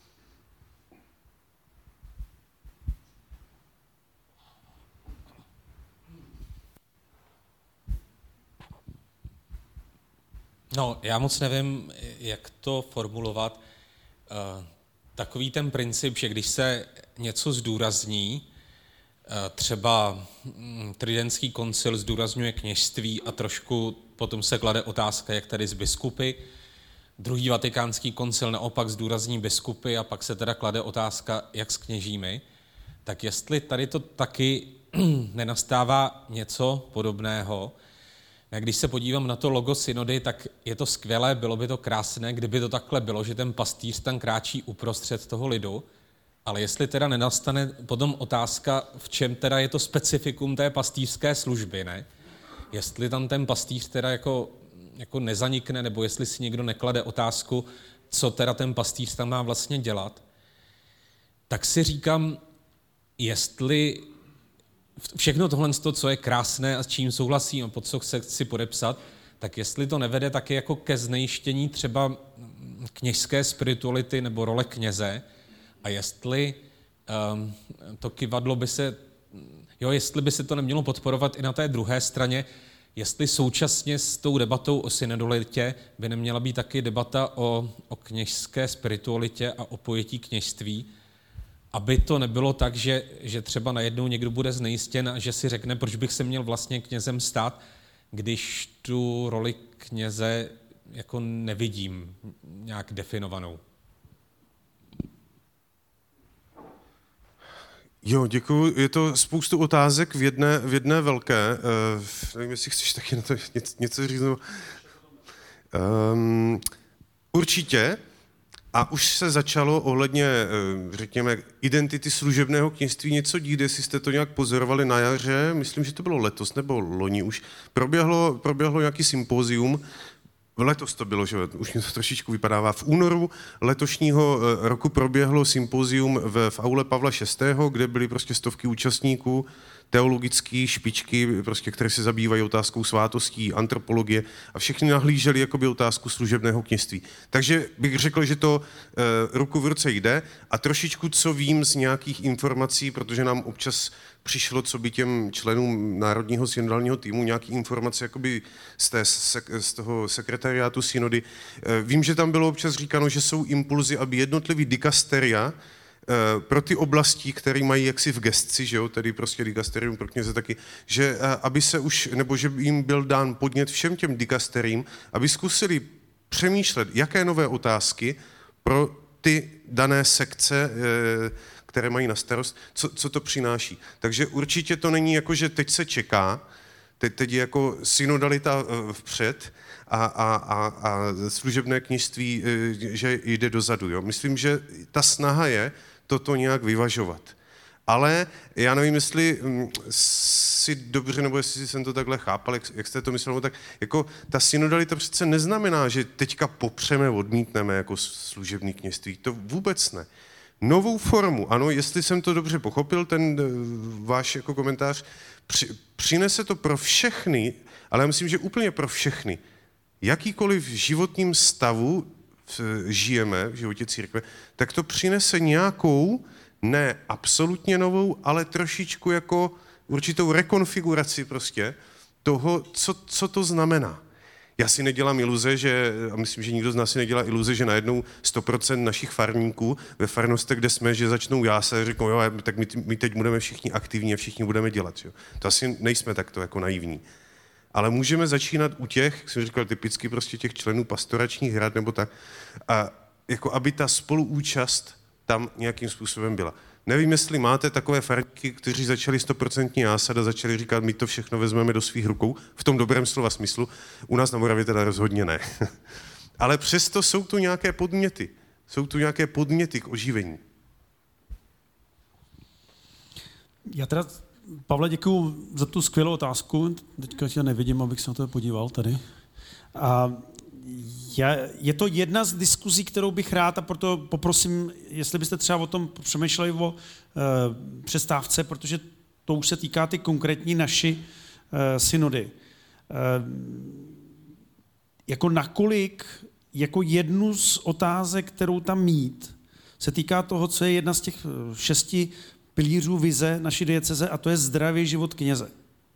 J: No, já moc nevím, jak to formulovat. Takový ten princip, že když se něco zdůrazní, třeba Tridentský koncil zdůrazňuje kněžství a trošku potom se klade otázka, jak tady z biskupy. Druhý vatikánský koncil naopak zdůrazní biskupy a pak se teda klade otázka, jak s kněžími. Tak jestli tady to taky nenastává něco podobného. A když se podívám na to logo synody, tak je to skvělé, bylo by to krásné, kdyby to takhle bylo, že ten pastýř tam kráčí uprostřed toho lidu, ale jestli teda nenastane potom otázka, v čem teda je to specifikum té pastýřské služby, ne? Jestli tam ten pastýř teda jako, jako nezanikne, nebo jestli si někdo neklade otázku, co teda ten pastýř tam má vlastně dělat, tak si říkám, jestli všechno tohle, co je krásné a s čím souhlasím a pod co chci podepsat, tak jestli to nevede taky jako ke znejštění třeba kněžské spirituality nebo role kněze a jestli um, to kyvadlo by se, jo, jestli by se to nemělo podporovat i na té druhé straně, jestli současně s tou debatou o synodalitě by neměla být taky debata o, o kněžské spiritualitě a o pojetí kněžství, aby to nebylo tak, že, že třeba najednou někdo bude znejistěn a že si řekne, proč bych se měl vlastně knězem stát, když tu roli kněze jako nevidím nějak definovanou.
B: Jo, děkuji. Je to spoustu otázek v jedné, v jedné velké. Uh, nevím, jestli chceš taky na to něco, něco říct. Um, určitě. A už se začalo ohledně, řekněme, identity služebného kněžství něco dít, jestli jste to nějak pozorovali na jaře, myslím, že to bylo letos nebo loni už, proběhlo, proběhlo nějaký sympózium, letos to bylo, že už mi to trošičku vypadává, v únoru letošního roku proběhlo sympózium v, v aule Pavla šestého, kde byly prostě stovky účastníků, teologické špičky, prostě, které se zabývají otázkou svátostí, antropologie a všichni nahlíželi jakoby otázku služebného kněžství. Takže bych řekl, že to e, ruku v ruce jde a trošičku, co vím z nějakých informací, protože nám občas přišlo, co by těm členům Národního synodálního týmu, nějaké informace jakoby z, té, z toho sekretariátu synody. E, vím, že tam bylo občas říkáno, že jsou impulzy, aby jednotlivý dikasteria pro ty oblasti, které mají jaksi v gesci, že jo, tedy prostě dikasterium pro kněze taky, že aby se už, nebo že by jim byl dán podnět všem těm dikasterím, aby zkusili přemýšlet, jaké nové otázky pro ty dané sekce, které mají na starost, co, co to přináší. Takže určitě to není jako, že teď se čeká, teď, teď je jako synodalita vpřed a, a, a, a služebné kněžství, že jde dozadu. Jo. Myslím, že ta snaha je toto nějak vyvažovat. Ale já nevím, jestli si dobře, nebo jestli jsem to takhle chápal, jak, jak jste to myslel, tak jako ta synodalita přece neznamená, že teďka popřeme, odmítneme jako služební kněžství. To vůbec ne. Novou formu, ano, jestli jsem to dobře pochopil, ten váš jako komentář, při, přinese to pro všechny, ale já myslím, že úplně pro všechny, jakýkoliv životním stavu žijeme v životě církve, tak to přinese nějakou, ne absolutně novou, ale trošičku jako určitou rekonfiguraci prostě toho, co, co to znamená. Já si nedělám iluze, že, a myslím, že nikdo z nás si nedělá iluze, že najednou sto procent našich farníků ve farnostech, kde jsme, že začnou jásat a řeknou, jo, tak my, my teď budeme všichni aktivní a všichni budeme dělat. Jo. To asi nejsme takto jako naivní. Ale můžeme začínat u těch, jak jsem říkal, typicky prostě těch členů pastoračních rad nebo tak, a jako aby ta spoluúčast tam nějakým způsobem byla. Nevím, jestli máte takové farníky, kteří začali stoprocentně jásat a začali říkat, my to všechno vezmeme do svých rukou, v tom dobrém slova smyslu. U nás na Moravě teda rozhodně ne. Ale přesto jsou tu nějaké podněty. Jsou tu nějaké podněty k oživení.
A: Já teda, Pavle, děkuju za tu skvělou otázku. Teďka tě nevidím, abych se na to podíval tady. A je to jedna z diskuzí, kterou bych rád, a proto poprosím, jestli byste třeba o tom přemýšleli o e, přestávce, protože to už se týká ty konkrétní naší e, synody. E, jako nakolik, jako jednu z otázek, kterou tam mít, se týká toho, co je jedna z těch šesti pilířů vize naší dieceze, a to je zdravý život kněze.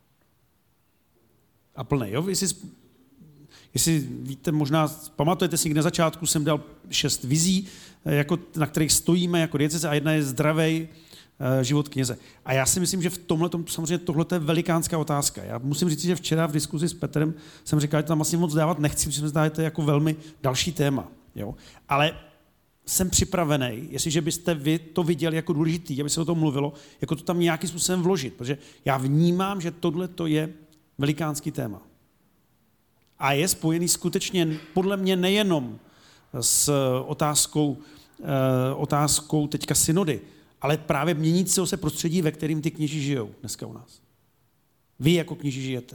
A: A plný, jo? Jestli, jestli víte, možná pamatujete si, na začátku jsem dal šest vizí, jako, na kterých stojíme jako dieceze, a jedna je zdravý uh, život kněze. A já si myslím, že v tomhle, samozřejmě tohle je velikánská otázka. Já musím říct, že včera v diskuzi s Petrem jsem říkal, že tam vlastně moc dávat nechci, protože se mi zdá, že to je jako velmi další téma. Jo? Ale jsem připravený, jestliže byste vy to viděli jako důležitý, aby se o tom mluvilo, jako to tam nějakým způsobem vložit, protože já vnímám, že tohle to je velikánský téma. A je spojený skutečně podle mě nejenom s otázkou, eh, otázkou teďka synody, ale právě měnícího se prostředí, ve kterým ty kněži žijou dneska u nás. Vy jako kněži žijete.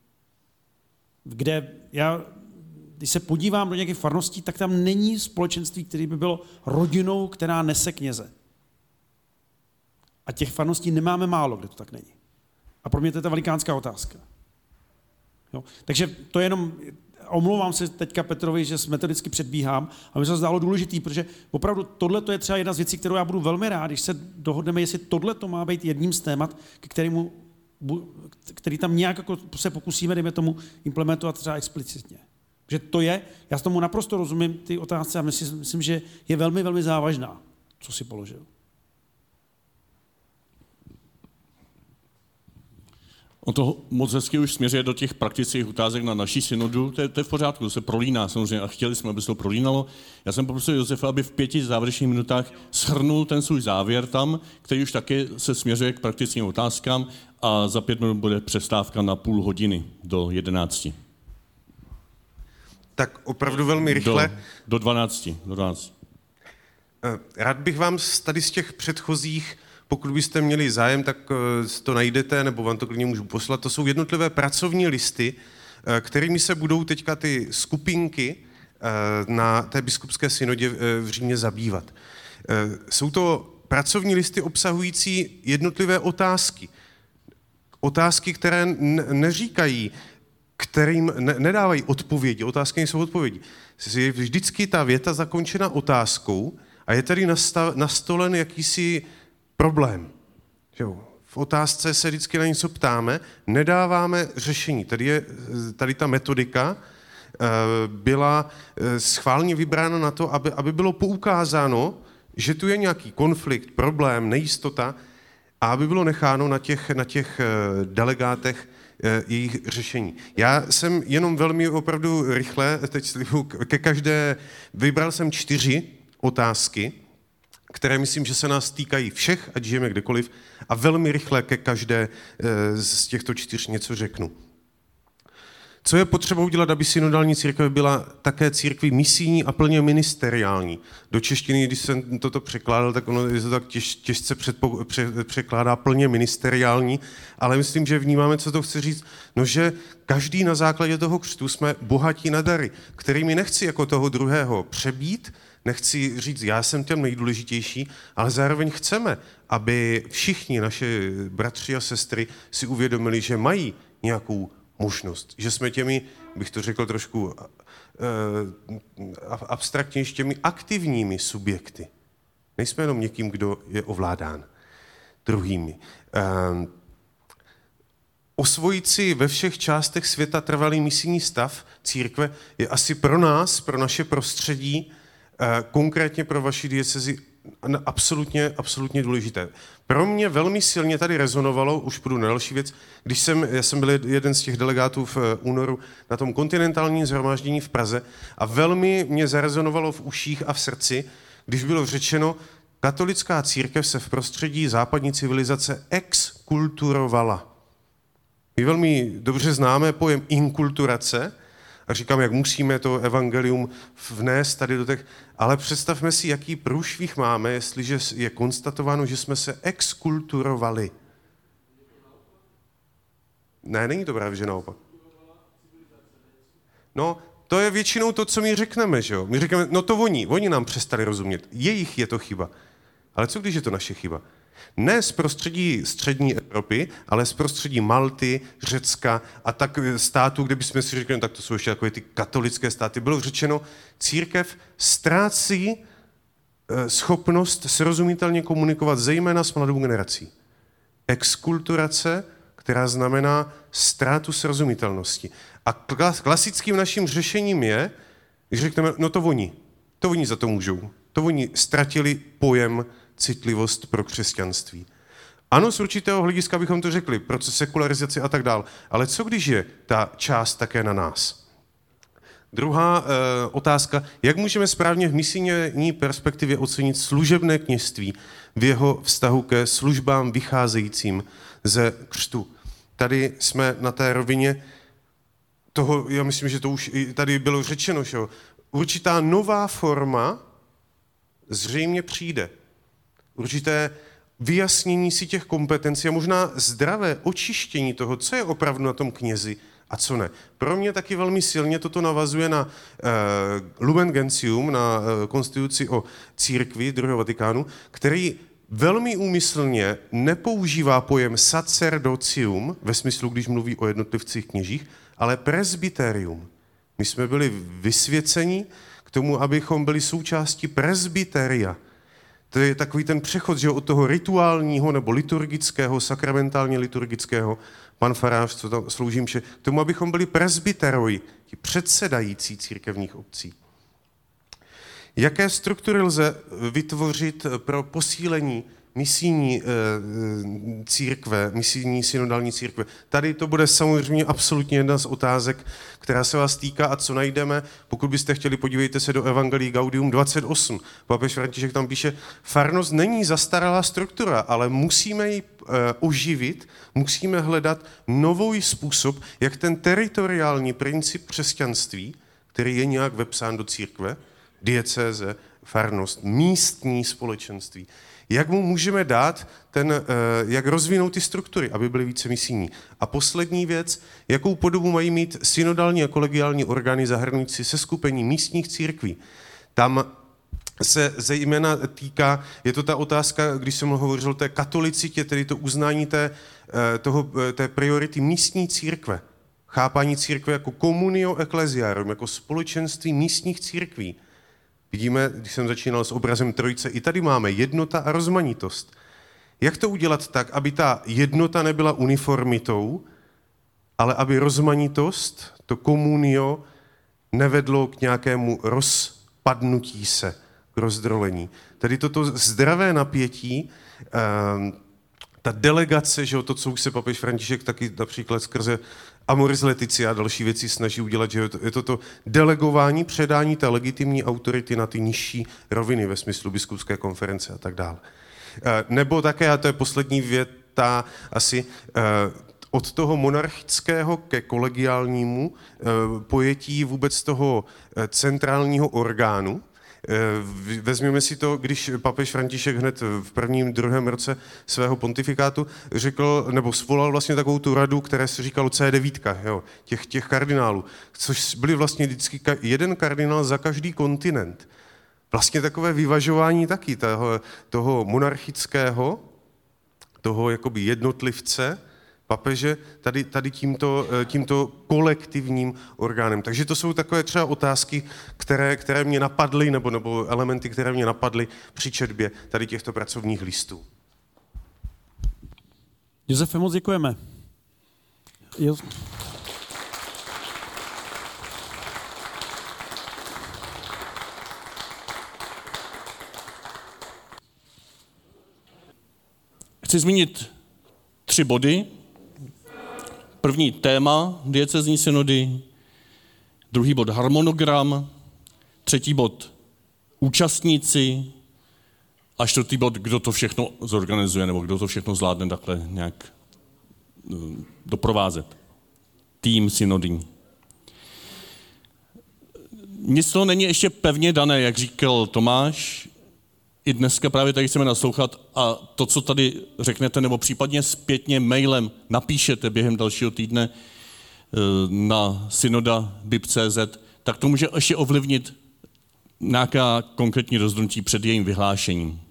A: Kde já, když se podívám do nějakých farností, tak tam není společenství, které by bylo rodinou, která nese kněze. A těch farností nemáme málo, kde to tak není. A pro mě to je ta velikánská otázka. Jo? Takže to je jenom, omlouvám se teďka Petrovi, že metodicky předbíhám, ale mi se to zdálo důležitý, protože opravdu tohle je třeba jedna z věcí, kterou já budu velmi rád, když se dohodneme, jestli tohle to má být jedním z témat, k kterému, který tam nějak jako se pokusíme, dejme tomu, implementovat třeba explicitně. Že to je, já s tomu naprosto rozumím ty otázky a myslím, myslím, že je velmi, velmi závažná, co si položil.
D: On to moc hezky už směřuje do těch praktických otázek na naší synodu, to je, to je v pořádku, to se prolíná samozřejmě a chtěli jsme, aby se to prolínalo. Já jsem poprosil Josefa, aby v pěti závěrečných minutách shrnul ten svůj závěr tam, který už taky se směřuje k praktickým otázkám a za pět minut bude přestávka na půl hodiny do jedenácti.
B: Tak opravdu velmi rychle.
D: Do, do dvanácti. Do dvanácti.
B: Rád bych vám tady z těch předchozích, pokud byste měli zájem, tak to najdete, nebo vám to klidně můžu poslat. To jsou jednotlivé pracovní listy, kterými se budou teďka ty skupinky na té biskupské synodě v Římě zabývat. Jsou to pracovní listy obsahující jednotlivé otázky. Otázky, které neříkají, kterým nedávají odpovědi. Otázky nejsou odpovědi. Je vždycky ta věta zakončena otázkou a je tady nastolen jakýsi problém. V otázce se vždycky na něco ptáme, nedáváme řešení. Tady, je, tady ta metodika byla schválně vybrána na to, aby, aby bylo poukázáno, že tu je nějaký konflikt, problém, nejistota a aby bylo necháno na těch, na těch delegátech jejich řešení. Já jsem jenom velmi opravdu rychle, teď slibuju, ke každé, vybral jsem čtyři otázky, které myslím, že se nás týkají všech, ať žijeme kdekoliv, a velmi rychle ke každé z těchto čtyř něco řeknu. Co je potřeba udělat, aby synodální církev byla také církví misijní a plně ministeriální? Do češtiny, když jsem toto překládal, tak ono je to tak těž, těžce předpo, pře, překládá plně ministeriální, ale myslím, že vnímáme, co to chce říct. No, že každý na základě toho křtu jsme bohatí na dary, kterými nechci jako toho druhého přebít, nechci říct, já jsem těm nejdůležitější, ale zároveň chceme, aby všichni naše bratři a sestry si uvědomili, že mají nějakou možnost, že jsme těmi, bych to řekl trošku uh, abstraktnější, těmi aktivními subjekty. Nejsme jenom někým, kdo je ovládán druhými. Uh, osvojit si ve všech částech světa trvalý misijní stav církve je asi pro nás, pro naše prostředí, uh, konkrétně pro vaši diecezi absolutně, absolutně důležité. Pro mě velmi silně tady rezonovalo, už půjdu na další věc, když jsem, já jsem byl jeden z těch delegátů v únoru na tom kontinentálním shromáždění v Praze a velmi mě zarezonovalo v uších a v srdci, když bylo řečeno, katolická církev se v prostředí západní civilizace exkulturovala. My velmi dobře známe pojem inkulturace, a říkám, jak musíme to evangelium vnést tady do těch, ale představme si, jaký průšvih máme, jestliže je konstatováno, že jsme se exkulturovali. Ne, není to právě, že naopak. No, to je většinou to, co my řekneme, že jo? My řekneme, no to oni, oni nám přestali rozumět. Jejich je to chyba. Ale co když je to naše chyba? Ne z prostředí střední Evropy, ale z prostředí Malty, Řecka a tak států, kde bychom si řekli, no, tak to jsou ještě takové ty katolické státy. Bylo řečeno, církev ztrácí schopnost srozumitelně komunikovat zejména s mladou generací. Exkulturace, která znamená ztrátu srozumitelnosti. A klasickým naším řešením je, když řekneme, no to oni, to oni za to můžou. To oni ztratili pojem citlivost pro křesťanství. Ano, z určitého hlediska bychom to řekli, proces sekularizace a tak dál, ale co když je ta část také na nás? Druhá e, otázka, jak můžeme správně v misijní perspektivě ocenit služebné kněžství v jeho vztahu ke službám vycházejícím ze křtu. Tady jsme na té rovině toho, já myslím, že to už tady bylo řečeno, že určitá nová forma zřejmě přijde. Určité vyjasnění si těch kompetencí a možná zdravé očištění toho, co je opravdu na tom knězi a co ne. Pro mě taky velmi silně toto navazuje na eh, Lumen Gentium, na eh, konstituci o církvi druhého Vatikánu, který velmi úmyslně nepoužívá pojem sacerdocium, ve smyslu, když mluví o jednotlivcích kněžích, ale presbyterium. My jsme byli vysvěceni k tomu, abychom byli součástí presbyteria. To je takový ten přechod, že od toho rituálního nebo liturgického, sakramentálně liturgického, pan farář, co tam slouží mše, k tomu, abychom byli presbyteroi, ti předsedající církevních obcí. Jaké struktury lze vytvořit pro posílení misijní e, církve, misijní synodální církve. Tady to bude samozřejmě absolutně jedna z otázek, která se vás týká a co najdeme. Pokud byste chtěli, podívejte se do Evangelii Gaudium dvacet osm. Papež František tam píše, farnost není zastaralá struktura, ale musíme ji e, oživit, musíme hledat nový způsob, jak ten teritoriální princip křesťanství, který je nějak vepsán do církve, diecéze, farnost, místní společenství, jak mu můžeme dát ten, jak rozvinout ty struktury, aby byly více misijní. A poslední věc, jakou podobu mají mít synodální a kolegiální orgány zahrnující seskupení místních církví. Tam se zejména týká, je to ta otázka, když jsem hovořil o té katolicitě, tedy to uznání té, toho, té priority místní církve. Chápání církve jako communio ecclesiarum, jako společenství místních církví. Vidíme, když jsem začínal s obrazem trojice, i tady máme jednota a rozmanitost. Jak to udělat tak, aby ta jednota nebyla uniformitou, ale aby rozmanitost, to komunio, nevedlo k nějakému rozpadnutí se, k rozdrolení. Tedy toto zdravé napětí, ta delegace, že to, co už se papež František taky například skrze Amoris Laetitia a další věci snaží udělat, že je to to delegování, předání té legitimní autority na ty nižší roviny ve smyslu biskupské konference a tak dále. Nebo také, a to je poslední věta asi, od toho monarchického ke kolegiálnímu pojetí vůbec toho centrálního orgánu. Vezměme si to, když papež František hned v prvním, druhém roce svého pontifikátu řekl, nebo svolal vlastně takovou tu radu, které se říkalo C devět, jo, těch, těch kardinálů, což byli vlastně vždycky jeden kardinál za každý kontinent. Vlastně takové vyvažování taky toho, toho monarchického, toho jakoby jednotlivce, papeže tady, tady tímto, tímto kolektivním orgánem. Takže to jsou takové třeba otázky, které, které mě napadly, nebo, nebo elementy, které mě napadly při četbě tady těchto pracovních listů.
A: Josefe, moc děkujeme. Jo.
D: Chci zmínit tři body. První téma diecézní synody, druhý bod harmonogram, třetí bod účastníci a čtvrtý bod, kdo to všechno zorganizuje nebo kdo to všechno zvládne takhle nějak doprovázet. Tým synodní. Nic toho není ještě pevně dané, jak říkal Tomáš. I dneska právě tady chceme naslouchat a to, co tady řeknete, nebo případně zpětně mailem napíšete během dalšího týdne na synoda B I B tečka cé zet, tak to může ještě ovlivnit nějaká konkrétní rozhodnutí před jejím vyhlášením.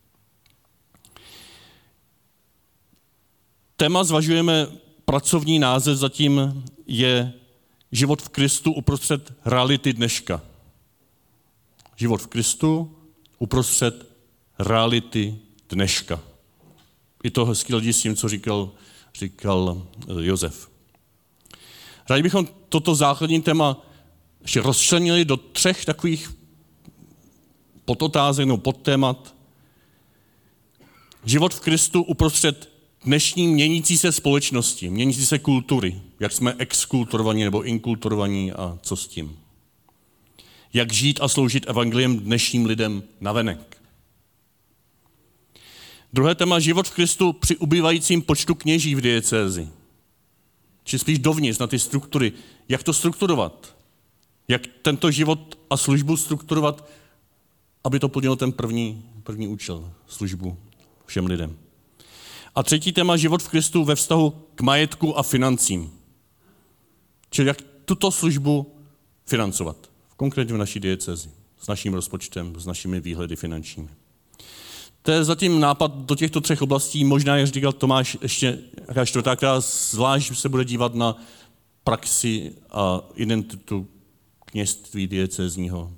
D: Téma zvažujeme, pracovní název zatím je Život v Kristu uprostřed reality dneška. Život v Kristu uprostřed reality dneška. I to hezky ladí s tím, co říkal, říkal Josef. Rádi bychom toto základní téma ještě rozčlenili do třech takových podotázek nebo podtémat. Život v Kristu uprostřed dnešní měnící se společnosti, měnící se kultury, jak jsme exkulturovaní nebo inkulturovaní a co s tím. Jak žít a sloužit evangeliem dnešním lidem navenek. Druhé téma, život v Kristu při ubývajícím počtu kněží v diecézi. Či spíš dovnitř na ty struktury. Jak to strukturovat? Jak tento život a službu strukturovat, aby to plnilo ten první, první účel, službu všem lidem. A třetí téma, život v Kristu ve vztahu k majetku a financím. Čili jak tuto službu financovat. Konkrétně v naší diecézi, s naším rozpočtem, s našimi výhledy finančními. To je zatím nápad do těchto třech oblastí. Možná, jak říkal Tomáš, ještě jaká čtvrtá, která zvlášť se bude dívat na praxi a identitu kněžství diecézního.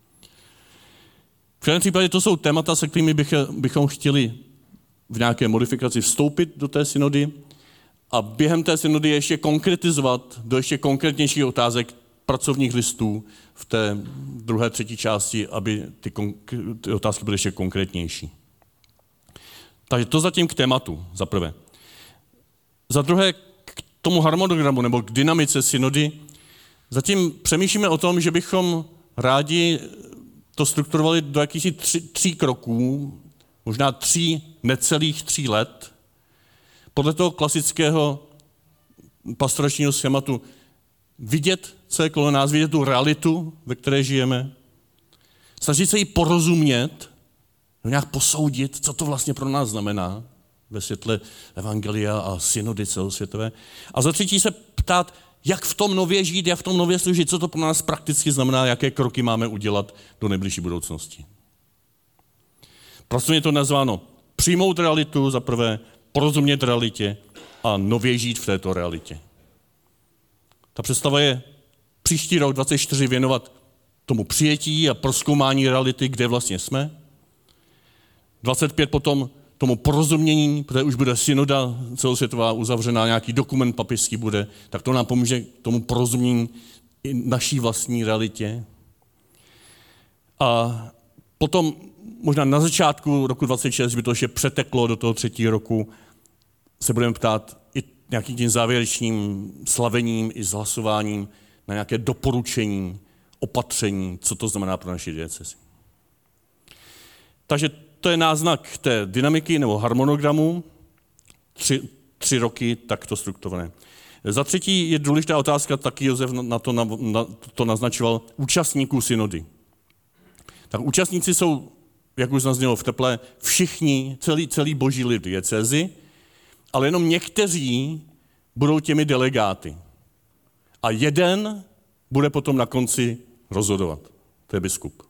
D: V každém případě to jsou témata, se kterými bych, bychom chtěli v nějaké modifikaci vstoupit do té synody a během té synody ještě konkretizovat do ještě konkrétnějších otázek pracovních listů v té druhé, třetí části, aby ty, ty otázky byly ještě konkrétnější. Takže to zatím k tématu, za prvé. Za druhé k tomu harmonogramu nebo k dynamice synody. Zatím přemýšlíme o tom, že bychom rádi to strukturovali do jakýchsi tři, tří kroků, možná tří, necelých tří let, podle toho klasického pastoračního schématu vidět, co je kolem nás, vidět tu realitu, ve které žijeme, snažit se jí porozumět, nějak posoudit, co to vlastně pro nás znamená ve světle evangelia a synody celosvětové. A za třetí se ptát, jak v tom nově žít, jak v tom nově služit, co to pro nás prakticky znamená, jaké kroky máme udělat do nejbližší budoucnosti. Prostě je to nazváno přijmout realitu za prvé, porozumět realitě a nově žít v této realitě. Ta představa je příští rok dvacet čtyři věnovat tomu přijetí a prozkoumání reality, kde vlastně jsme. dvacet pět potom tomu porozumění, protože už bude synoda celosvětová uzavřená, nějaký dokument papežský bude, tak to nám pomůže k tomu porozumění i naší vlastní realitě. A potom možná na začátku roku dvacet šest, by to ještě přeteklo do toho třetího roku, se budeme ptát i nějakým tím závěrečným slavením i s hlasováním na nějaké doporučení, opatření, co to znamená pro naši diecézi. Takže to je náznak té dynamiky nebo harmonogramu, tři, tři roky takto strukturované. Za třetí je důležitá otázka, taky Josef na to, na, na to naznačoval, účastníků synody. Tak účastníci jsou, jak už zaznělo v Teple, všichni, celý, celý boží lid diecézy, ale jenom někteří budou těmi delegáty. A jeden bude potom na konci rozhodovat. To je biskup.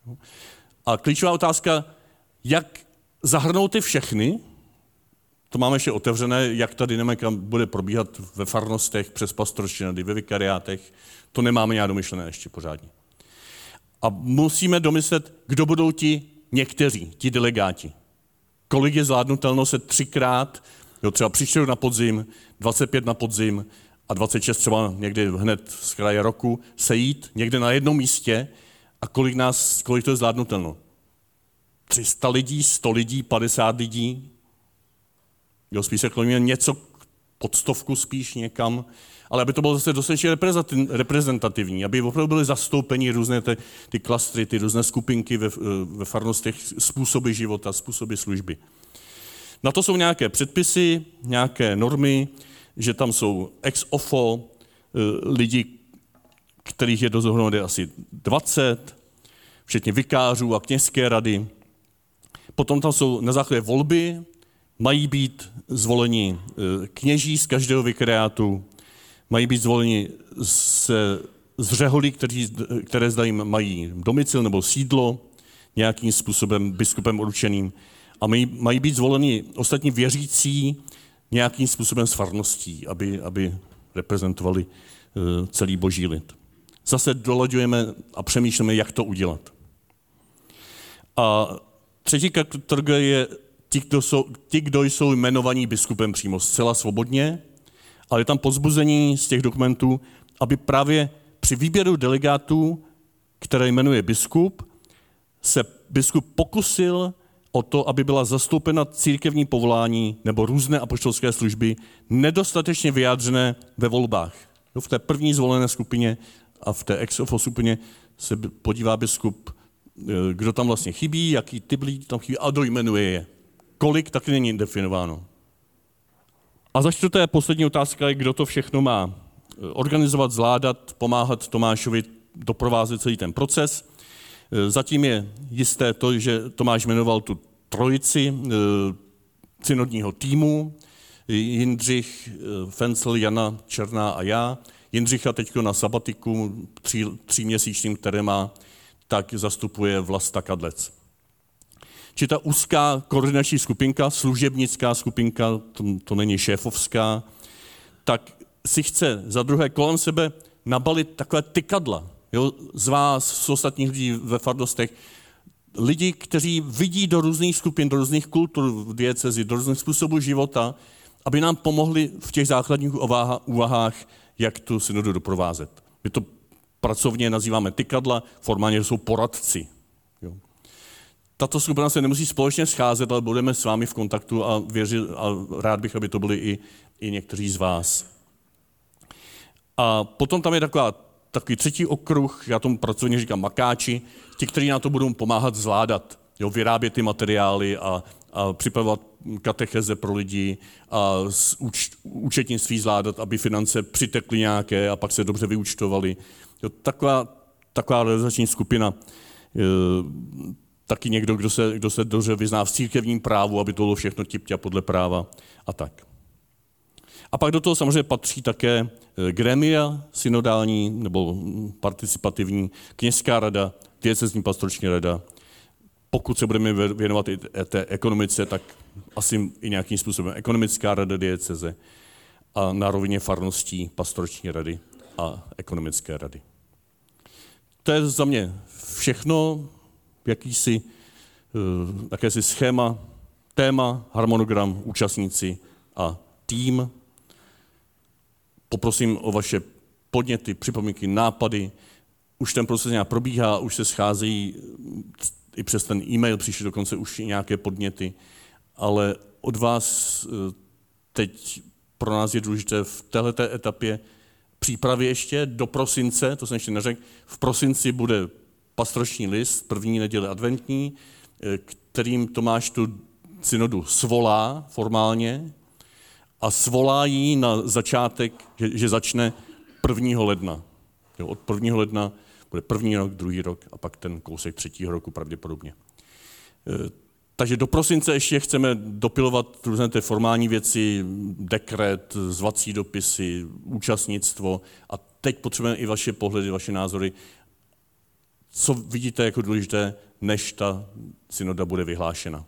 D: A klíčová otázka, jak zahrnout ty všechny, to máme ještě otevřené, jak ta dynamika bude probíhat ve farnostech, přes pastoračiny, ve vikariátech, to nemáme nějak domyšlené ještě pořádně. A musíme domyslet, kdo budou ti někteří, ti delegáti. Kolik je zvládnutelno se třikrát, jo, třeba příští rok na podzim, dvacet pět na podzim a dvacet šest třeba někdy hned z kraje roku, sejít někde na jednom místě a kolik, nás, kolik to je zvládnutelno. tři sta lidí, sto lidí, padesát lidí. Jo, spíš se kloníme něco pod stovku spíš někam, ale aby to bylo zase dostatečně reprezentativní, aby opravdu byly zastoupeni různé ty, ty klastry, ty různé skupinky ve, ve farnostech, způsoby života, způsoby služby. Na to jsou nějaké předpisy, nějaké normy, že tam jsou ex ofo lidi, kterých je dohromady asi dvacet, včetně vikářů a kněžské rady. Potom tam jsou na základě volby, mají být zvoleni kněží z každého vikariátu, mají být zvoleni z, z řeholí, kteří, které zda jim mají domicil nebo sídlo, nějakým způsobem biskupem určeným. A mají, mají být zvoleni ostatní věřící nějakým způsobem s farností, aby, aby reprezentovali uh, celý boží lid. Zase dolaďujeme a přemýšlíme, jak to udělat. A třetí kategorie je ti, kdo jsou, ti, kdo jsou jmenovaní biskupem přímo zcela svobodně, ale je tam povzbuzení z těch dokumentů, aby právě při výběru delegátů, které jmenuje biskup, se biskup pokusil o to, aby byla zastoupena církevní povolání nebo různé apoštolské služby nedostatečně vyjádřené ve volbách. V té první zvolené skupině a v té ex ofo skupině se podívá biskup, kdo tam vlastně chybí, jaký typ lidí tam chybí a dojmenuje je. Kolik, taky není definováno. A za čtvrté, poslední otázka je, kdo to všechno má organizovat, zvládat, pomáhat Tomášovi doprovázet celý ten proces. Zatím je jisté to, že Tomáš jmenoval tu trojici synodního týmu, Jindřich, Fencel, Jana Černá a já. Jindřicha teďko na sabatiku tří, tříměsíčním, které má, tak zastupuje Vlasta Kadlec. Či ta úzká koordinační skupinka, služebnická skupinka, to, to není šéfovská, tak si chce za druhé kolem sebe nabalit takové tykadla. Jo, z vás, z ostatních lidí ve farnostech, lidi, kteří vidí do různých skupin, do různých kultur v diecezi, do různých způsobů života, aby nám pomohli v těch základních úvahách, jak tu synodu doprovázet. My to pracovně nazýváme tykadla, formálně jsou poradci. Jo. tato skupina se nemusí společně scházet, ale budeme s vámi v kontaktu a, věřit, a rád bych, aby to byli i, i někteří z vás. A potom tam je taková, takový třetí okruh, já tomu pracovně říkám makáči, ti, kteří na to budou pomáhat zvládat, jo, vyrábět ty materiály a, a připravovat katecheze pro lidi a úč, účetnictví zvládat, aby finance přitekly nějaké a pak se dobře vyúčtovaly. Jo, taková, taková realizační skupina, e, taky někdo, kdo se, kdo se dobře vyzná v církevním právu, aby to bylo všechno tipťa podle práva a tak. A pak do toho samozřejmě patří také grémia synodální nebo participativní, kněžská rada, diecézní pastorační rada. Pokud se budeme věnovat i té ekonomice, tak asi i nějakým způsobem ekonomická rada diecéze a na rovině farností pastorační rady a ekonomické rady. To je za mě všechno, jakýsi, jakési schéma, téma, harmonogram, účastníci a tým. Poprosím o vaše podněty, připomínky, nápady. Už ten proces nějak probíhá, už se scházejí i přes ten e-mail, přišly dokonce už nějaké podněty, ale od vás teď pro nás je důležité v této etapě přípravy ještě do prosince, to jsem ještě neřekl, v prosinci bude pastorační list, první neděle adventní, kterým Tomáš tu synodu svolá formálně a svolá ji na začátek, že, že začne prvního ledna. Jo, od prvního ledna bude první rok, druhý rok a pak ten kousek třetího roku pravděpodobně. E, takže do prosince ještě chceme dopilovat různé ty formální věci, dekret, zvací dopisy, účastnictvo a teď potřebujeme i vaše pohledy, vaše názory, co vidíte jako důležité, než ta synoda bude vyhlášena.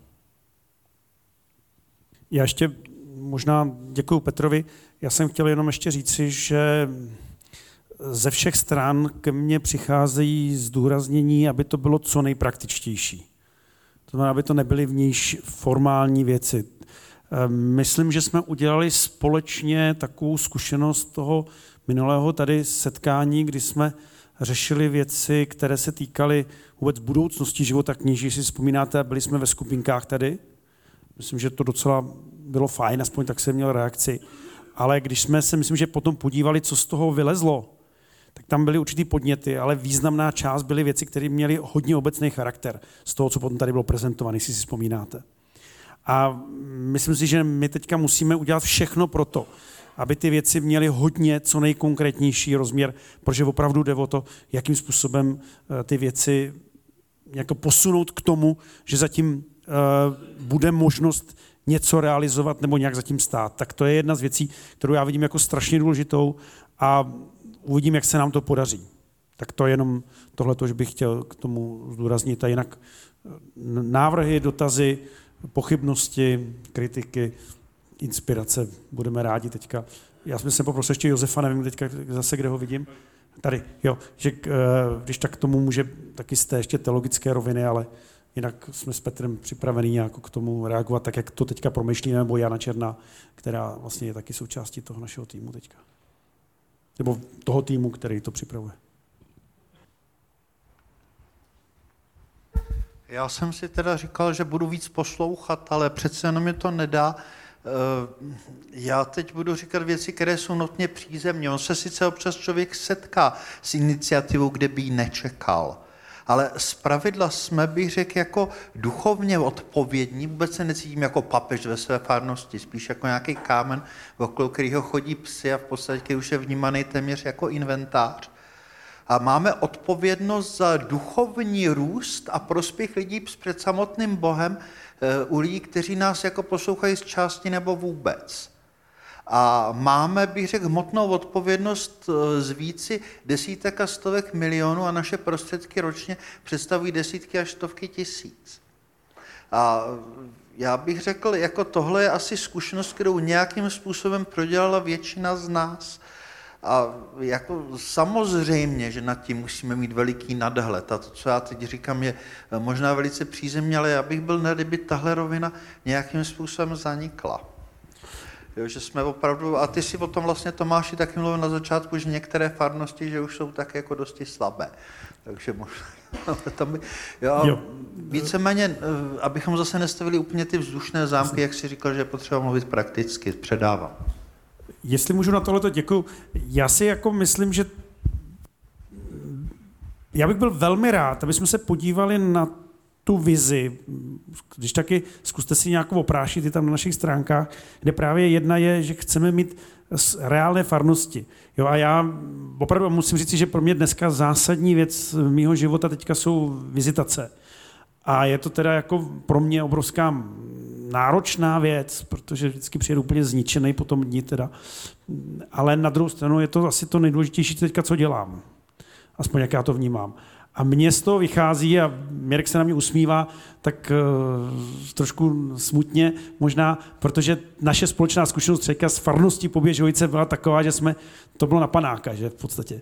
A: Já ještě možná děkuju Petrovi. Já jsem chtěl jenom ještě říci, že ze všech stran ke mně přicházejí zdůraznění, aby to bylo co nejpraktičtější. To znamená, aby to nebyly vnější formální věci. Myslím, že jsme udělali společně takovou zkušenost toho minulého tady setkání, kdy jsme řešili věci, které se týkaly vůbec budoucnosti života kněží. Jestli si vzpomínáte, byli jsme ve skupinkách tady. Myslím, že to docela bylo fajn, aspoň tak jsem měl reakci. Ale když jsme se, myslím, že potom podívali, co z toho vylezlo, tak tam byly určitý podněty, ale významná část byly věci, které měly hodně obecný charakter z toho, co potom tady bylo prezentované, jestli si vzpomínáte. A myslím si, že my teďka musíme udělat všechno pro to, aby ty věci měly hodně co nejkonkrétnější rozměr, protože opravdu jde o to, jakým způsobem ty věci jako posunout k tomu, že zatím uh, bude možnost něco realizovat nebo nějak zatím stát. Tak to je jedna z věcí, kterou já vidím jako strašně důležitou a uvidím, jak se nám to podaří. Tak to je jenom tohleto, že bych chtěl k tomu zdůraznit. A jinak návrhy, dotazy, pochybnosti, kritiky, inspirace, budeme rádi teďka. Já jsem se poprosil ještě Josefa, nevím teďka zase, kde ho vidím. Tady, jo, že když tak k tomu může taky z té ještě teologické roviny, ale jinak jsme s Petrem připraveni nějak k tomu reagovat, tak jak to teďka promýšlíme, nebo Jana Černá, která vlastně je taky součástí toho našeho týmu teďka. Nebo toho týmu, který to připravuje.
K: Já jsem si teda říkal, že budu víc poslouchat, ale přece jenom mi to nedá. Já teď budu říkat věci, které jsou notně přízemní. On se sice občas člověk setká s iniciativou, kde by ji nečekal. Ale zpravidla jsme, bych řekl, jako duchovně odpovědní, vůbec se necítím jako papež ve své farnosti, spíš jako nějaký kámen, okolo kterého chodí psy a v podstatě už je vnímaný téměř jako inventář. A máme odpovědnost za duchovní růst a prospěch lidí před samotným Bohem u lidí, kteří nás jako poslouchají z části nebo vůbec. A máme, bych řekl, hmotnou odpovědnost z víci desítek a stovek milionů a naše prostředky ročně představují desítky až stovky tisíc. A já bych řekl, jako tohle je asi zkušenost, kterou nějakým způsobem prodělala většina z nás. A jako samozřejmě, že nad tím musíme mít veliký nadhled. A to, co já teď říkám, je možná velice přízemně, ale já bych byl nerad, kdyby tahle rovina nějakým způsobem zanikla. Jo, že jsme opravdu, a ty si o tom vlastně, Tomáši, taky mluvil na začátku, že některé farnosti, že už jsou tak jako dosti slabé. Takže možná tam by, jo, jo. Víceméně, abychom zase nestavili úplně ty vzdušné zámky, jak si říkal, že je potřeba mluvit prakticky, předávám.
A: Jestli můžu na tohleto, děkuju. Já si jako myslím, že já bych byl velmi rád, aby jsme se podívali na tu vizi, když taky zkuste si nějakou oprášit, je tam na našich stránkách, kde právě jedna je, že chceme mít reálné farnosti. Jo, a já opravdu musím říct, že pro mě dneska zásadní věc mýho života teďka jsou vizitace. A je to teda jako pro mě obrovská náročná věc, protože vždycky přijedu úplně zničený po tom dni teda. Ale na druhou stranu je to asi to nejdůležitější teďka, co dělám. Aspoň jak já to vnímám. A mně z toho vychází, a Mirek se na mě usmívá, tak uh, trošku smutně možná, protože naše společná zkušenost třeba z farnosti po Běžovice byla taková, že jsme, to bylo na panáka, že v podstatě.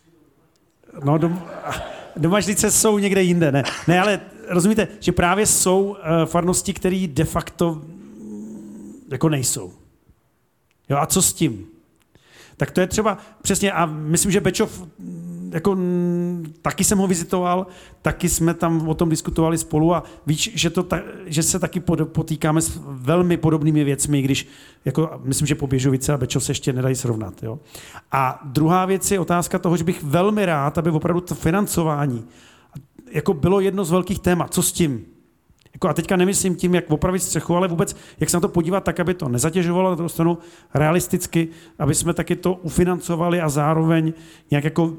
A: No, dom, Domažlice jsou někde jinde, ne? Ne, ale rozumíte, že právě jsou uh, farnosti, které de facto jako nejsou. Jo, a co s tím? Tak to je třeba přesně, a myslím, že Bečov jako taky jsem ho vizitoval, taky jsme tam o tom diskutovali spolu a víš, že, to ta, že se taky potýkáme s velmi podobnými věcmi, když jako, myslím, že po Běžovice a Bečov se ještě nedají srovnat. Jo? A druhá věc je otázka toho, že bych velmi rád, aby opravdu to financování jako bylo jedno z velkých témat. Co s tím? Jako a teďka nemyslím tím, jak opravit střechu, ale vůbec, jak se na to podívat tak, aby to nezatěžovalo, na druhou stranu realisticky, aby jsme taky to ufinancovali a zároveň nějak jako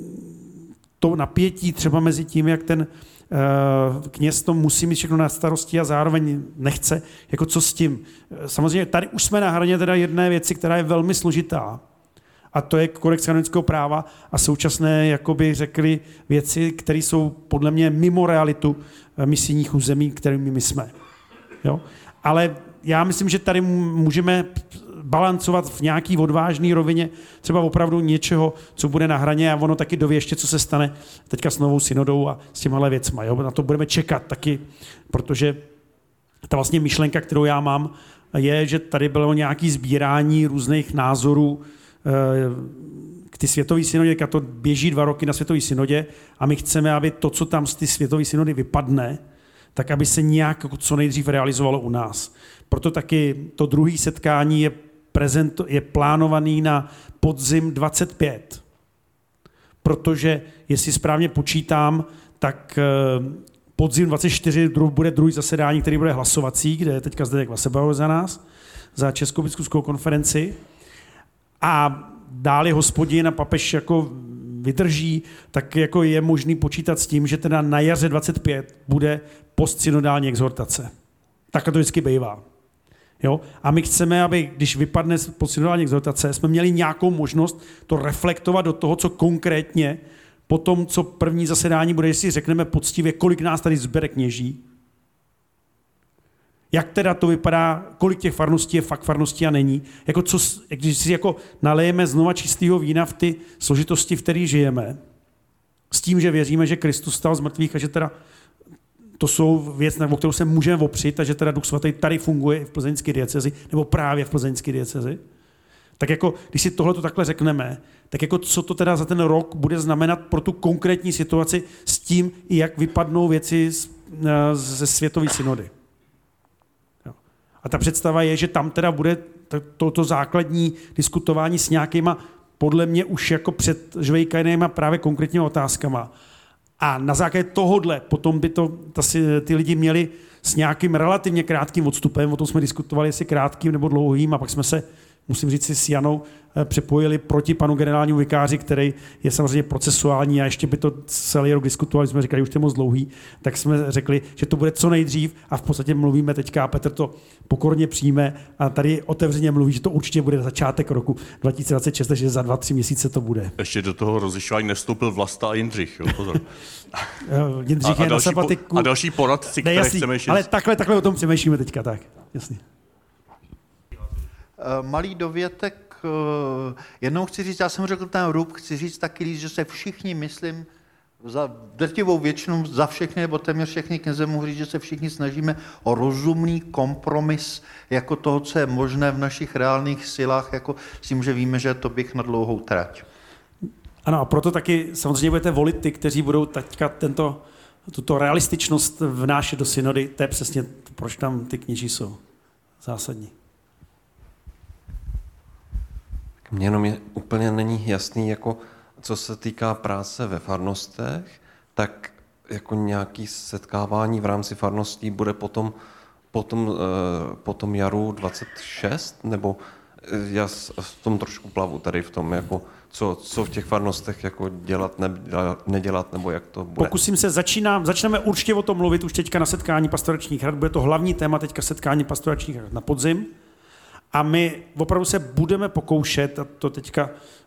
A: to napětí třeba mezi tím, jak ten uh, kněz to musí mít všechno na starosti a zároveň nechce, jako co s tím. Samozřejmě tady už jsme na hraně teda jedné věci, která je velmi složitá. A to je kodex kanonického práva a současné, jakoby řekli, věci, které jsou podle mě mimo realitu misijních území, kterými my jsme. Jo? Ale já myslím, že tady můžeme balancovat v nějaký odvážný rovině třeba opravdu něčeho, co bude na hraně a ono taky doví ještě, co se stane teďka s novou synodou a s těmahle věcma. Jo? Na to budeme čekat taky, protože ta vlastně myšlenka, kterou já mám, je, že tady bylo nějaké sbírání různých názorů k ty světové synodě, to běží dva roky na světové synodě a my chceme, aby to, co tam z ty světové synody vypadne, tak aby se nějak co nejdřív realizovalo u nás. Proto taky to druhé setkání je, prezento, je plánovaný na podzim dvacet pět. Protože, jestli správně počítám, tak podzim dvacet čtyři bude druhý zasedání, který bude hlasovací, kde je teďka Zdeněk Vasebauer za nás, za Českou biskupskou konferenci. A dále Hospodin a papež jako vydrží, tak jako je možný počítat s tím, že teda na jaře dvacet pět bude postsynodální exhortace. Tak to vždycky bývá. Jo? A my chceme, aby když vypadne postsynodální exhortace, jsme měli nějakou možnost to reflektovat do toho, co konkrétně po tom, co první zasedání bude, jestli řekneme poctivě, kolik nás tady zbere kněží, jak teda to vypadá, kolik těch farností je fakt farností a není. Jako co, když si jako nalejeme znova čistého vína v ty složitosti, v kterých žijeme, s tím, že věříme, že Kristus stal z mrtvých a že teda to jsou věc, o kterou se můžeme opřít a že teda Duch Svatý tady funguje i v plzeňské diecezi, nebo právě v plzeňské diecezi. Tak jako, když si tohle takhle řekneme, tak jako co to teda za ten rok bude znamenat pro tu konkrétní situaci s tím, i jak vypadnou věci ze světové synody. A ta představa je, že tam teda bude toto to základní diskutování s nějakýma, podle mě už jako před žvejkanýma právě konkrétníma otázkama. A na základě tohodle potom by to ta, ty lidi měli s nějakým relativně krátkým odstupem, o tom jsme diskutovali, jestli krátkým nebo dlouhým, a pak jsme se, musím říct si, s Janou přepojili proti panu generálnímu vikáři, který je samozřejmě procesuální a ještě by to celý rok diskutovali, jsme říkali, už to je moc dlouhý, tak jsme řekli, že to bude co nejdřív a v podstatě mluvíme teďka a Petr to pokorně přijme a tady otevřeně mluví, že to určitě bude začátek roku dva tisíce dvacet šest, takže za dva, tři měsíce to bude.
D: Ještě do toho rozlišování nevstoupil Vlasta a Jindřich, jo, pozor.
A: Jindřich a, je a, další, na sabatiku.
D: A další poradci, které
A: jasný,
D: chceme ještě...
A: Ale takhle, takhle o tom přemýšlíme teďka, tak, jasně.
K: Malý dovětek, jednou chci říct, já jsem řekl ten rub, chci říct taky, že se všichni, myslím, za drtivou většinu, za všechny, nebo téměř všechny kněze mohu říct, že se všichni snažíme o rozumný kompromis jako toho, co je možné v našich reálných silách, jako s tím, že víme, že je to běh na dlouhou trať.
A: Ano, a proto taky samozřejmě budete volit ty, kteří budou teďka tento, tuto realističnost vnášet do synody. To je přesně, proč tam ty kněží jsou zásadní.
L: Mně jenom je, úplně není jasný, jako co se týká práce ve farnostech, tak jako nějaké setkávání v rámci farností bude potom, potom, potom jaru dvacet šest, nebo já v tom trošku plavu tady v tom, jako co, co v těch farnostech jako dělat, nedělat, nebo jak to bude.
A: Pokusím se, začínám, začneme určitě o tom mluvit už teďka na setkání pastoračních rad, bude to hlavní téma teďka setkání pastoračních rad na podzim. A my opravdu se budeme pokoušet, a to teďka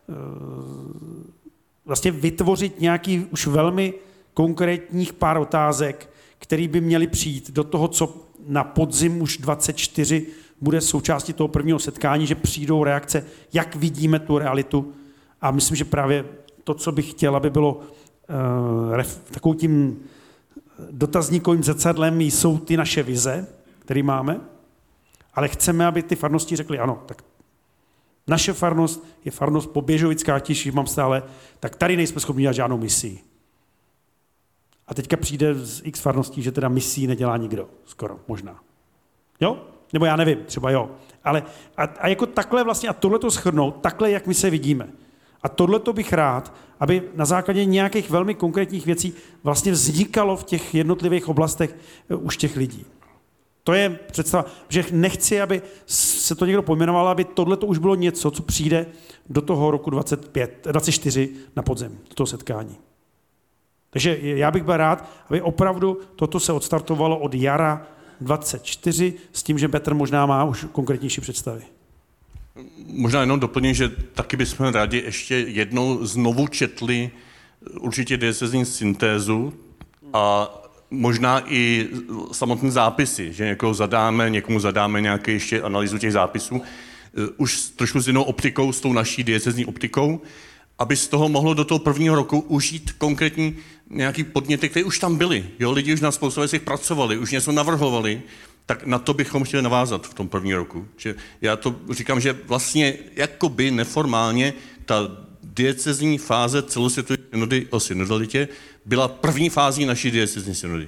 A: vlastně vytvořit nějaký už velmi konkrétních pár otázek, které by měly přijít do toho, co na podzim už dvacet čtyři bude součástí toho prvního setkání, že přijdou reakce, jak vidíme tu realitu. A myslím, že právě to, co bych chtěl, aby bylo uh, takovým tím dotazníkovým zrcadlem, jsou ty naše vize, které máme, ale chceme, aby ty farnosti řekly, ano, tak naše farnost je farnost po Běžovická, těž mám stále, tak tady nejsme schopni dělat žádnou misii. A teďka přijde z x farností, že teda misii nedělá nikdo, skoro, možná. Jo? Nebo já nevím, třeba jo. Ale a, a jako takhle vlastně, a tohleto shrnout, takhle, jak my se vidíme. A tohleto bych rád, aby na základě nějakých velmi konkrétních věcí vlastně vznikalo v těch jednotlivých oblastech už těch lidí. To je představa, že nechci, aby se to někdo pojmenoval, aby tohleto už bylo něco, co přijde do toho roku dvacet pět, dvacet čtyři na podzim, do toho setkání. Takže já bych byl rád, aby opravdu toto se odstartovalo od jara dvacet čtyři s tím, že Petr možná má už konkrétnější představy.
D: Možná jenom doplním, že taky bychom rádi ještě jednou znovu četli určitě diecézní syntézu a možná i samotné zápisy, že někoho zadáme, někomu zadáme nějaké ještě analýzu těch zápisů, už trošku s jinou optikou, s tou naší diecézní optikou, aby z toho mohlo do toho prvního roku užít konkrétní nějaký podněty, které už tam byly. Jo, lidi už na spoustu věcech pracovali, už něco navrhovali, tak na to bychom chtěli navázat v tom prvním roku. Že já to říkám, že vlastně jakoby neformálně ta diecézní fáze celosvětové synody o synodalitě byla první fází naší diecézní synody.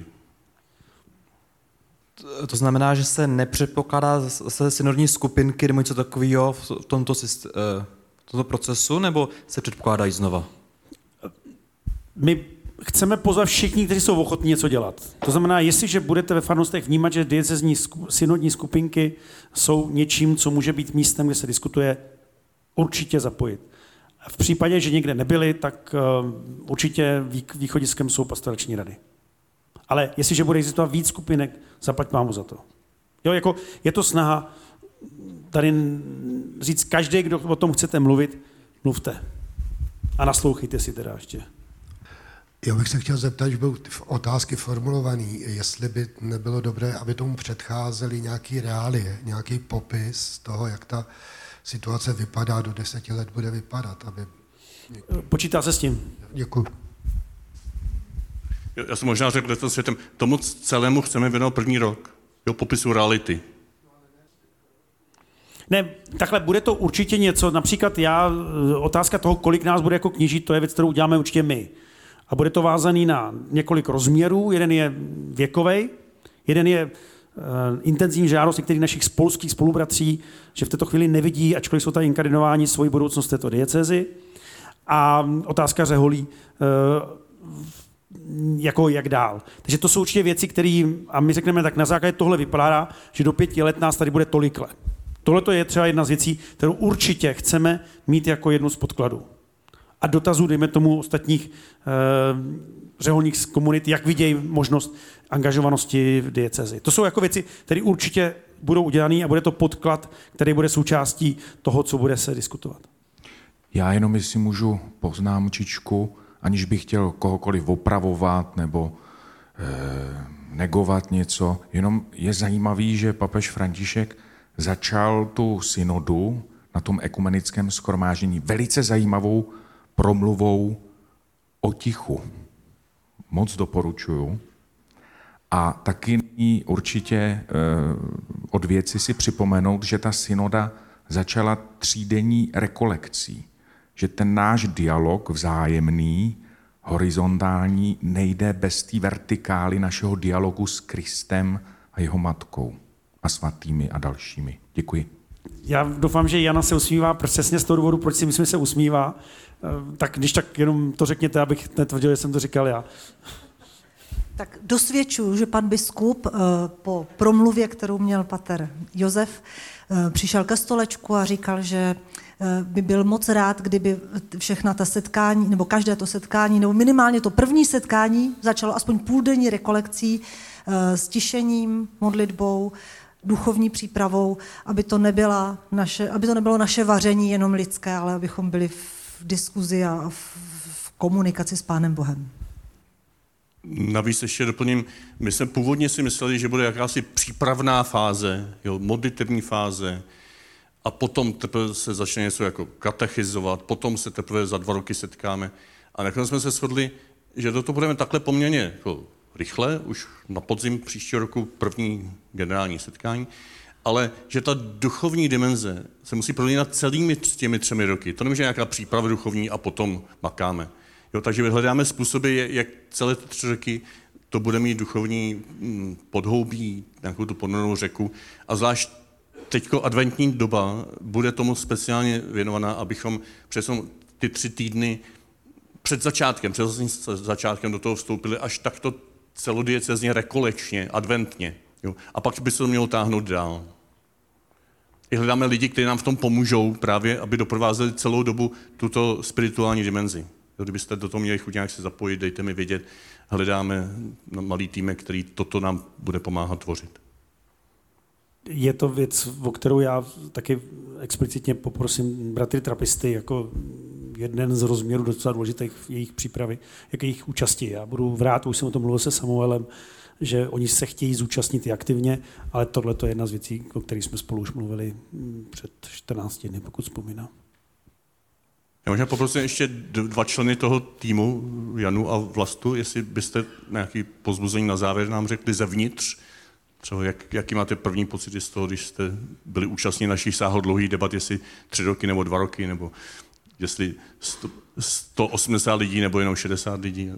E: To znamená, že se nepředpokládá se synodní skupinky nebo něco takového v tomto, v tomto procesu, nebo se předpokládají znova?
A: My chceme pozvat všichni, kteří jsou ochotní něco dělat. To znamená, jestliže budete ve farnostech vnímat, že diecézní synodní skupinky jsou něčím, co může být místem, kde se diskutuje, určitě zapojit. V případě, že někde nebyli, tak určitě východiskem jsou pastorační rady. Ale jestliže bude existovat víc skupinek, zaplať mámu za to. Jo, jako je to snaha tady říct, každý, kdo o tom chcete mluvit, mluvte. A naslouchejte si teda ještě.
M: Já bych se chtěl zeptat, že byly otázky formulované, jestli by nebylo dobré, aby tomu předcházely nějaký reálie, nějaký popis toho, jak ta situace vypadá, do deseti let bude vypadat. Aby...
A: Počítá se s tím.
M: Děkuji.
D: Já jsem možná řekl to světem, tomu celému chceme věnovat první rok, jo, popisu reality.
A: Ne, takhle bude to určitě něco, například já, otázka toho, kolik nás bude jako kněží, to je věc, kterou uděláme určitě my. A bude to vázaný na několik rozměrů, jeden je věkovej, jeden je uh, intenzivní žádost některých našich polských spolubratří, že v této chvíli nevidí, ačkoliv jsou tady inkardinováni, svoji budoucnost této diecézy. A otázka řeholí, uh, jako jak dál. Takže to jsou určitě věci, které, a my řekneme, tak na základě tohle vypadá, že do pěti let nás tady bude tolik let. Tohle je třeba jedna z věcí, kterou určitě chceme mít jako jednu z podkladů. A dotazů, dejme tomu, ostatních eh, řeholních komunit, jak vidějí možnost angažovanosti v diecézi. To jsou jako věci, které určitě budou udělané a bude to podklad, který bude součástí toho, co bude se diskutovat.
N: Já jenom, jestli můžu poznámčičku, aniž bych chtěl kohokoliv opravovat nebo eh, negovat něco, jenom je zajímavý, že papež František začal tu synodu na tom ekumenickém shromáždění velice zajímavou promluvou o tichu. moc doporučuju. A taky určitě od věci si připomenout, že ta synoda začala třídenní rekolekcí, že ten náš dialog vzájemný, horizontální, nejde bez té vertikály našeho dialogu s Kristem a jeho matkou a svatými a dalšími. Děkuji.
A: Já doufám, že Jana se usmívá přesně z toho důvodu, proč si myslím, že se usmívá. Tak když tak jenom to řekněte, abych netvrdil, že jsem to říkal já.
O: Tak dosvědčuju, že pan biskup po promluvě, kterou měl pater Josef, přišel ke stolečku a říkal, že by byl moc rád, kdyby všechna ta setkání, nebo každé to setkání, nebo minimálně to první setkání začalo aspoň půldenní rekolekcí s tišením, modlitbou, duchovní přípravou, aby to, nebyla naše, aby to nebylo naše vaření jenom lidské, ale abychom byli v diskuzi a v, v komunikaci s Pánem Bohem.
D: Navíc ještě doplním, my jsme původně si mysleli, že bude jakási přípravná fáze, jo, modlitevní fáze, a potom teprve se začne něco jako katechizovat, potom se teprve za dva roky setkáme. A nakonec jsme se shodli, že do toho budeme takhle poměrně jako rychle, už na podzim příštího roku první generální setkání, ale že ta duchovní dimenze se musí prolínat celými těmi třemi roky. To nemůže nějaká příprava duchovní a potom makáme. Jo, takže vyhledáme způsoby, jak celé ty tři roky to bude mít duchovní podhoubí, nějakou tu podnonou řeku. A zvlášť teďko adventní doba bude tomu speciálně věnovaná, abychom přes ty tři týdny před začátkem, před začátkem do toho vstoupili až takto celodiecezně rekolekčně, adventně. Jo. A pak by se to mělo táhnout dál. I hledáme lidi, kteří nám v tom pomůžou právě, aby doprovázeli celou dobu tuto spirituální dimenzi. Kdybyste do toho měli chuť nějak se zapojit, dejte mi vědět. Hledáme malý tým, který toto nám bude pomáhat tvořit.
A: Je to věc, o kterou já taky explicitně poprosím bratry trapisty jako jeden z rozměrů docela důležitých jejich přípravy, jak jejich účasti. Já budu rád, už jsem o tom mluvil se Samuelem, že oni se chtějí zúčastnit i aktivně, ale tohle je jedna z věcí, o kterých jsme spolu už mluvili před čtrnácti dny, pokud vzpomínám.
D: Já možná poprosím ještě dva členy toho týmu, Janu a Vlastu, jestli byste nějaké pozbuzení na závěr nám řekli zevnitř, třeba jak, jaký máte první pocity z toho, když jste byli účastní našich sáhodlouhých debat, jestli tři roky nebo dva roky, nebo jestli sto osmdesát lidí nebo jenom šedesát lidí.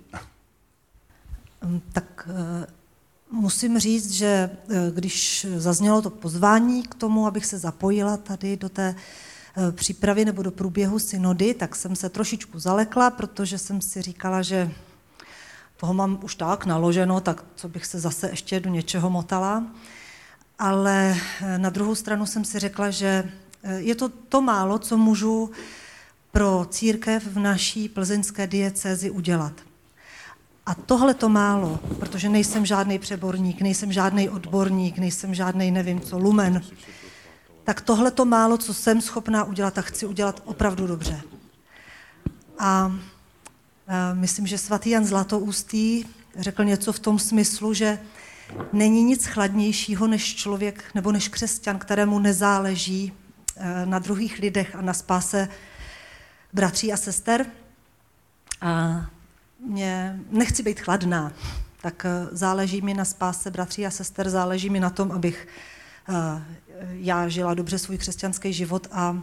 O: Tak musím říct, že když zaznělo to pozvání k tomu, abych se zapojila tady do té přípravy nebo do průběhu synody, tak jsem se trošičku zalekla, protože jsem si říkala, že toho mám už tak naloženo, tak co bych se zase ještě do něčeho motala. Ale na druhou stranu jsem si řekla, že je to to málo, co můžu pro církev v naší plzeňské diecézi udělat. A tohle to málo, protože nejsem žádný přeborník, nejsem žádný odborník, nejsem žádný nevím co, lumen, tak tohle to málo, co jsem schopná udělat, tak chci udělat opravdu dobře. A myslím, že svatý Jan Zlatoustý řekl něco v tom smyslu, že není nic chladnějšího než člověk nebo než křesťan, kterému nezáleží na druhých lidech a na spáse bratří a sester. A mě, nechci být chladná, tak záleží mi na spáse bratří a sester, záleží mi na tom, abych já žila dobře svůj křesťanský život a, a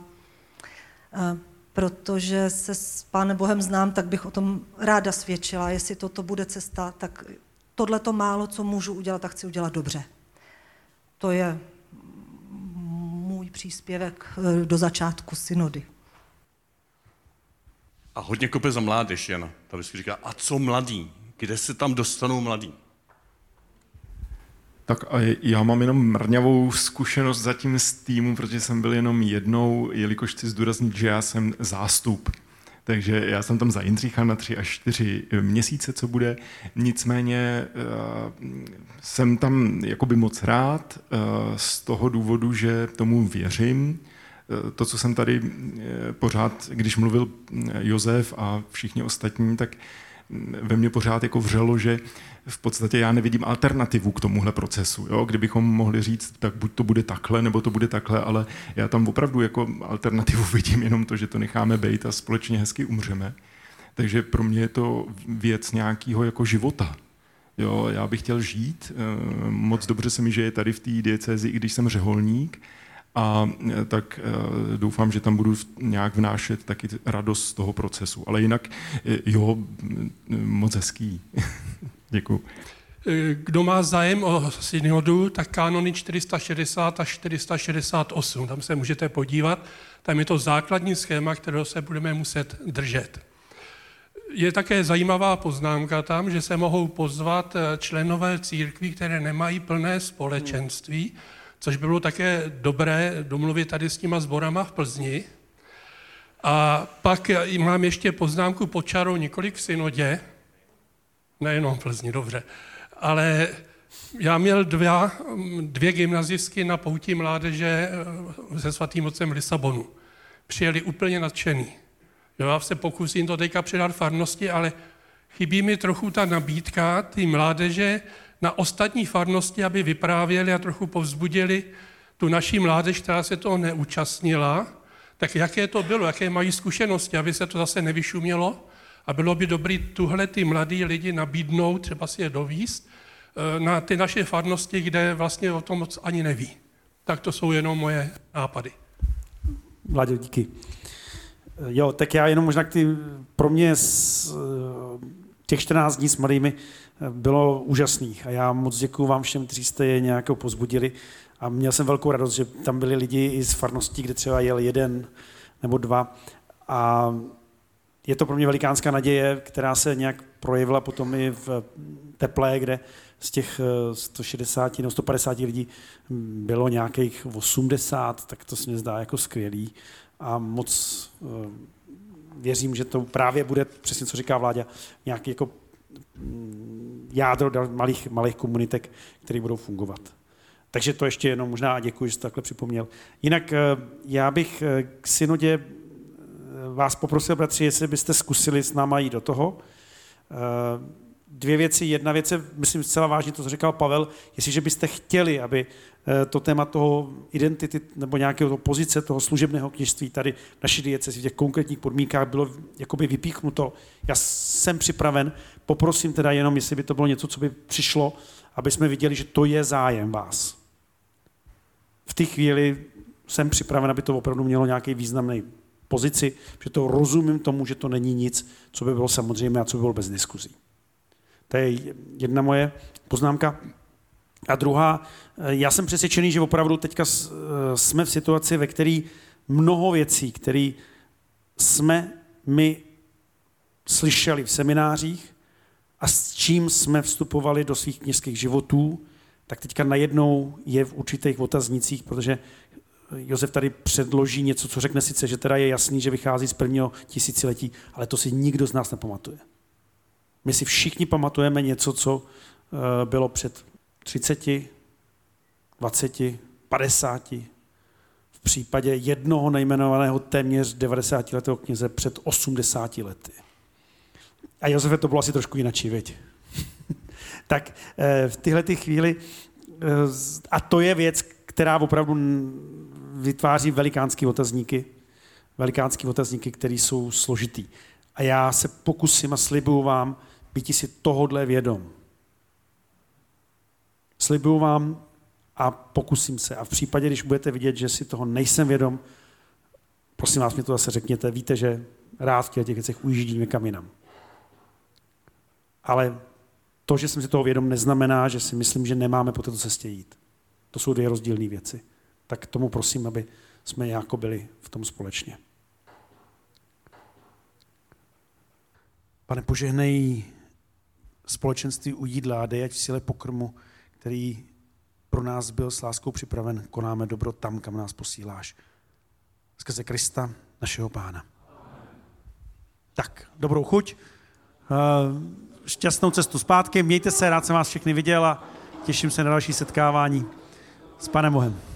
O: protože se s Pánem Bohem znám, tak bych o tom ráda svědčila. Jestli toto bude cesta, tak tohle to málo, co můžu udělat, tak chci udělat dobře. To je můj příspěvek do začátku synody.
D: A hodně kope za mládež, Jana. Ta vždycky říká, a co mladí? Kde se tam dostanou mladí?
P: Tak a já mám jenom mrňavou zkušenost zatím z týmu, protože jsem byl jenom jednou, jelikož chci zdůraznit, že já jsem zástup. Takže já jsem tam za Jindřicha na tři až čtyři měsíce, co bude. Nicméně jsem tam jakoby moc rád z toho důvodu, že tomu věřím. To, co jsem tady pořád, když mluvil Josef a všichni ostatní, tak ve mně pořád jako vřelo, že v podstatě já nevidím alternativu k tomuhle procesu. Jo? Kdybychom mohli říct, tak buď to bude takhle, nebo to bude takhle, ale já tam opravdu jako alternativu vidím jenom to, že to necháme bejt a společně hezky umřeme. Takže pro mě je to věc nějakého jako života. Jo, já bych chtěl žít, moc dobře se mi žije tady v té diecézi, i když jsem řeholník, a tak doufám, že tam budu nějak vnášet taky radost z toho procesu. Ale jinak, jo, moc hezký. Děkuju.
Q: Kdo má zájem o synodu, tak kanony čtyři sta šedesát až čtyři sta šedesát osm, tam se můžete podívat, tam je to základní schéma, kterého se budeme muset držet. Je také zajímavá poznámka tam, že se mohou pozvat členové církví, které nemají plné společenství, což by bylo také dobré domluvit tady s těma sborama v Plzni. A pak mám ještě poznámku pod čarou několik v synodě, nejenom v Plzni, dobře, ale já měl dva, dvě gymnazistky na pouti mládeže se Svatým Otcem v Lisabonu. Přijeli úplně nadšený. Jo, já se pokusím to teďka předat farnosti, ale chybí mi trochu ta nabídka, ty mládeže na ostatní farnosti, aby vyprávěli a trochu povzbudili tu naší mládež, která se toho neúčastnila, tak jaké to bylo, jaké mají zkušenosti, aby se to zase nevyšumělo. A bylo by dobré tuhle ty mladí lidi nabídnout, třeba si je dovíst, na ty naše farnosti, kde vlastně o tom moc ani neví. Tak to jsou jenom moje nápady.
A: Vláďo, díky. Jo, tak já jenom možná ty, pro mě z, těch čtrnáct dní s mladými bylo úžasných a já moc děkuju vám všem, kteří jste je nějak pozbudili a měl jsem velkou radost, že tam byli lidi i z farností, kde třeba jel jeden nebo dva a je to pro mě velikánská naděje, která se nějak projevila potom i v Teplé, kde z těch sto šedesát nebo sto padesát lidí bylo nějakých osmdesát, tak to se mi zdá jako skvělý. A moc věřím, že to právě bude, přesně co říká Vláďa, nějaký jako jádro malých, malých komunitek, které budou fungovat. Takže to ještě jenom možná děkuji, že jste takhle připomněl. Jinak já bych k synodě vás poprosil, bratři, jestli byste zkusili s náma jít do toho. Dvě věci. Jedna věc je, myslím zcela vážně to, co říkal Pavel, jestliže byste chtěli, aby to téma toho identity nebo nějakého toho pozice toho služebného kněžství tady v naší diecezi v těch konkrétních podmínkách bylo jakoby vypíchnuto. Já jsem připraven, poprosím teda jenom, jestli by to bylo něco, co by přišlo, aby jsme viděli, že to je zájem vás. V té chvíli jsem připraven, aby to opravdu mělo nějaký významný pozici, že to rozumím tomu, že to není nic, co by bylo samozřejmé a co by bylo bez diskuzí. To je jedna moje poznámka. A druhá, já jsem přesvědčený, že opravdu teďka jsme v situaci, ve které mnoho věcí, které jsme my slyšeli v seminářích a s čím jsme vstupovali do svých kněžských životů, tak teďka najednou je v určitých otaznicích, protože Josef tady předloží něco, co řekne sice, že teda je jasný, že vychází z prvního tisíciletí, ale to si nikdo z nás nepamatuje. My si všichni pamatujeme něco, co bylo před třiceti, dvaceti, padesáti, v případě jednoho nejmenovaného téměř devadesátiletého kněze před osmdesáti lety. A Josefe to bylo asi trošku jinačí, viď? Tak v téhle chvíli, a to je věc, která opravdu vytváří velikánský otazníky, velikánský otazníky, které jsou složitý. A já se pokusím a slibuju vám, být si tohodle vědom. Slibuju vám a pokusím se. A v případě, když budete vidět, že si toho nejsem vědom, prosím vás, mě to zase řekněte. Víte, že rád v těch věcech ujíždím někam jinam. Ale to, že jsem si toho vědom, neznamená, že si myslím, že nemáme po této cestě jít. To jsou dvě rozdílné věci. Tak tomu prosím, aby jsme jako byli v tom společně. Pane, požehnej společenství u jídla a dej, ať v síle pokrmu, který pro nás byl s láskou připraven, konáme dobro tam, kam nás posíláš. Skrze Krista, našeho Pána. Tak, dobrou chuť, šťastnou cestu zpátky, mějte se, rád jsem vás všechny viděl a těším se na další setkávání s Panem Bohem.